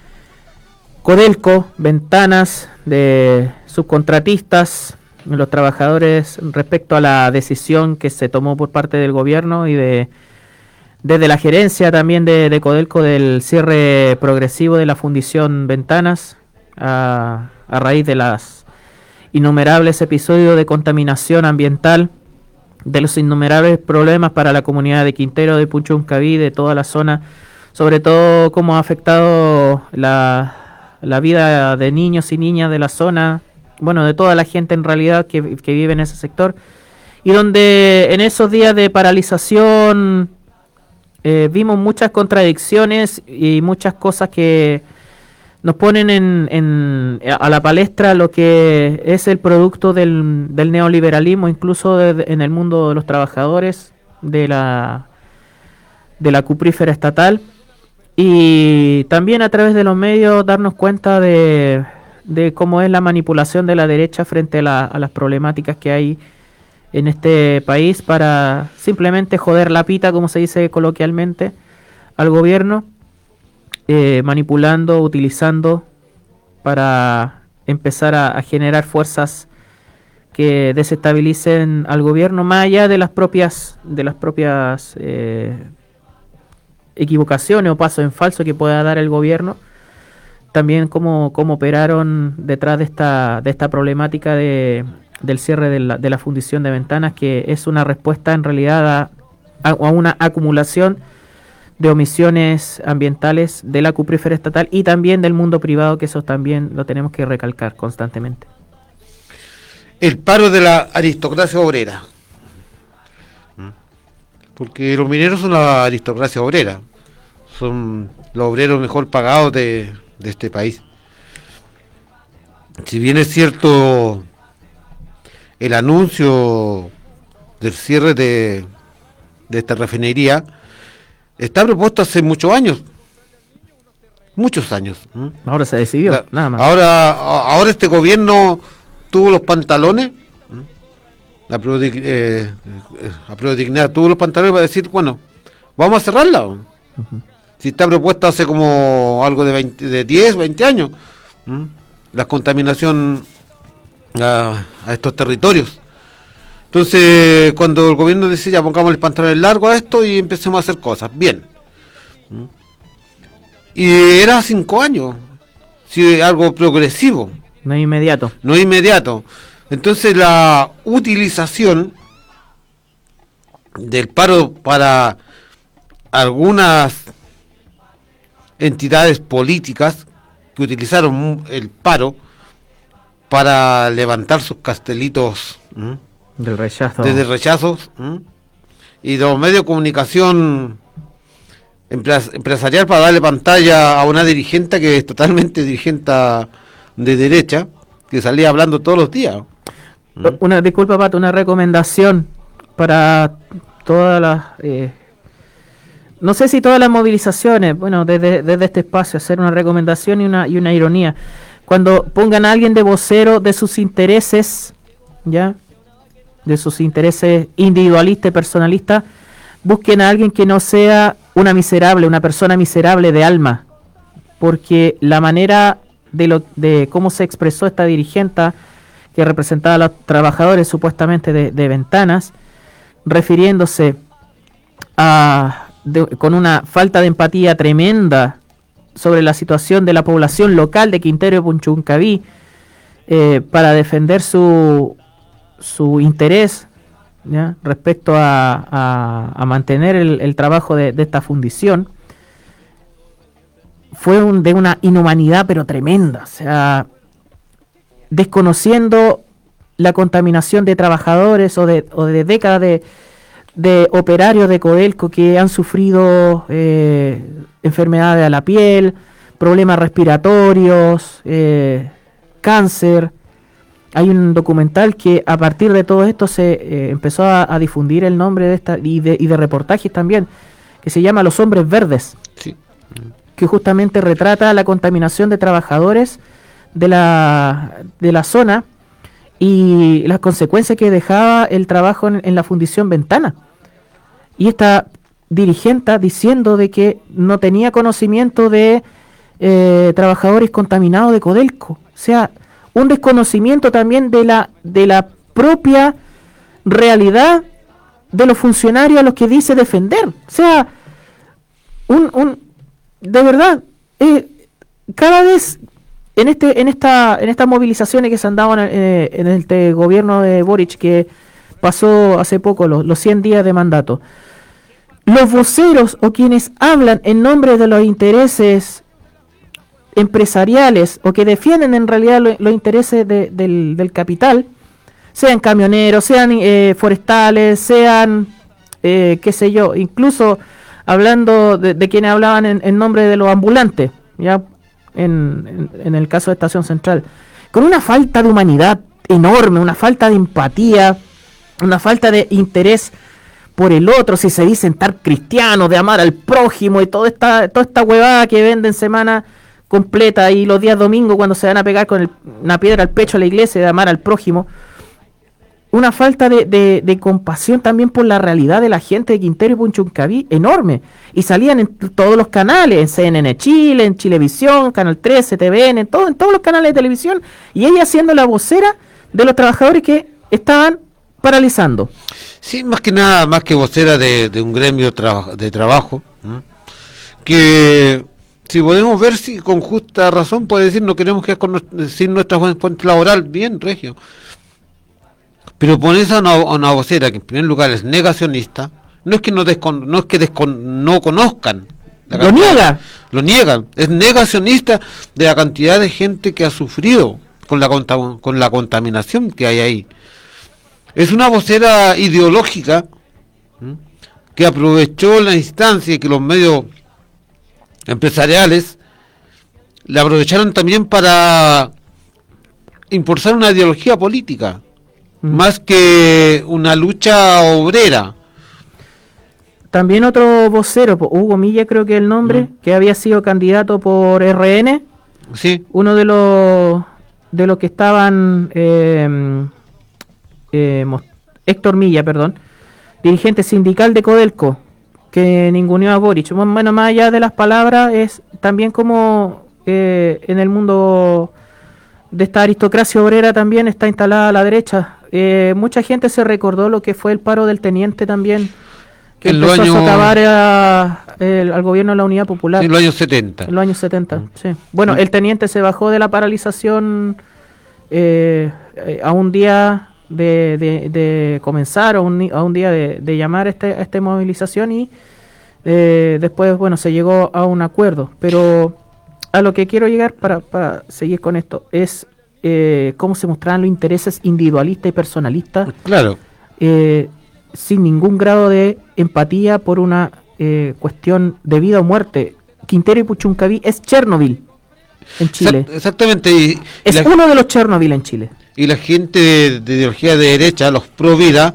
Speaker 3: Codelco, Ventanas, de subcontratistas, los trabajadores respecto a la decisión que se tomó por parte del gobierno y de desde la gerencia también de, de Codelco del cierre progresivo de la fundición Ventanas a, a raíz de las innumerables episodios de contaminación ambiental, de los innumerables problemas para la comunidad de Quintero, de Puchuncaví, de toda la zona, sobre todo cómo ha afectado la, la vida de niños y niñas de la zona, bueno, de toda la gente en realidad que, que vive en ese sector, y donde en esos días de paralización eh, vimos muchas contradicciones y muchas cosas que nos ponen en, en, a la palestra lo que es el producto del, del neoliberalismo, incluso de, de, en el mundo de los trabajadores, de la, de la cuprífera estatal, y también a través de los medios darnos cuenta de, de cómo es la manipulación de la derecha frente a, la, a las problemáticas que hay en este país para simplemente joder la pita, como se dice coloquialmente, al gobierno. Eh, manipulando, utilizando para empezar a, a generar fuerzas que desestabilicen al gobierno, más allá de las propias de las propias eh, equivocaciones o pasos en falso que pueda dar el gobierno. También cómo, cómo operaron detrás de esta de esta problemática de, del cierre de la, de la fundición de Ventanas, que es una respuesta en realidad a, a una acumulación de omisiones ambientales de la cuprífera estatal y también del mundo privado, que eso también lo tenemos que recalcar constantemente.
Speaker 4: El paro de la aristocracia obrera, porque los mineros son la aristocracia obrera, son los obreros mejor pagados de, de este país. Si bien es cierto el anuncio del cierre de, de esta refinería, está propuesto hace muchos años, muchos años. ¿Mm?
Speaker 3: Ahora se decidió, La, nada más.
Speaker 4: Ahora, ahora este gobierno tuvo los pantalones, ¿Mm? la prueba eh, eh, dignidad tuvo los pantalones para decir, bueno, vamos a cerrarla. Uh-huh. Si está propuesta hace como algo de, veinte, de diez, veinte años, ¿Mm? la contaminación a, a estos territorios. Entonces, cuando el gobierno dice, ya pongamos el pantalón largo a esto y empecemos a hacer cosas, bien. Y era cinco años, sí, algo progresivo.
Speaker 3: No es inmediato.
Speaker 4: No es inmediato. Entonces, la utilización del paro para algunas entidades políticas que utilizaron el paro para levantar sus castelitos, ¿m?
Speaker 3: Del rechazo.
Speaker 4: Desde rechazos, ¿m? Y de los medios de comunicación empres- empresarial para darle pantalla a una dirigente que es totalmente dirigente de derecha, que salía hablando todos los días. ¿Mm?
Speaker 3: Una disculpa, Pato, una recomendación para todas las, eh, no sé si todas las movilizaciones, bueno, desde, desde este espacio, hacer una recomendación y una, y una ironía. Cuando pongan a alguien de vocero de sus intereses, ¿ya? de sus intereses individualistas y personalistas, busquen a alguien que no sea una miserable, una persona miserable de alma, porque la manera de, lo, de cómo se expresó esta dirigente que representaba a los trabajadores supuestamente de, de Ventanas, refiriéndose a de, con una falta de empatía tremenda sobre la situación de la población local de Quintero y Puchuncaví, eh, para defender su, su interés, ¿ya?, respecto a, a, a mantener el, el trabajo de, de esta fundición, fue un, de una inhumanidad pero tremenda, o sea, desconociendo la contaminación de trabajadores o de, o de décadas de, de operarios de Codelco que han sufrido eh, enfermedades a la piel, problemas respiratorios, eh, cáncer. Hay un documental que a partir de todo esto se eh, empezó a, a difundir el nombre de esta y de, y de reportajes también, que se llama Los Hombres Verdes,
Speaker 4: sí,
Speaker 3: que justamente retrata la contaminación de trabajadores de la, de la zona y las consecuencias que dejaba el trabajo en, en la fundición Ventana. Y esta dirigente diciendo de que no tenía conocimiento de eh, trabajadores contaminados de Codelco. O sea, un desconocimiento también de la, de la propia realidad de los funcionarios a los que dice defender. O sea, un, un de verdad, eh, cada vez en este en esta en estas movilizaciones que se han dado en, eh, en el te, gobierno de Boric, que pasó hace poco los, los cien días de mandato, los voceros o quienes hablan en nombre de los intereses empresariales o que defienden en realidad lo, los intereses de, del, del capital, sean camioneros, sean eh, forestales, sean eh, qué sé yo, incluso hablando de, de quienes hablaban en, en nombre de los ambulantes, ya en, en, en el caso de Estación Central, con una falta de humanidad enorme, una falta de empatía, una falta de interés por el otro, si se dicen estar cristianos, de amar al prójimo y toda esta, toda esta huevada que venden semana completa y los días domingos cuando se van a pegar con el, una piedra al pecho a la iglesia, de amar al prójimo. Una falta de, de, de compasión también por la realidad de la gente de Quintero y Puchuncaví enorme. Y salían en todos los canales, en C N N Chile, en Chilevisión, Canal trece, T V N, en, todo, en todos los canales de televisión. Y ella siendo la vocera de los trabajadores que estaban paralizando.
Speaker 4: Sí, más que nada, más que vocera de, de un gremio tra- de trabajo, ¿no?, que si podemos ver si con justa razón puede decir no queremos que con decir nuestra fuente laboral, bien, regio. Pero pones a una, a una vocera que en primer lugar es negacionista, no es que no descon, no es que descon, no conozcan,
Speaker 3: lo niega,
Speaker 4: lo niegan, es negacionista de la cantidad de gente que ha sufrido con la con la contaminación que hay ahí. Es una vocera ideológica, ¿sí?, que aprovechó la instancia y que los medios empresariales la aprovecharon también para impulsar una ideología política, más que una lucha obrera.
Speaker 3: También otro vocero, Hugo Milla creo que es el nombre, mm. que había sido candidato por R N,
Speaker 4: sí,
Speaker 3: uno de los de los que estaban eh, eh, Héctor Milla, perdón, dirigente sindical de Codelco, que ninguneó a Boric. Bueno, más allá de las palabras, es también como eh, en el mundo de esta aristocracia obrera también está instalada a la derecha. Eh, mucha gente se recordó lo que fue el paro del teniente también, que
Speaker 4: en
Speaker 3: empezó
Speaker 4: año,
Speaker 3: a socavar a, el, al gobierno de la Unidad Popular.
Speaker 4: En los años setenta.
Speaker 3: En los años setenta, mm. sí. Bueno,
Speaker 4: mm.
Speaker 3: el teniente se bajó de la paralización eh, eh, a un día de, de, de comenzar, o un, a un día de, de llamar a, este, a esta movilización, y eh, después, bueno, se llegó a un acuerdo. Pero a lo que quiero llegar para, para seguir con esto es eh, cómo se mostraban los intereses individualistas y personalistas.
Speaker 4: Claro.
Speaker 3: Eh, sin ningún grado de empatía por una eh, cuestión de vida o muerte. Quintero y Puchuncaví es Chernobyl en Chile.
Speaker 4: Exactamente. Y,
Speaker 3: es
Speaker 4: y la,
Speaker 3: uno de los Chernobyl en Chile.
Speaker 4: Y la gente de, de ideología de derecha, los pro vida,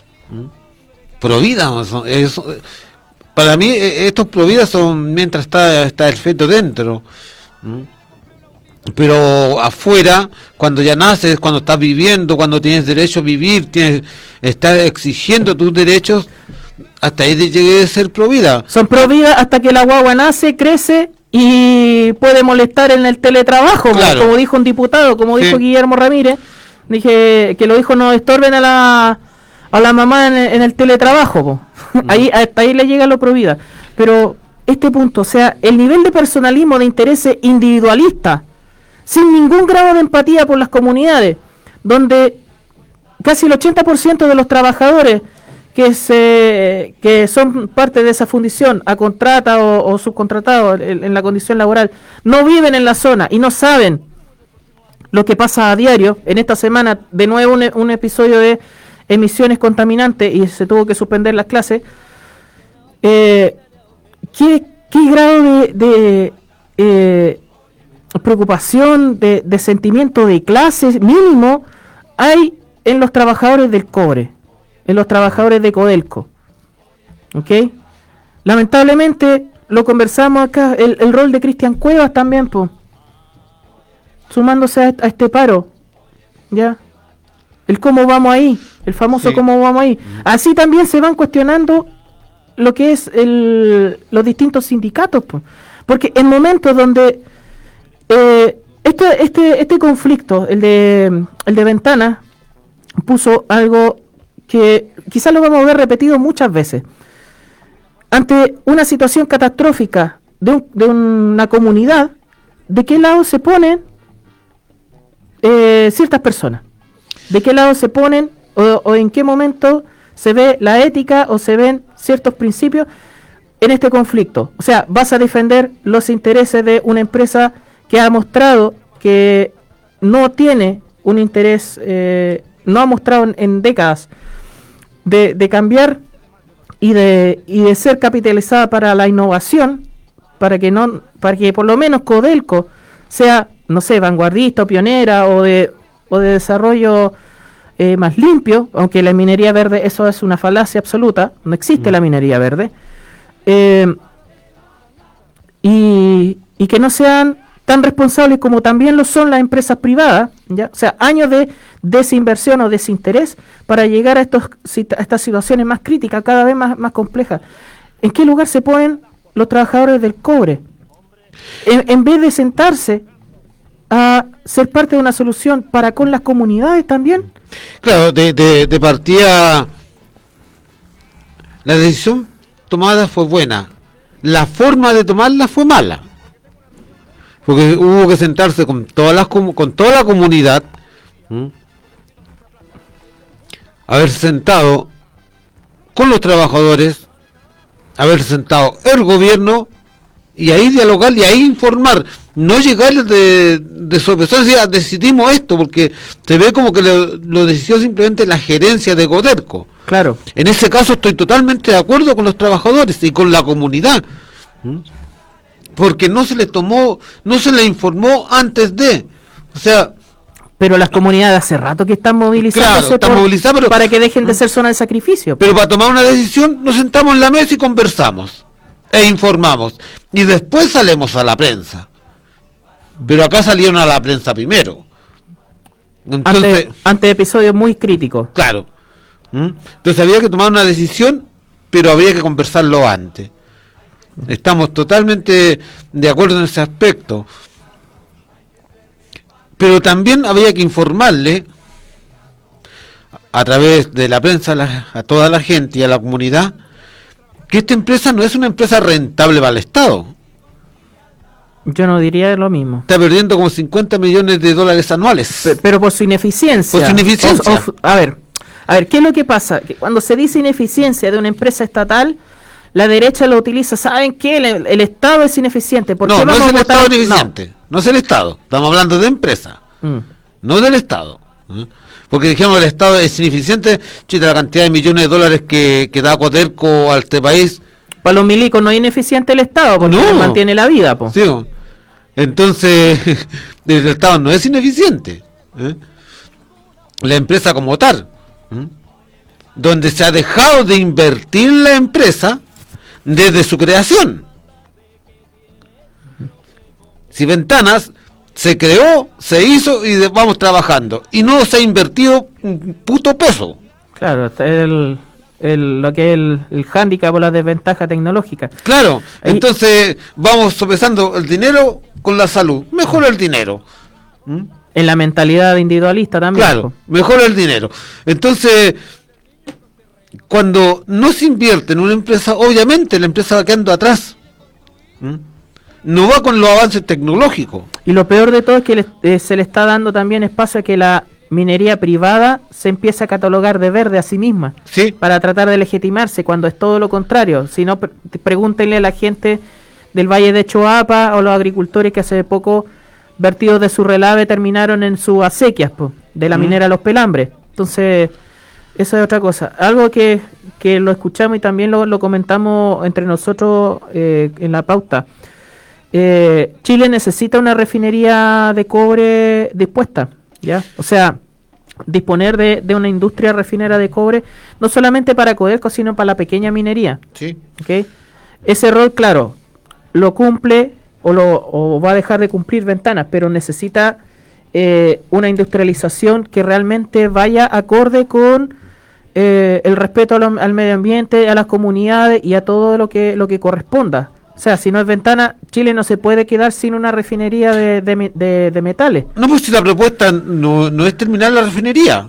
Speaker 4: pro vida, es, para mí estos pro vida son mientras está, está el feto dentro. pero afuera, cuando ya naces, cuando estás viviendo, cuando tienes derecho a vivir, tienes, estás exigiendo tus derechos, hasta ahí llegue a ser provida.
Speaker 3: Son provida hasta que la guagua nace, crece y puede molestar en el teletrabajo,
Speaker 4: claro.
Speaker 3: como dijo un diputado, como dijo sí. Guillermo Ramírez, dije que los hijos no estorben a la a la mamá en, en el teletrabajo, mm. ahí hasta ahí le llega lo provida. Pero este punto, o sea, el nivel de personalismo, de intereses individualistas, sin ningún grado de empatía por las comunidades, donde casi el ochenta por ciento de los trabajadores que se que son parte de esa fundición a contrata o, o subcontratados en, en la condición laboral, no viven en la zona y no saben lo que pasa a diario. En esta semana, de nuevo, un, un episodio de emisiones contaminantes y se tuvo que suspender las clases. Eh, ¿qué, qué grado de... de eh, preocupación, de, de sentimiento de clase mínimo hay en los trabajadores del cobre, en los trabajadores de Codelco? ¿Ok? Lamentablemente, lo conversamos acá, el, el rol de Cristian Cuevas también, po, sumándose a, a este paro, ¿ya? El cómo vamos ahí, el famoso sí. cómo vamos ahí. Así también se van cuestionando lo que es el, los distintos sindicatos, po, porque en momentos donde Eh, este, este, este conflicto, el de, el de Ventana, puso algo que quizás lo vamos a ver repetido muchas veces. Ante una situación catastrófica de, un, de una comunidad, ¿de qué lado se ponen eh, ciertas personas? ¿De qué lado se ponen o, o en qué momento se ve la ética o se ven ciertos principios en este conflicto? O sea, ¿vas a defender los intereses de una empresa que ha mostrado que no tiene un interés, eh, no ha mostrado en, en décadas de, de cambiar y de y de ser capitalizada para la innovación, para que no, para que por lo menos Codelco sea, no sé, vanguardista o pionera o de o de desarrollo eh, más limpio, aunque la minería verde, eso es una falacia absoluta, no existe mm. la minería verde, eh, y, y que no sean tan responsables como también lo son las empresas privadas, ¿ya? O sea, años de desinversión o desinterés para llegar a, estos, a estas situaciones más críticas, cada vez más, más complejas. ¿En qué lugar se ponen los trabajadores del cobre? En, en vez de sentarse a ser parte de una solución para con las comunidades también.
Speaker 4: Claro, de, de, de partida la decisión tomada fue buena, la forma de tomarla fue mala. Porque hubo que sentarse con todas las con toda la comunidad, ¿m? haber sentado con los trabajadores, haber sentado el gobierno y ahí dialogar y ahí informar, no llegar de, de sorpresa, ya decidimos esto, porque se ve como que lo, lo decidió simplemente la gerencia de Codelco.
Speaker 3: Claro.
Speaker 4: En ese caso estoy totalmente de acuerdo con los trabajadores y con la comunidad. ¿M? Porque no se le tomó, no se le informó antes de, o sea...
Speaker 3: Pero las comunidades hace rato que están movilizándose,
Speaker 4: claro, están movilizadas, pero,
Speaker 3: para que dejen de ser zona de sacrificio.
Speaker 4: Pero para tomar una decisión nos sentamos en la mesa y conversamos, e informamos, y después salimos a la prensa. Pero acá salieron a la prensa primero.
Speaker 3: Entonces, ante, ante episodios muy críticos.
Speaker 4: Claro. ¿Mm? Entonces había que tomar una decisión, pero había que conversarlo antes. Estamos totalmente de acuerdo en ese aspecto, pero también había que informarle a través de la prensa a, la, a toda la gente y a la comunidad que esta empresa no es una empresa rentable para el Estado.
Speaker 3: Yo no diría lo mismo.
Speaker 4: Está perdiendo como cincuenta millones de dólares anuales.
Speaker 3: Pero, pero por su ineficiencia.
Speaker 4: Por su ineficiencia.
Speaker 3: O, o, a ver, a ver, ¿qué es lo que pasa? Que cuando se dice ineficiencia de una empresa estatal, la derecha lo utiliza. ¿Saben qué? El, el Estado es ineficiente. ¿Por
Speaker 4: no,
Speaker 3: qué
Speaker 4: no
Speaker 3: vamos
Speaker 4: es el
Speaker 3: a votar?
Speaker 4: Estado ineficiente. No. no es el Estado. Estamos hablando de empresa.
Speaker 3: Mm.
Speaker 4: No del Estado. ¿eh? Porque dijimos el Estado es ineficiente. Chita, la cantidad de millones de dólares que, que da Codelco a este país.
Speaker 3: Para los milicos no es ineficiente el Estado, porque no mantiene la vida. Po.
Speaker 4: Sí, entonces, el Estado no es ineficiente. ¿eh? La empresa como tal. ¿eh? Donde se ha dejado de invertir en la empresa desde su creación. Si Ventanas Se creó, se hizo y de- vamos trabajando. Y no se ha invertido un puto peso.
Speaker 3: Claro, el, el, lo que es el, el hándicap o la desventaja tecnológica.
Speaker 4: Claro, entonces vamos sopesando el dinero con la salud. Mejor el dinero. ¿Mm?
Speaker 3: En la mentalidad individualista también.
Speaker 4: Claro,
Speaker 3: po.
Speaker 4: mejor el dinero. Entonces, cuando no se invierte en una empresa, obviamente la empresa va quedando atrás. ¿Mm? No va con los avances tecnológicos.
Speaker 3: Y lo peor de todo es que le- eh, se le está dando también espacio a que la minería privada se empiece a catalogar de verde a sí misma.
Speaker 4: Sí.
Speaker 3: Para tratar de legitimarse, cuando es todo lo contrario. Si no, pre- pregúntenle a la gente del Valle de Choapa o los agricultores que hace poco, vertidos de su relave, terminaron en sus acequias, po, de la
Speaker 4: Mm.
Speaker 3: minera Los Pelambres. Entonces, eso es otra cosa. Algo que, que lo escuchamos y también lo, lo comentamos entre nosotros eh, en la pauta. Eh, Chile necesita una refinería de cobre dispuesta, ¿ya? O sea, disponer de, de una industria refinera de cobre, no solamente para Codelco, sino para la pequeña minería.
Speaker 4: Sí.
Speaker 3: ¿Ok? Ese rol, claro, lo cumple o, lo, o va a dejar de cumplir Ventanas, pero necesita eh, una industrialización que realmente vaya acorde con eh, el respeto a lo- al medio ambiente, a las comunidades y a todo lo que, lo que corresponda. O sea, si no es Ventana, Chile no se puede quedar sin una refinería de, de, me- de- de metales.
Speaker 4: No, pues si la propuesta no, no es terminar la refinería,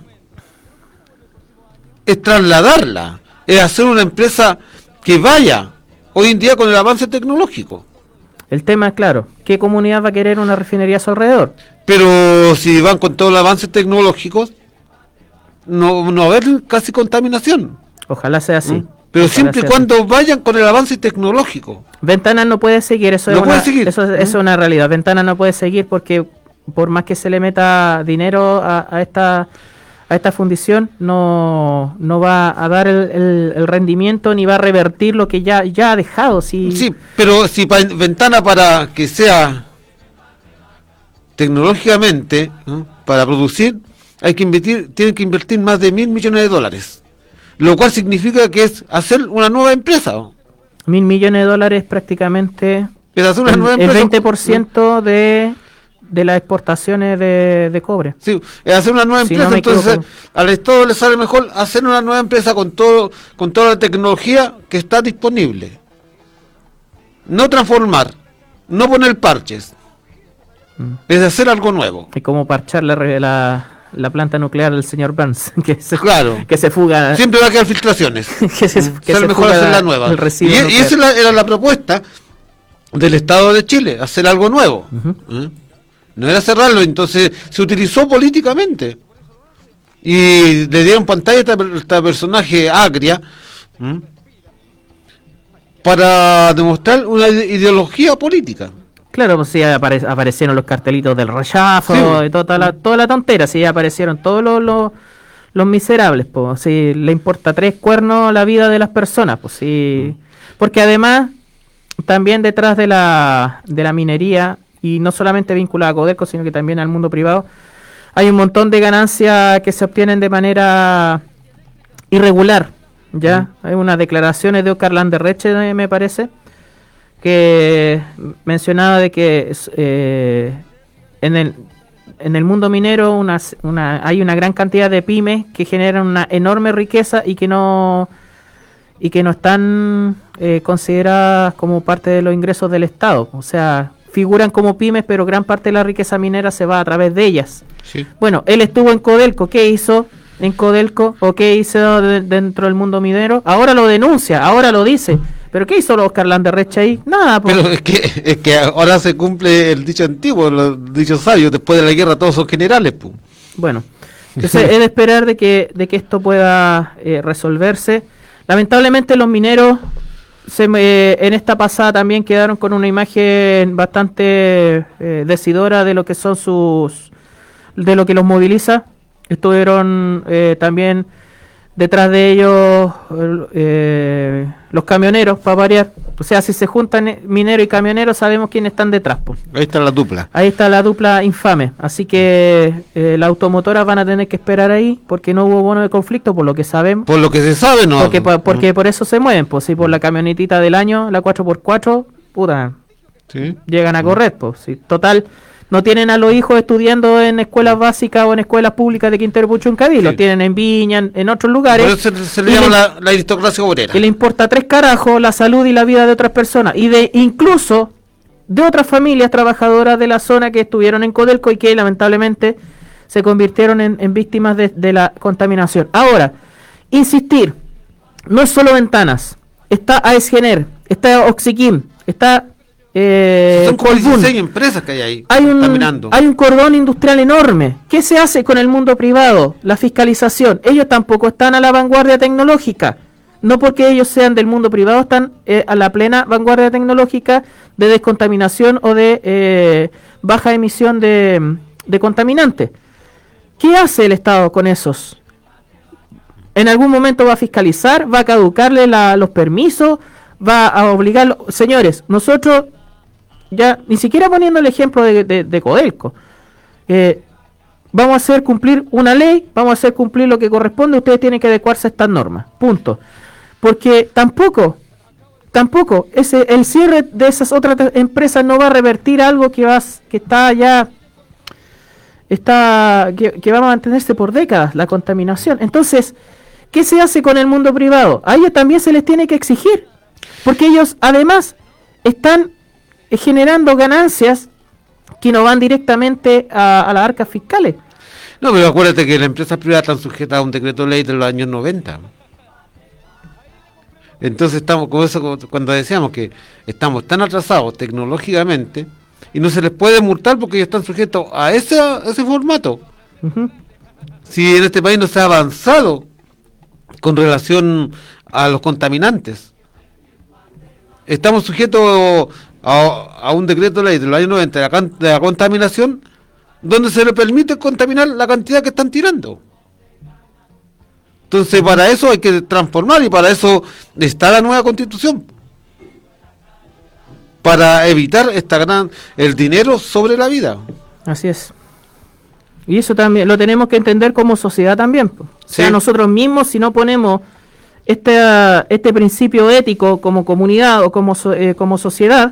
Speaker 4: es trasladarla, es hacer una empresa que vaya hoy en día con el avance tecnológico.
Speaker 3: El tema es claro, ¿qué comunidad va a querer una refinería a su alrededor?
Speaker 4: Pero si van con todos los avances tecnológicos, no, no va a haber casi contaminación.
Speaker 3: Ojalá sea así.
Speaker 4: ¿Mm? Pero
Speaker 3: Ojalá
Speaker 4: siempre y
Speaker 3: sea
Speaker 4: cuando vayan con el avance tecnológico.
Speaker 3: Ventana no puede seguir, eso,
Speaker 4: No
Speaker 3: es,
Speaker 4: puede
Speaker 3: una,
Speaker 4: seguir.
Speaker 3: eso, es- eso es una realidad. Ventana no puede seguir porque por más que se le meta dinero a, a esta a esta fundición, no, no va a dar el, el- el rendimiento ni va a revertir lo que ya, ya ha dejado. Si,
Speaker 4: Sí, pero si pa- Ventana para que sea tecnológicamente, ¿no?, para producir, hay que invertir, tienen que invertir más de mil millones de dólares. Lo cual significa que es hacer una nueva empresa. ¿no?
Speaker 3: Mil millones de dólares prácticamente
Speaker 4: Es hacer una
Speaker 3: el,
Speaker 4: nueva
Speaker 3: el
Speaker 4: empresa.
Speaker 3: veinte por ciento de, de las exportaciones de, de cobre.
Speaker 4: Sí, es hacer una nueva
Speaker 3: Si
Speaker 4: empresa,
Speaker 3: no me
Speaker 4: entonces
Speaker 3: equivoco.
Speaker 4: al Estado le sale mejor hacer una nueva empresa con todo, con toda la tecnología que está disponible. No transformar, no poner parches, es hacer algo nuevo.
Speaker 3: Es como parchar la, re- la, la planta nuclear del señor Burns, que se,
Speaker 4: Claro.
Speaker 3: que se fuga.
Speaker 4: Siempre va a quedar filtraciones.
Speaker 3: que se, que
Speaker 4: Sale
Speaker 3: se
Speaker 4: mejor
Speaker 3: fuga
Speaker 4: hacer la
Speaker 3: el
Speaker 4: nueva. Y,
Speaker 3: residuo
Speaker 4: y
Speaker 3: nuclear.
Speaker 4: esa es la- era la propuesta del Estado de Chile, hacer algo nuevo. ¿Eh? No era cerrarlo, entonces se utilizó políticamente. Y le dieron pantalla a esta, per- esta personaje agria, ¿m?, para demostrar una ide- ideología política.
Speaker 3: Claro, pues sí, apare- aparecieron los cartelitos del rechazo
Speaker 4: Sí.
Speaker 3: y toda la, toda la tontera, sí, aparecieron todos los, los, los miserables, pues, sí, le importa tres cuernos la vida de las personas, pues sí, porque además, también detrás de la, de la minería, y no solamente vinculada a Codelco, sino que también al mundo privado, hay un montón de ganancias que se obtienen de manera irregular, ¿ya? Hay unas declaraciones de Oscar Landerreche, eh, me parece, que mencionaba de que eh, en el en el mundo minero una, una, hay una gran cantidad de pymes que generan una enorme riqueza y que no y que no están eh, consideradas como parte de los ingresos del Estado. O sea, figuran como pymes, pero gran parte de la riqueza minera se va a través de ellas.
Speaker 4: Sí.
Speaker 3: Bueno, él estuvo en Codelco. ¿Qué hizo en Codelco? ¿O qué hizo de- dentro del mundo minero? Ahora lo denuncia, ahora lo dice. ¿Pero qué hizo Oscar Landerreche ahí? Nada, pues.
Speaker 4: Pero es que, es que ahora se cumple el dicho antiguo, los dichos sabios, después de la guerra todos son generales. Pu.
Speaker 3: Bueno, entonces es de esperar de que, de que esto pueda eh, resolverse. Lamentablemente los mineros se me- en esta pasada también quedaron con una imagen bastante eh, decidora de lo que son sus, de lo que los moviliza. Estuvieron eh, también detrás de ellos eh, los camioneros, para variar. O sea, si se juntan eh, minero y camionero, sabemos quiénes están detrás, pues.
Speaker 4: Ahí está la dupla.
Speaker 3: Ahí está la dupla infame. Así que eh, las automotoras van a tener que esperar ahí porque no hubo bono de conflicto, por lo que sabemos.
Speaker 4: Por lo que se sabe, no.
Speaker 3: Porque, por, porque por eso se mueven, pues sí, por la camionetita del año, la cuatro por cuatro, puta,
Speaker 4: Sí.
Speaker 3: llegan a correr, pues sí. Total, No tienen a los hijos estudiando en escuelas básicas o en escuelas públicas de Quintero Puchuncaví, sí. Los tienen en Viña, en, en otros lugares.
Speaker 4: Por eso se, se le llama la, la aristocracia obrera.
Speaker 3: Que le importa tres carajos la salud y la vida de otras personas. Y de incluso de otras familias trabajadoras de la zona que estuvieron en Codelco y que lamentablemente se convirtieron en, en víctimas de, de la contaminación. Ahora, insistir, no es solo Ventanas, está Aesgener, está Oxiquim, está... Eh,
Speaker 4: Son como dieciséis empresas que hay ahí.
Speaker 3: Hay un, hay un cordón industrial enorme. ¿Qué se hace con el mundo privado? La fiscalización. Ellos tampoco están a la vanguardia tecnológica. No porque ellos sean del mundo privado, están eh, a la plena vanguardia tecnológica de descontaminación o de eh, baja emisión de, de contaminantes. ¿Qué hace el Estado con esos? ¿En algún momento va a fiscalizar? ¿Va a caducarle la, los permisos? ¿Va a obligarlo? Señores, nosotros... ya ni siquiera poniendo el ejemplo de, de, de Codelco, eh, vamos a hacer cumplir una ley, vamos a hacer cumplir lo que corresponde, ustedes tienen que adecuarse a estas normas, punto. Porque tampoco, tampoco, ese el cierre de esas otras empresas no va a revertir algo que va, que está ya, está, que, que va a mantenerse por décadas, la contaminación. Entonces, ¿qué se hace con el mundo privado? A ellos también se les tiene que exigir, porque ellos además están generando ganancias que no van directamente a, a las arcas fiscales.
Speaker 4: No, pero acuérdate que las empresas privadas están sujetas a un decreto de ley de los años noventa. Entonces estamos con eso cuando decíamos que estamos tan atrasados tecnológicamente y no se les puede multar porque ellos están sujetos a ese, a ese formato. Uh-huh. Si en este país no se ha avanzado con relación a los contaminantes, estamos sujetos A, a un decreto de ley de los años noventa de la, de la contaminación, donde se le permite contaminar la cantidad que están tirando. Entonces, para eso hay que transformar, y para eso está la nueva Constitución, para evitar esta gran el dinero sobre la vida.
Speaker 3: Así es. Y eso también lo tenemos que entender como sociedad también. O sea, sí. Nosotros mismos, si no ponemos este, este principio ético como comunidad o como, eh, como sociedad,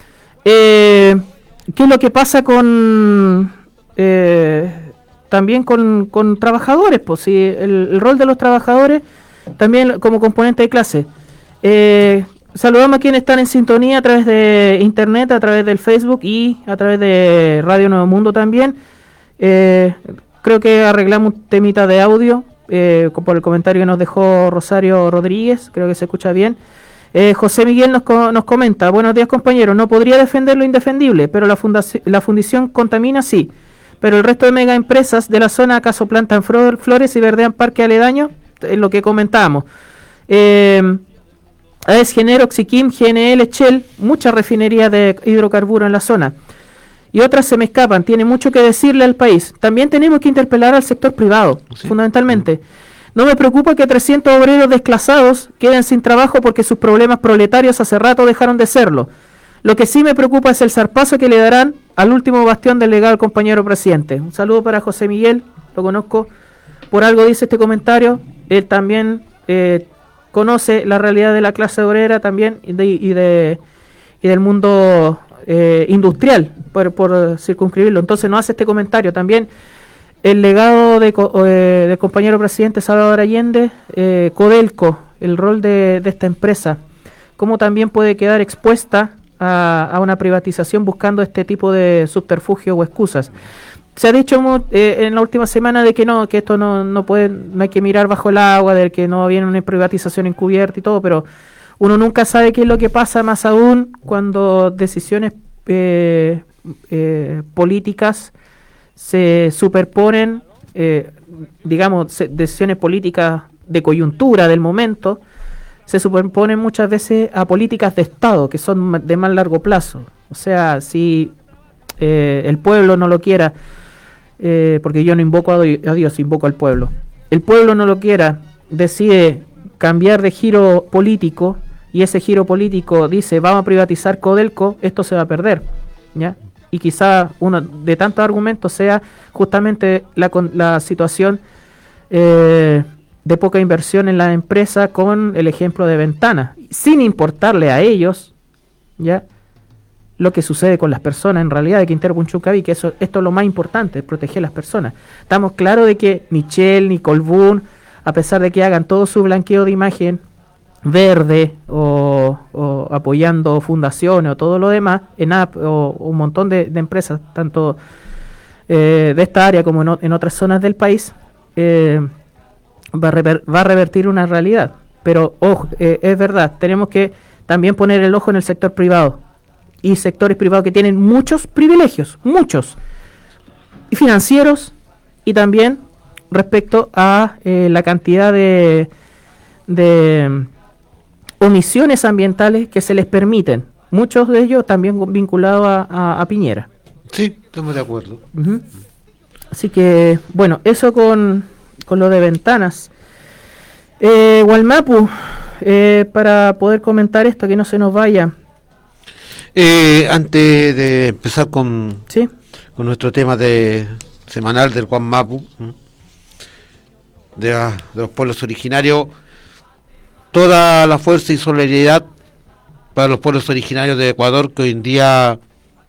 Speaker 3: Eh, ¿qué es lo que pasa con eh, también con, con trabajadores? Pues sí, el, el rol de los trabajadores también como componente de clase. Eh, saludamos a quienes están en sintonía a través de internet, a través del Facebook y a través de Radio Nuevo Mundo también. Eh, creo que arreglamos un temita de audio eh, por el comentario que nos dejó Rosario Rodríguez, creo que se escucha bien. Eh, José Miguel nos, co- nos comenta: buenos días compañeros, no podría defender lo indefendible, pero la, fundaci- la fundición contamina sí, pero el resto de mega empresas de la zona acaso plantan flor- flores y verdean parques aledaños, es lo que comentábamos. Eh, Aesgener, Oxiquim, G N L, Shell, muchas refinerías de hidrocarburos en la zona. Y otras se me escapan, tiene mucho que decirle al país. También tenemos que interpelar al sector privado, ¿sí? Fundamentalmente. No me preocupa que trescientos obreros desclasados queden sin trabajo porque sus problemas proletarios hace rato dejaron de serlo. Lo que sí me preocupa es el zarpazo que le darán al último bastión del legado del compañero presidente. Un saludo para José Miguel, lo conozco, por algo dice este comentario. Él también eh, conoce la realidad de la clase obrera también y, de, y, de, y del mundo eh, industrial, por, por circunscribirlo. Entonces no hace este comentario también. El legado de, eh, del compañero presidente Salvador Allende, eh, Codelco, el rol de, de esta empresa, cómo también puede quedar expuesta a, a una privatización buscando este tipo de subterfugio o excusas. Se ha dicho eh, en la última semana de que no, que esto no, no puede, no hay que mirar bajo el agua, de que no viene una privatización encubierta y todo, pero uno nunca sabe qué es lo que pasa, más aún cuando decisiones eh, eh, políticas se superponen, eh, digamos, se, decisiones políticas de coyuntura del momento, se superponen muchas veces a políticas de Estado que son de más largo plazo. O sea, si eh, el pueblo no lo quiera, eh, porque yo no invoco a Dios, invoco al pueblo, el pueblo no lo quiera, decide cambiar de giro político, y ese giro político dice, vamos a privatizar Codelco, esto se va a perder, ¿ya? Y quizá uno de tantos argumentos sea justamente la, la situación eh, de poca inversión en la empresa, con el ejemplo de Ventanas, sin importarle a ellos, ¿ya? lo que sucede con las personas en realidad de Quintero Punchuncaví, que eso, esto es lo más importante, proteger a las personas. Estamos claros de que ni Shell ni Colbún, a pesar de que hagan todo su blanqueo de imagen verde o, o apoyando fundaciones o todo lo demás, en A P o, o un montón de, de empresas, tanto eh, de esta área como en, o, en otras zonas del país, eh, va, a rever, va a revertir una realidad. Pero ojo, eh, es verdad, tenemos que también poner el ojo en el sector privado. Y sectores privados que tienen muchos privilegios, muchos, y financieros, y también respecto a eh, la cantidad de, de omisiones ambientales que se les permiten, muchos de ellos también vinculados a, a, a Piñera.
Speaker 4: Sí, estamos de acuerdo.
Speaker 3: Uh-huh. Así que, bueno, eso con, con lo de ventanas. Eh, Gualmapu, eh, para poder comentar esto, que no se nos vaya.
Speaker 4: Eh, antes de empezar con,
Speaker 3: ¿Sí?
Speaker 4: con nuestro tema de semanal del Gualmapu, de, la, de los pueblos originarios, toda la fuerza y solidaridad para los pueblos originarios de Ecuador, que hoy en día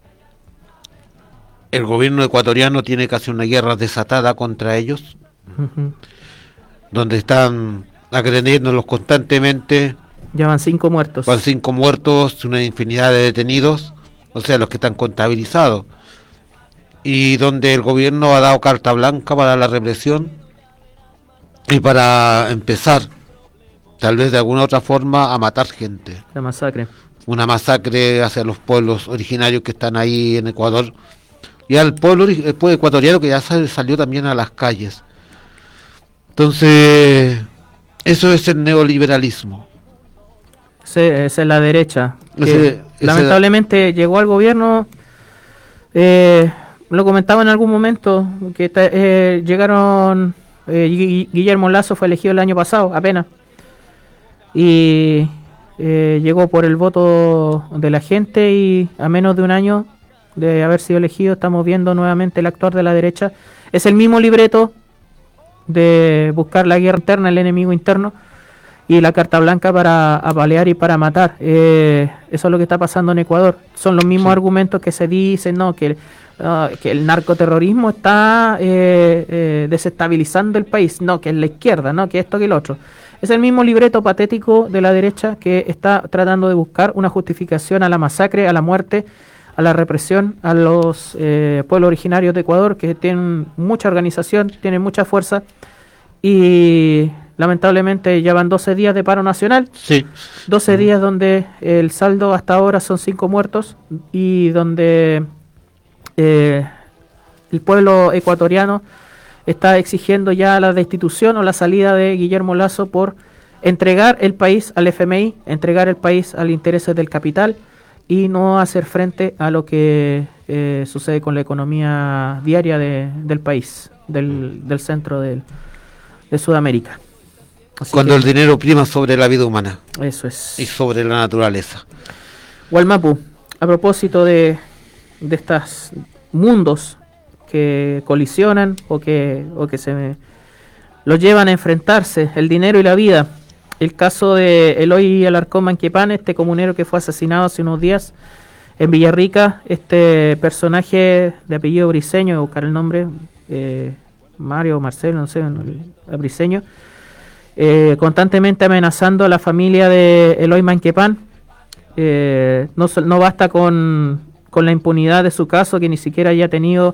Speaker 4: el gobierno ecuatoriano tiene casi una guerra desatada contra ellos, uh-huh. donde están agrediéndolos constantemente.
Speaker 3: Ya van cinco muertos.
Speaker 4: Van cinco muertos, una infinidad de detenidos, o sea, los que están contabilizados. Y donde el gobierno ha dado carta blanca para la represión y para empezar, tal vez de alguna otra forma, a matar gente.
Speaker 3: La masacre.
Speaker 4: Una masacre hacia los pueblos originarios que están ahí en Ecuador. Y al pueblo, el pueblo ecuatoriano que ya salió también a las calles. Entonces, eso es el neoliberalismo.
Speaker 3: Esa es la derecha, que
Speaker 4: ese,
Speaker 3: lamentablemente ese... llegó al gobierno, eh, lo comentaba en algún momento, que eh, llegaron, eh, Guillermo Lasso fue elegido el año pasado, apenas, y eh, llegó por el voto de la gente, y a menos de un año de haber sido elegido estamos viendo nuevamente el actuar de la derecha. Es el mismo libreto de buscar la guerra interna, el enemigo interno, y la carta blanca para apalear y para matar. Eh, eso es lo que está pasando en Ecuador. Son los mismos sí. argumentos que se dicen, ¿no? Que, uh, que el narcoterrorismo está eh, eh, desestabilizando el país, no, que es la izquierda, no, que esto, que el otro. Es el mismo libreto patético de la derecha que está tratando de buscar una justificación a la masacre, a la muerte, a la represión, a los eh, pueblos originarios de Ecuador, que tienen mucha organización, tienen mucha fuerza, y lamentablemente ya van doce días de paro nacional,
Speaker 4: sí.
Speaker 3: doce uh-huh. días donde el saldo hasta ahora son cinco muertos, y donde eh, el pueblo ecuatoriano está exigiendo ya la destitución o la salida de Guillermo Lasso por entregar el país al F M I, entregar el país a los intereses del capital y no hacer frente a lo que eh, sucede con la economía diaria de, del país, del, del centro de, de Sudamérica. Así
Speaker 4: Cuando
Speaker 3: que,
Speaker 4: el dinero prima sobre la vida humana.
Speaker 3: Eso es.
Speaker 4: Y sobre la naturaleza.
Speaker 3: Gualmapu, a propósito de, de estos mundos que colisionan o que, o que se los llevan a enfrentarse, el dinero y la vida. El caso de Eloy Alarcón Manquepán, este comunero que fue asesinado hace unos días en Villarrica, este personaje de apellido Briceño, voy a buscar el nombre, eh, Mario, Marcelo, no sé, el Briceño, eh, constantemente amenazando a la familia de Eloy Manquepán. Eh, no, no basta con, con la impunidad de su caso, que ni siquiera haya tenido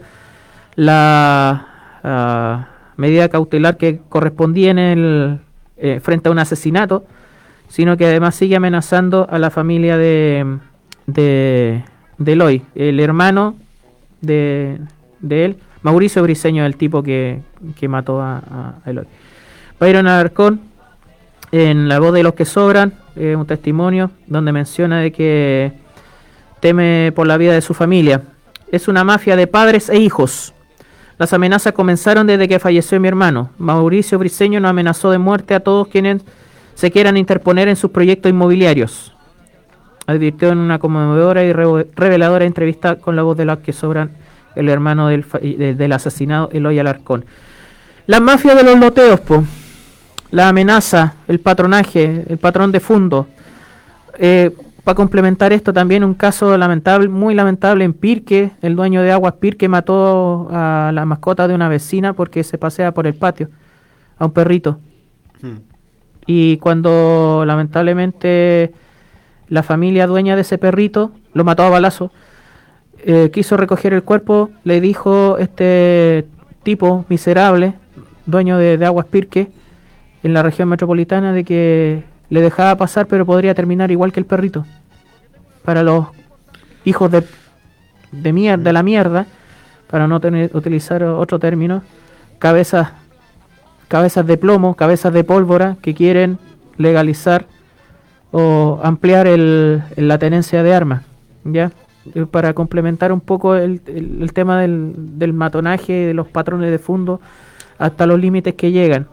Speaker 3: la uh, medida cautelar que correspondía en el eh, frente a un asesinato, sino que además sigue amenazando a la familia de de, de Eloy, el hermano de, de él, Mauricio Briceño, el tipo que, que mató a, a Eloy. Byron Alarcón, en La voz de los que sobran, eh, un testimonio donde menciona de que teme por la vida de su familia. Es una mafia de padres e hijos. Las amenazas comenzaron desde que falleció mi hermano. Mauricio Briceño nos amenazó de muerte a todos quienes se quieran interponer en sus proyectos inmobiliarios, advirtió en una conmovedora y re- reveladora entrevista con La voz de los que sobran, el hermano del, fa- de, del asesinado Eloy Alarcón. La mafia de los loteos, po. La amenaza, el patronaje, el patrón de fondo. Eh, para complementar esto, también un caso lamentable, muy lamentable en Pirque. El dueño de Aguas Pirque mató a la mascota de una vecina porque se pasea por el patio, a un perrito. Hmm. Y cuando lamentablemente la familia dueña de ese perrito lo mató a balazo, eh, quiso recoger el cuerpo, le dijo este tipo miserable, dueño de, de Aguas Pirque, en la región metropolitana, de que le dejaba pasar, pero podría terminar igual que el perrito. Para los hijos de, de, mierda, de la mierda, para no tener, utilizar otro término, cabezas, cabezas de plomo, cabezas de pólvora, que quieren legalizar o ampliar el, la tenencia de armas, ¿ya? Para complementar un poco el, el, el tema del, del matonaje, de los patrones de fondo, hasta los límites que llegan.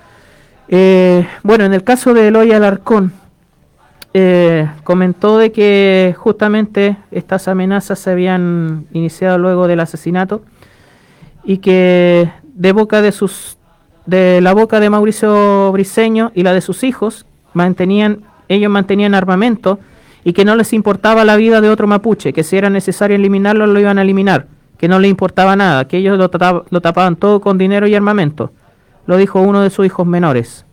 Speaker 3: Eh, bueno, en el caso de Eloy Alarcón, eh, comentó de que justamente estas amenazas se habían iniciado luego del asesinato y que de boca de sus de la boca de Mauricio Briceño y la de sus hijos mantenían ellos mantenían armamento y que no les importaba la vida de otro mapuche, que si era necesario eliminarlo lo iban a eliminar, que no les importaba nada, que ellos lo, tapa, lo tapaban todo con dinero y armamento. Lo dijo uno de sus hijos menores.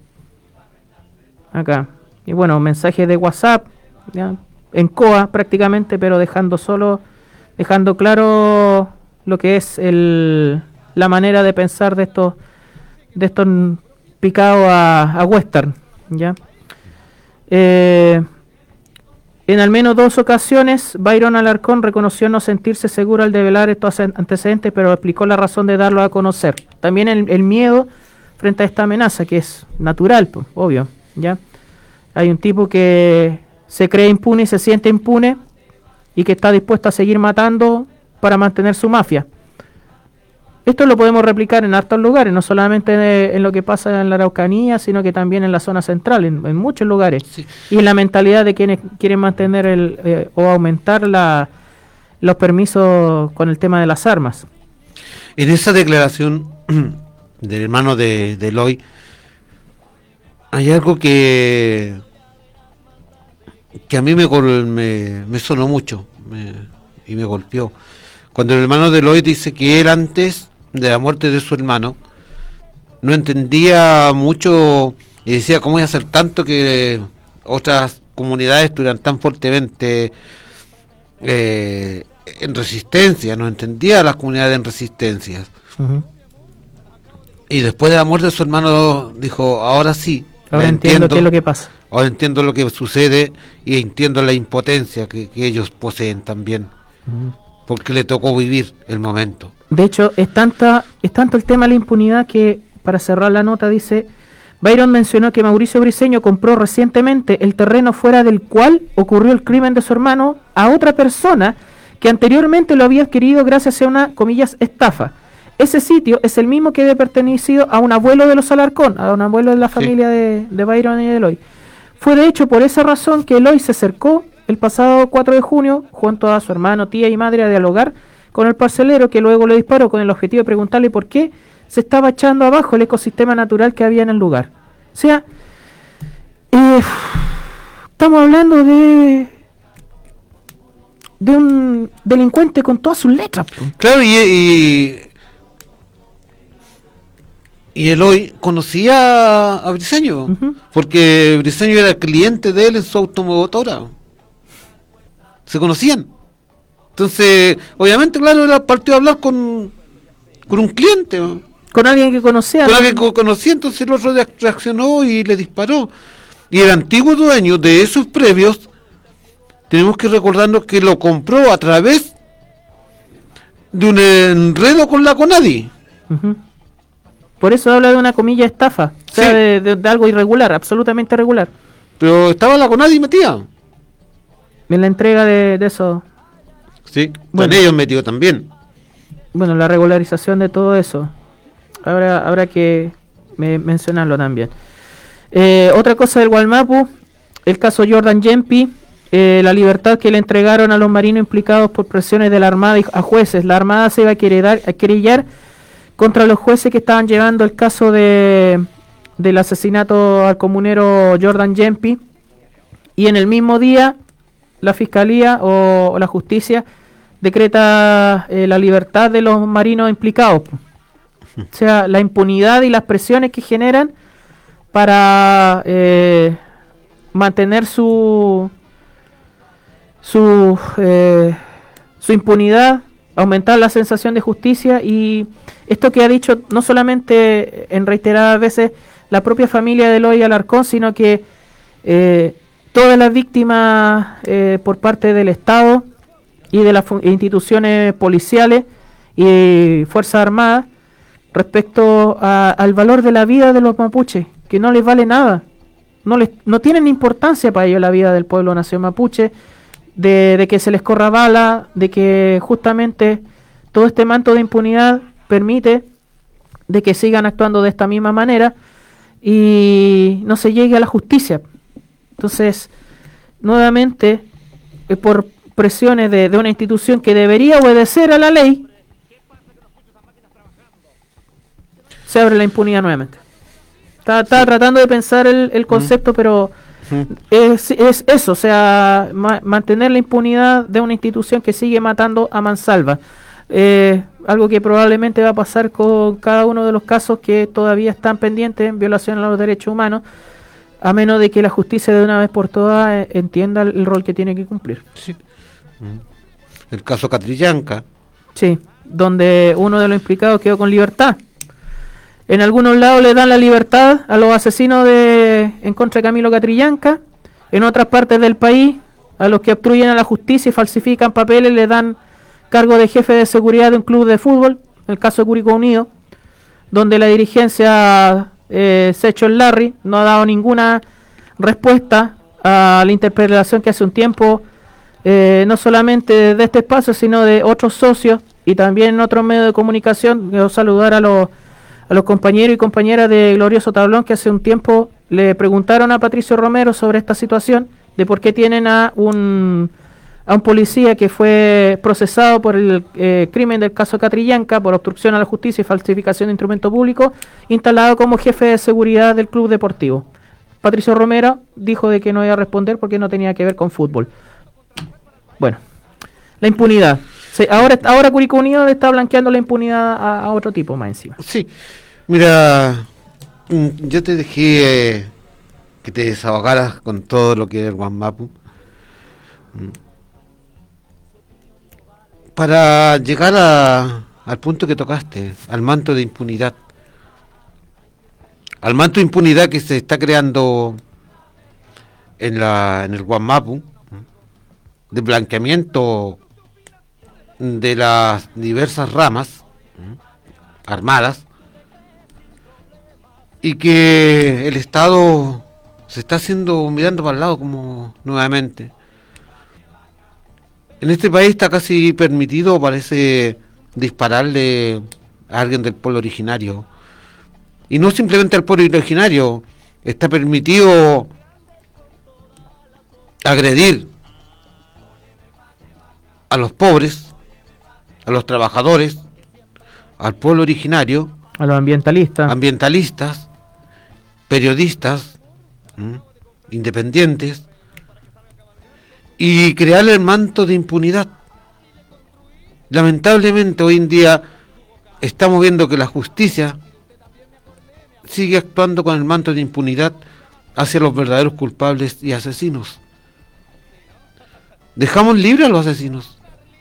Speaker 3: Acá. Y bueno, mensajes de WhatsApp, ¿ya? En C O A prácticamente, pero dejando solo, dejando claro lo que es el, la manera de pensar de estos, de estos picados a, a western, ¿ya? Eh, en al menos dos ocasiones, Byron Alarcón reconoció no sentirse seguro al develar estos antecedentes, pero explicó la razón de darlo a conocer. También el, el miedo frente a esta amenaza, que es natural, pues, obvio, ¿ya? Hay un tipo que se cree impune y se siente impune y que está dispuesto a seguir matando para mantener su mafia. Esto lo podemos replicar en hartos lugares, no solamente en, en lo que pasa en la Araucanía, sino que también en la zona central, en, en muchos lugares. Sí. Y en la mentalidad de quienes quieren mantener el, eh, o aumentar la, los permisos con el tema de las armas.
Speaker 4: En esa declaración del hermano de, de Eloy, hay algo que que a mí me, me, me sonó mucho me, y me golpeó. Cuando el hermano de Eloy dice que él, antes de la muerte de su hermano, no entendía mucho y decía cómo iba a ser tanto que otras comunidades estuvieran tan fuertemente eh, en resistencia, no entendía las comunidades en resistencia. Uh-huh. Y después de la muerte de su hermano dijo, ahora sí,
Speaker 3: ahora entiendo, entiendo qué es lo que pasa.
Speaker 4: Ahora entiendo lo que sucede y entiendo la impotencia que, que ellos poseen también. Uh-huh. Porque le tocó vivir el momento.
Speaker 3: De hecho, es tanta, es tanto el tema de la impunidad que, para cerrar la nota, dice, Byron mencionó que Mauricio Briceño compró recientemente el terreno fuera del cual ocurrió el crimen de su hermano a otra persona que anteriormente lo había adquirido gracias a una, comillas, estafa. Ese sitio es el mismo que había pertenecido a un abuelo de los Alarcón, a un abuelo de la familia sí. de, de Byron y de Eloy. Fue de hecho por esa razón que Eloy se acercó el pasado cuatro de junio, junto a su hermano, tía y madre, a dialogar con el parcelero, que luego le disparó con el objetivo de preguntarle por qué se estaba echando abajo el ecosistema natural que había en el lugar. O sea, eh, estamos hablando de de un delincuente con todas sus letras.
Speaker 4: Claro, y, y, y Eloy conocía a Briceño, uh-huh. porque Briceño era cliente de él en su automotora. Se conocían. Entonces, obviamente, claro, era partido a hablar con, con un cliente. ¿no?
Speaker 3: Con alguien que conocía.
Speaker 4: Con alguien que conocía, entonces el otro reaccionó y le disparó. Y el antiguo dueño de esos previos, tenemos que recordarnos que lo compró a través de un enredo con la CONADI.
Speaker 3: Uh-huh. Por eso habla de una comilla estafa, o sea, sí. de, de, de algo irregular, absolutamente irregular.
Speaker 4: Pero estaba la CONADI metida.
Speaker 3: En la entrega de, de eso.
Speaker 4: Sí, bueno, con ellos metido también.
Speaker 3: Bueno, la regularización de todo eso. Habrá, habrá que me, mencionarlo también. Eh, otra cosa del Gualmapu, el caso Jordan Yempi, eh, la libertad que le entregaron a los marinos implicados por presiones de la Armada y a jueces. La Armada se iba a querellar, a querellar contra los jueces que estaban llevando el caso de del asesinato al comunero Jordan Yempi, y en el mismo día la Fiscalía o, o la Justicia decreta eh, la libertad de los marinos implicados. O sea, la impunidad y las presiones que generan para eh, mantener su su eh, su impunidad, aumentar la sensación de justicia, y esto que ha dicho no solamente en reiteradas veces la propia familia de Eloy Alarcón, sino que eh, todas las víctimas eh, por parte del Estado y de las instituciones policiales y Fuerzas Armadas respecto a, al valor de la vida de los mapuches, que no les vale nada, no les no tienen importancia para ellos la vida del pueblo nación mapuche, de, de que se les corra bala, de que justamente todo este manto de impunidad permite de que sigan actuando de esta misma manera y no se llegue a la justicia. Entonces, nuevamente, eh, por presiones de, de una institución que debería obedecer a la ley, se abre la impunidad nuevamente. Estaba, estaba sí. tratando de pensar el, el concepto, mm. pero mm. Es, es eso, o sea, ma mantener la impunidad de una institución que sigue matando a mansalva. Eh, algo que probablemente va a pasar con cada uno de los casos que todavía están pendientes en violación a los derechos humanos, a menos de que la justicia de una vez por todas eh, entienda el, el rol que tiene que cumplir.
Speaker 4: Sí. Mm. El caso Catrillanca.
Speaker 3: Sí, donde uno de los implicados quedó con libertad. En algunos lados le dan la libertad a los asesinos de en contra de Camilo Catrillanca. En otras partes del país, a los que obstruyen a la justicia y falsifican papeles, le dan cargo de jefe de seguridad de un club de fútbol, en el caso de Curicó Unido, donde la dirigencia eh, se ha hecho el Larry, no ha dado ninguna respuesta a la interpelación que hace un tiempo, eh, no solamente de este espacio, sino de otros socios y también en otros medios de comunicación. Quiero saludar a los a los compañeros y compañeras de Glorioso Tablón, que hace un tiempo le preguntaron a Patricio Romero sobre esta situación, de por qué tienen a un a un policía que fue procesado por el eh, crimen del caso Catrillanca, por obstrucción a la justicia y falsificación de instrumento público, instalado como jefe de seguridad del club deportivo. Patricio Romero dijo de que no iba a responder porque no tenía que ver con fútbol. Bueno, la impunidad. Sí, ahora, ahora Curicó Unido le está blanqueando la impunidad a, a otro tipo más encima.
Speaker 4: Sí, mira, yo te dejé eh, que te desahogaras con todo lo que es el Guanmapu. Para llegar a, al punto que tocaste, al manto de impunidad. Al manto de impunidad que se está creando en, la, en el Guanmapu, de blanqueamiento de las diversas ramas armadas, y que el Estado se está haciendo mirando para el lado como nuevamente. En este país está casi permitido, parece, dispararle a alguien del pueblo originario, y no simplemente al pueblo originario, está permitido agredir a los pobres, a los trabajadores, al pueblo originario,
Speaker 3: a los ambientalistas,
Speaker 4: ambientalistas, periodistas, ¿m? independientes, y crear el manto de impunidad. Lamentablemente hoy en día estamos viendo que la justicia sigue actuando con el manto de impunidad hacia los verdaderos culpables y asesinos. Dejamos libres a los asesinos.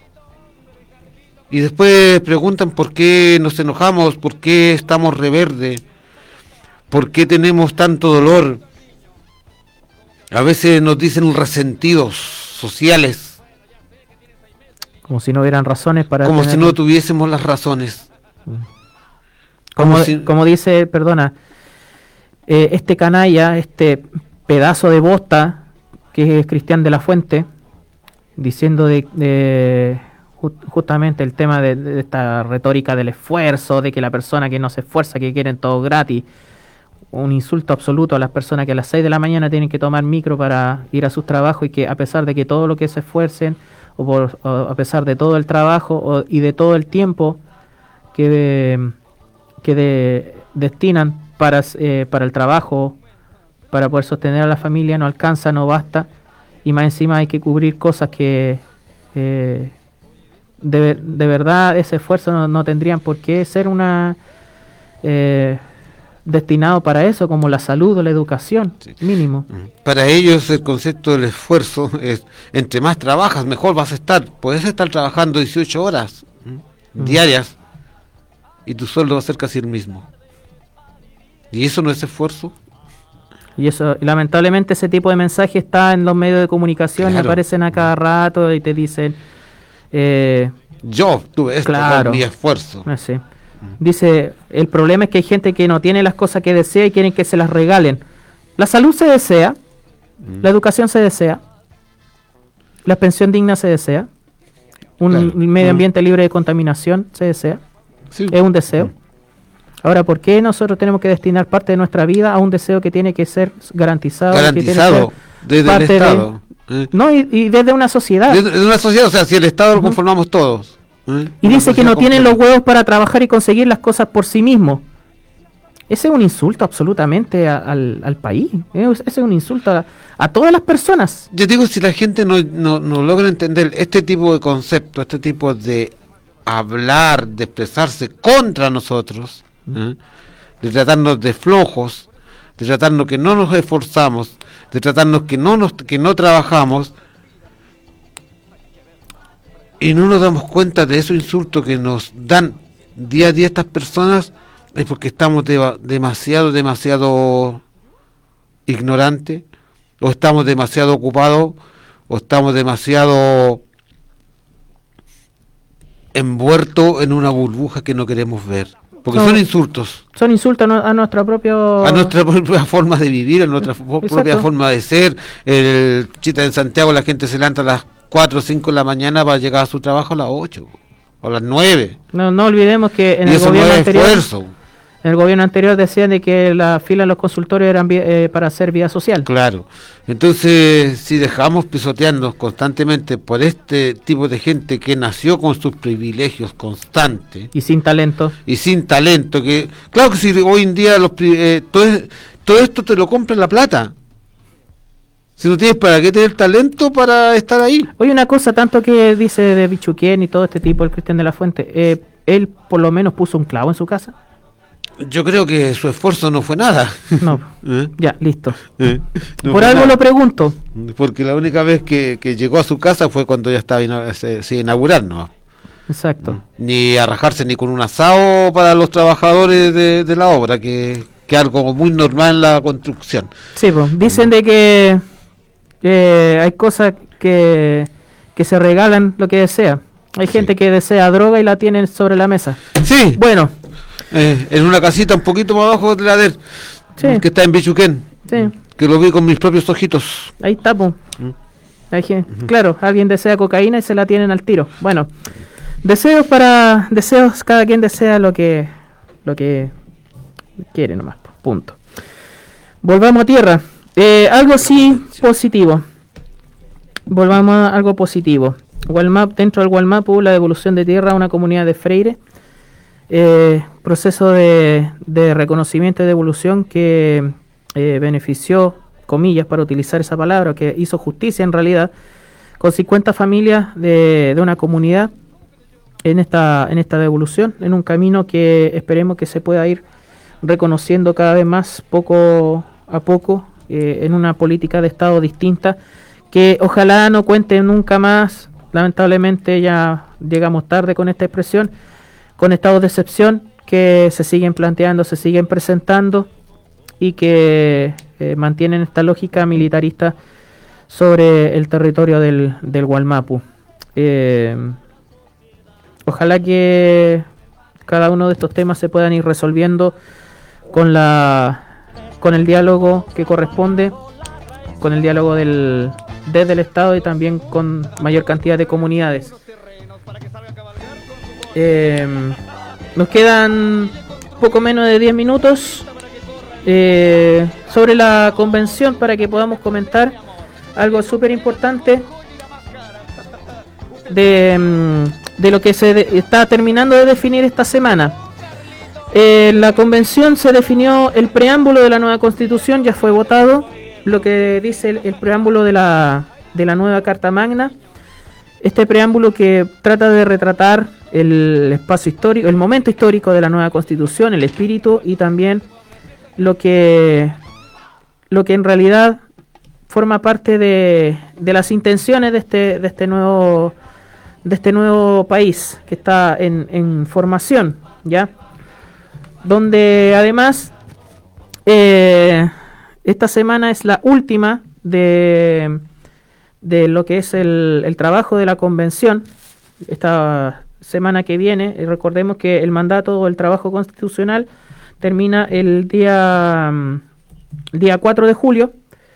Speaker 4: Y después preguntan por qué nos enojamos, por qué estamos reverde, por qué tenemos tanto dolor. A veces nos dicen resentidos sociales.
Speaker 3: Como si no hubieran razones para...
Speaker 4: Como
Speaker 3: tener...
Speaker 4: si no tuviésemos las razones.
Speaker 3: Como,
Speaker 4: como, si...
Speaker 3: como dice, perdona, eh, este canalla, este pedazo de bosta, que es Cristian de la Fuente, diciendo de... de justamente el tema de, de esta retórica del esfuerzo, de que la persona que no se esfuerza, que quieren todo gratis, un insulto absoluto a las personas que a las seis de la mañana tienen que tomar micro para ir a sus trabajos, y que a pesar de que todo lo que se esfuercen, o, por, o a pesar de todo el trabajo o, y de todo el tiempo que, de, que de, destinan para, eh, para el trabajo, para poder sostener a la familia, no alcanza, no basta, y más encima hay que cubrir cosas que eh, de, de verdad ese esfuerzo no, no tendrían por qué ser una eh, destinado para eso, como la salud o la educación, sí. mínimo.
Speaker 4: Para ellos el concepto del esfuerzo es, entre más trabajas, mejor vas a estar. Puedes estar trabajando dieciocho horas ¿Mm? diarias y tu sueldo va a ser casi el mismo. ¿Y eso no es esfuerzo?
Speaker 3: Y eso, lamentablemente ese tipo de mensaje está en los medios de comunicación, claro. y aparecen a cada rato y te dicen... Eh,
Speaker 4: yo tuve esto
Speaker 3: claro,
Speaker 4: con mi esfuerzo.
Speaker 3: No sé. Dice, el problema es que hay gente que no tiene las cosas que desea y quieren que se las regalen. La salud se desea, mm. la educación se desea, la pensión digna se desea, un claro. medio ambiente mm. libre de contaminación se desea, sí. es un deseo. Mm. Ahora, ¿por qué nosotros tenemos que destinar parte de nuestra vida a un deseo que tiene que ser garantizado?
Speaker 4: Garantizado,
Speaker 3: que
Speaker 4: desde el Estado.
Speaker 3: De, eh. No, y, y desde una sociedad.
Speaker 4: Desde una sociedad, o sea, si el Estado lo conformamos todos. ¿Eh?
Speaker 3: Y dice que no tienen los huevos para trabajar y conseguir las cosas por sí mismos. Ese es un insulto absolutamente a, al, al país. ¿eh? Ese es un insulto a, a todas las personas.
Speaker 4: Yo digo, si la gente no, no, no logra entender este tipo de concepto, este tipo de hablar, de expresarse contra nosotros, ¿eh? de tratarnos de flojos, de tratarnos que no nos esforzamos, de tratarnos que no nos que no trabajamos, y no nos damos cuenta de esos insultos que nos dan día a día estas personas, es porque estamos de, demasiado, demasiado ignorantes, o estamos demasiado ocupados, o estamos demasiado envueltos en una burbuja que no queremos ver. Porque no, son insultos.
Speaker 3: Son insultos a nuestra propia...
Speaker 4: A nuestra propia forma de vivir, a nuestra Exacto. propia forma de ser. El chita en Santiago, la gente se levanta a las cuatro o cinco de la mañana para llegar a su trabajo a las ocho o a las nueve.
Speaker 3: No, no olvidemos que en
Speaker 4: y
Speaker 3: el
Speaker 4: eso
Speaker 3: gobierno
Speaker 4: no es
Speaker 3: anterior
Speaker 4: esfuerzo.
Speaker 3: En el gobierno anterior decían de que la fila en los consultorios eran eh, para hacer vida social.
Speaker 4: Claro. Entonces, si dejamos pisotearnos constantemente por este tipo de gente que nació con sus privilegios constantes
Speaker 3: y sin talento.
Speaker 4: Y sin talento, que claro que si hoy en día los eh, todo, todo esto te lo compra la plata. Si no tienes para qué tener talento para estar ahí.
Speaker 3: Oye, una cosa, tanto que dice de Bichuquén y todo este tipo, el Cristian de la Fuente, eh, él por lo menos puso un clavo en su casa.
Speaker 4: Yo creo que su esfuerzo no fue nada.
Speaker 3: No, ¿Eh? ya, listo.
Speaker 4: ¿Eh? No
Speaker 3: por algo
Speaker 4: nada.
Speaker 3: Lo pregunto.
Speaker 4: Porque la única vez que, que llegó a su casa fue cuando ya estaba se, se inaugurar, ¿no?
Speaker 3: Exacto.
Speaker 4: Ni a rajarse ni con un asado para los trabajadores de, de la obra, que es algo muy normal en la construcción.
Speaker 3: Sí, pues, dicen de que eh, hay cosas que, que se regalan lo que desea. Hay sí. gente que desea droga y la tienen sobre la mesa.
Speaker 4: Sí.
Speaker 3: Bueno.
Speaker 4: Eh, en una casita un poquito más abajo de la de él, sí. que está en Bichuquén,
Speaker 3: sí.
Speaker 4: que lo vi con mis propios ojitos.
Speaker 3: Ahí está, pues. ¿Mm? uh-huh. Claro, alguien desea cocaína y se la tienen al tiro. Bueno, deseos para deseos, cada quien desea lo que lo que quiere nomás, punto. Volvamos a tierra. Eh, algo sí positivo. Volvamos a algo positivo. Gualmap, dentro del Gualmapu, la devolución de tierra a una comunidad de Freire. Eh, proceso de, de reconocimiento y devolución que eh, benefició, comillas para utilizar esa palabra, que hizo justicia en realidad, con cincuenta familias de, de una comunidad en esta, en esta devolución, en un camino que esperemos que se pueda ir reconociendo cada vez más, poco a poco, eh, en una política de Estado distinta, que ojalá no cuente nunca más, lamentablemente ya llegamos tarde con esta expresión, con estados de excepción que se siguen planteando, se siguen presentando y que eh, mantienen esta lógica militarista sobre el territorio del, del Gualmapu. Eh, ojalá que cada uno de estos temas se puedan ir resolviendo con la con el diálogo que corresponde, con el diálogo del desde el Estado y también con mayor cantidad de comunidades. Eh, nos quedan poco menos de diez minutos eh, sobre la convención para que podamos comentar algo súper importante de, de lo que se de, está terminando de definir esta semana. Eh, la convención se definió el preámbulo de la nueva constitución, ya fue votado, lo que dice el, el preámbulo de la, de la nueva Carta Magna. Este preámbulo que trata de retratar el espacio histórico, el momento histórico de la nueva Constitución, el espíritu y también lo que, lo que en realidad forma parte de, de las intenciones de este, de este nuevo, de este nuevo país que está en, en formación, ¿ya? Donde además eh, esta semana es la última de, de lo que es el, el trabajo de la convención. Esta semana que viene, eh, recordemos que el mandato o el trabajo constitucional termina el día, el día cuatro de julio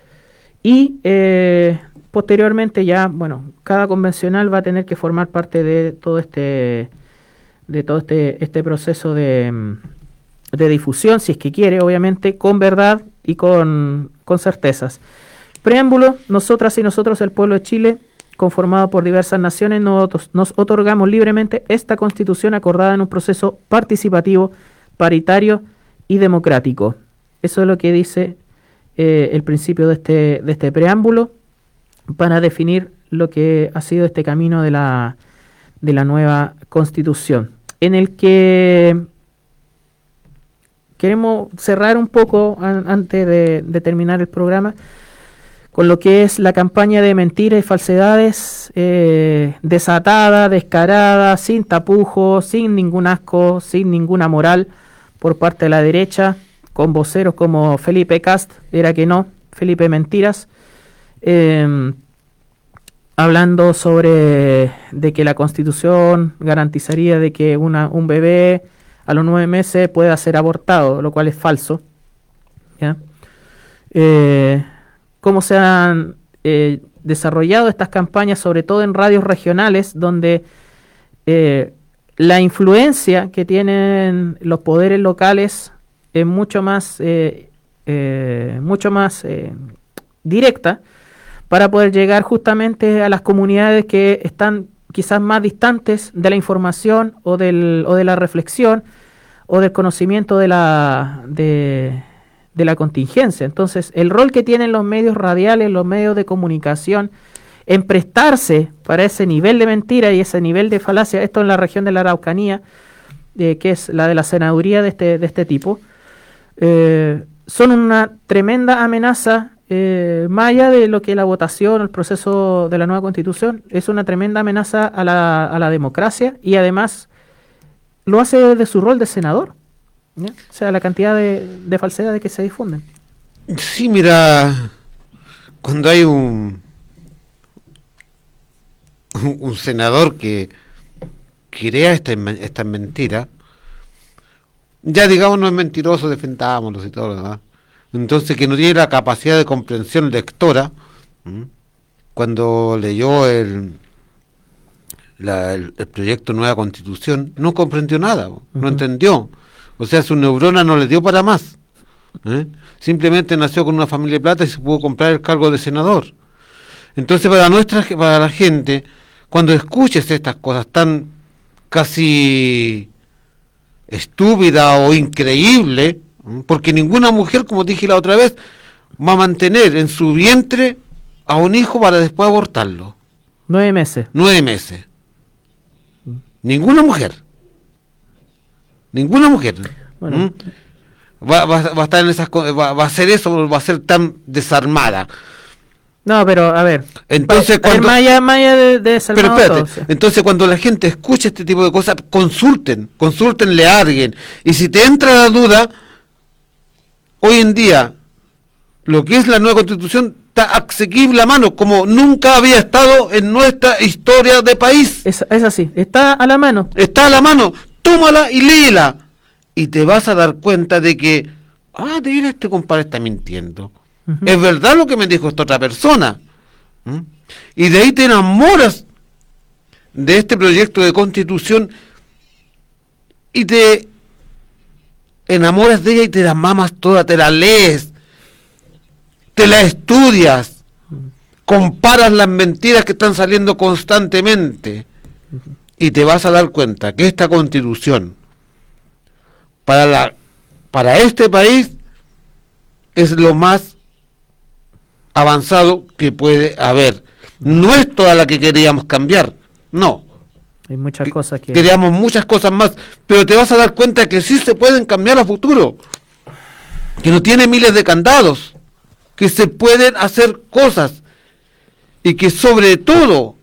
Speaker 3: y eh, posteriormente ya, bueno, cada convencional va a tener que formar parte de todo este de todo este, este proceso de, de difusión, si es que quiere, obviamente, con verdad y con, con certezas. Preámbulo: nosotras y nosotros, el pueblo de Chile, conformado por diversas naciones, nos, nos otorgamos libremente esta Constitución acordada en un proceso participativo, paritario y democrático. Eso es lo que dice eh, el principio de este, de este preámbulo para definir lo que ha sido este camino de la, de la nueva Constitución, en el que queremos cerrar un poco an, antes de, de terminar el programa con lo que es la campaña de mentiras y falsedades eh, desatada, descarada, sin tapujos, sin ningún asco, sin ninguna moral por parte de la derecha, con voceros como Felipe Cast, era que no, Felipe Mentiras, eh, hablando sobre de que la Constitución garantizaría de que una, un bebé a los nueve meses pueda ser abortado, lo cual es falso, ¿ya? Eh, cómo se han eh, desarrollado estas campañas, sobre todo en radios regionales, donde eh, la influencia que tienen los poderes locales es mucho más, eh, eh, mucho más eh, directa, para poder llegar justamente a las comunidades que están quizás más distantes de la información o, del, o de la reflexión o del conocimiento de la, de, de la contingencia. Entonces, el rol que tienen los medios radiales, los medios de comunicación, en prestarse para ese nivel de mentira y ese nivel de falacia, esto en la región de la Araucanía, eh, que es la de la senaduría de este, de este tipo, eh, son una tremenda amenaza. Eh, más allá de lo que la votación, el proceso de la nueva Constitución, es una tremenda amenaza a la, a la democracia, y además lo hace desde su rol de senador, ¿ya? O sea, la cantidad de, de falsedades que se difunden.
Speaker 4: Sí, mira, cuando hay un un, un senador que crea esta, esta mentira, ya digamos no es mentiroso, defendámoslo y todo lo demás. Entonces, que no tiene la capacidad de comprensión lectora, ¿m? Cuando leyó el, la, el, el proyecto de nueva Constitución, no comprendió nada, no uh-huh. entendió. O sea, su neurona no le dio para más. ¿eh? Simplemente nació con una familia de plata y se pudo comprar el cargo de senador. Entonces, para nuestra, para la gente, cuando escuches estas cosas tan casi estúpidas o increíbles, porque ninguna mujer, como dije la otra vez, va a mantener en su vientre a un hijo para después abortarlo.
Speaker 3: Nueve meses.
Speaker 4: Nueve meses. Ninguna mujer. Ninguna mujer. Bueno. ¿Mm? Va, va, va a estar en esas, va, va a hacer eso, va a ser tan desarmada.
Speaker 3: No, pero a ver.
Speaker 4: Entonces,
Speaker 3: pa,
Speaker 4: cuando,
Speaker 3: Maya, Maya de, de
Speaker 4: pero espérate, todo, entonces cuando la gente escuche este tipo de cosas, consulten, consultenle a alguien. Y si te entra la duda, hoy en día, lo que es la nueva Constitución está asequible a mano, como nunca había estado en nuestra historia de país.
Speaker 3: Es, es así, está a la mano.
Speaker 4: Está a la mano, tómala y léela. Y te vas a dar cuenta de que, ah, de ir este compadre está mintiendo. Uh-huh. Es verdad lo que me dijo esta otra persona. ¿Mm? Y de ahí te enamoras de este proyecto de Constitución y te enamoras de ella y te la mamas toda, te la lees, te la estudias, comparas las mentiras que están saliendo constantemente y te vas a dar cuenta que esta Constitución para la para este país es lo más avanzado que puede haber. no es toda la que queríamos cambiar, no.
Speaker 3: Hay muchas cosas que...
Speaker 4: Queríamos muchas cosas más, pero te vas a dar cuenta que sí se pueden cambiar a futuro, que no tiene miles de candados, que se pueden hacer cosas, y que sobre todo,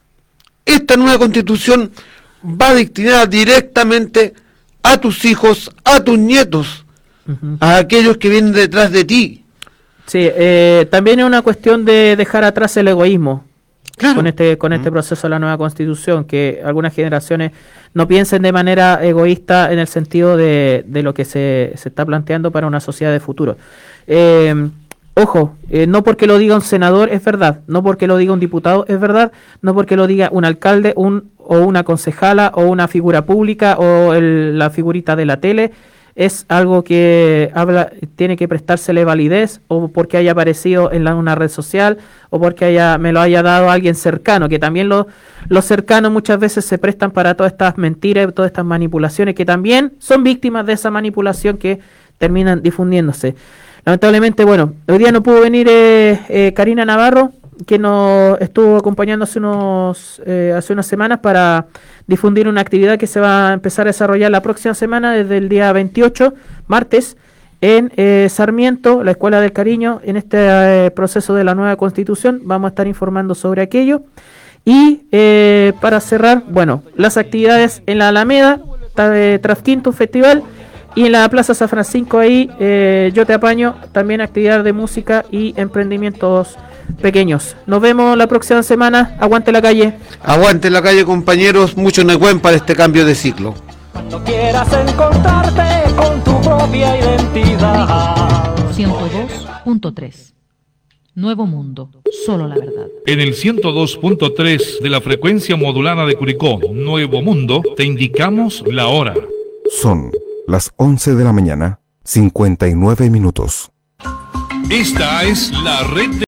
Speaker 4: esta nueva constitución va destinada directamente a tus hijos, a tus nietos, uh-huh. a aquellos que vienen detrás de ti.
Speaker 3: Sí, eh, también es una cuestión de dejar atrás el egoísmo. Claro. Con este con este uh-huh. proceso de la nueva constitución, que algunas generaciones no piensen de manera egoísta en el sentido de, de lo que se, se está planteando para una sociedad de futuro. Eh, ojo, eh, no porque lo diga un senador es verdad, no porque lo diga un diputado es verdad, no porque lo diga un alcalde un o una concejala o una figura pública o el, la figurita de la tele es algo que habla, tiene que prestársele validez, o porque haya aparecido en la, una red social, o porque haya me lo haya dado alguien cercano, que también los los cercanos muchas veces se prestan para todas estas mentiras, todas estas manipulaciones, que también son víctimas de esa manipulación que terminan difundiéndose. Lamentablemente, bueno, hoy día no pudo venir eh, eh, Karina Navarro, que nos estuvo acompañando hace, unos, eh, hace unas semanas para difundir una actividad que se va a empezar a desarrollar la próxima semana, desde el día veintiocho, martes, en eh, Sarmiento, la Escuela del Cariño, en este eh, proceso de la nueva Constitución. Vamos a estar informando sobre aquello. Y eh, para cerrar, bueno, las actividades en la Alameda, eh, Trasquinto Festival, y en la Plaza San Francisco, ahí, eh, Yo Te Apaño, también actividad de música y emprendimientos pequeños. Nos vemos la próxima semana. Aguante la calle.
Speaker 4: Aguante la calle, compañeros. Mucho Nehuen para este cambio de ciclo.
Speaker 18: Cuando quieras encontrarte con tu propia identidad.
Speaker 6: ciento dos punto tres. Nuevo Mundo, solo la verdad.
Speaker 8: En el ciento dos punto tres de la frecuencia modulada de Curicó, Nuevo Mundo, te indicamos la hora.
Speaker 7: Son las once de la mañana, cincuenta y nueve minutos.
Speaker 8: Esta es la red de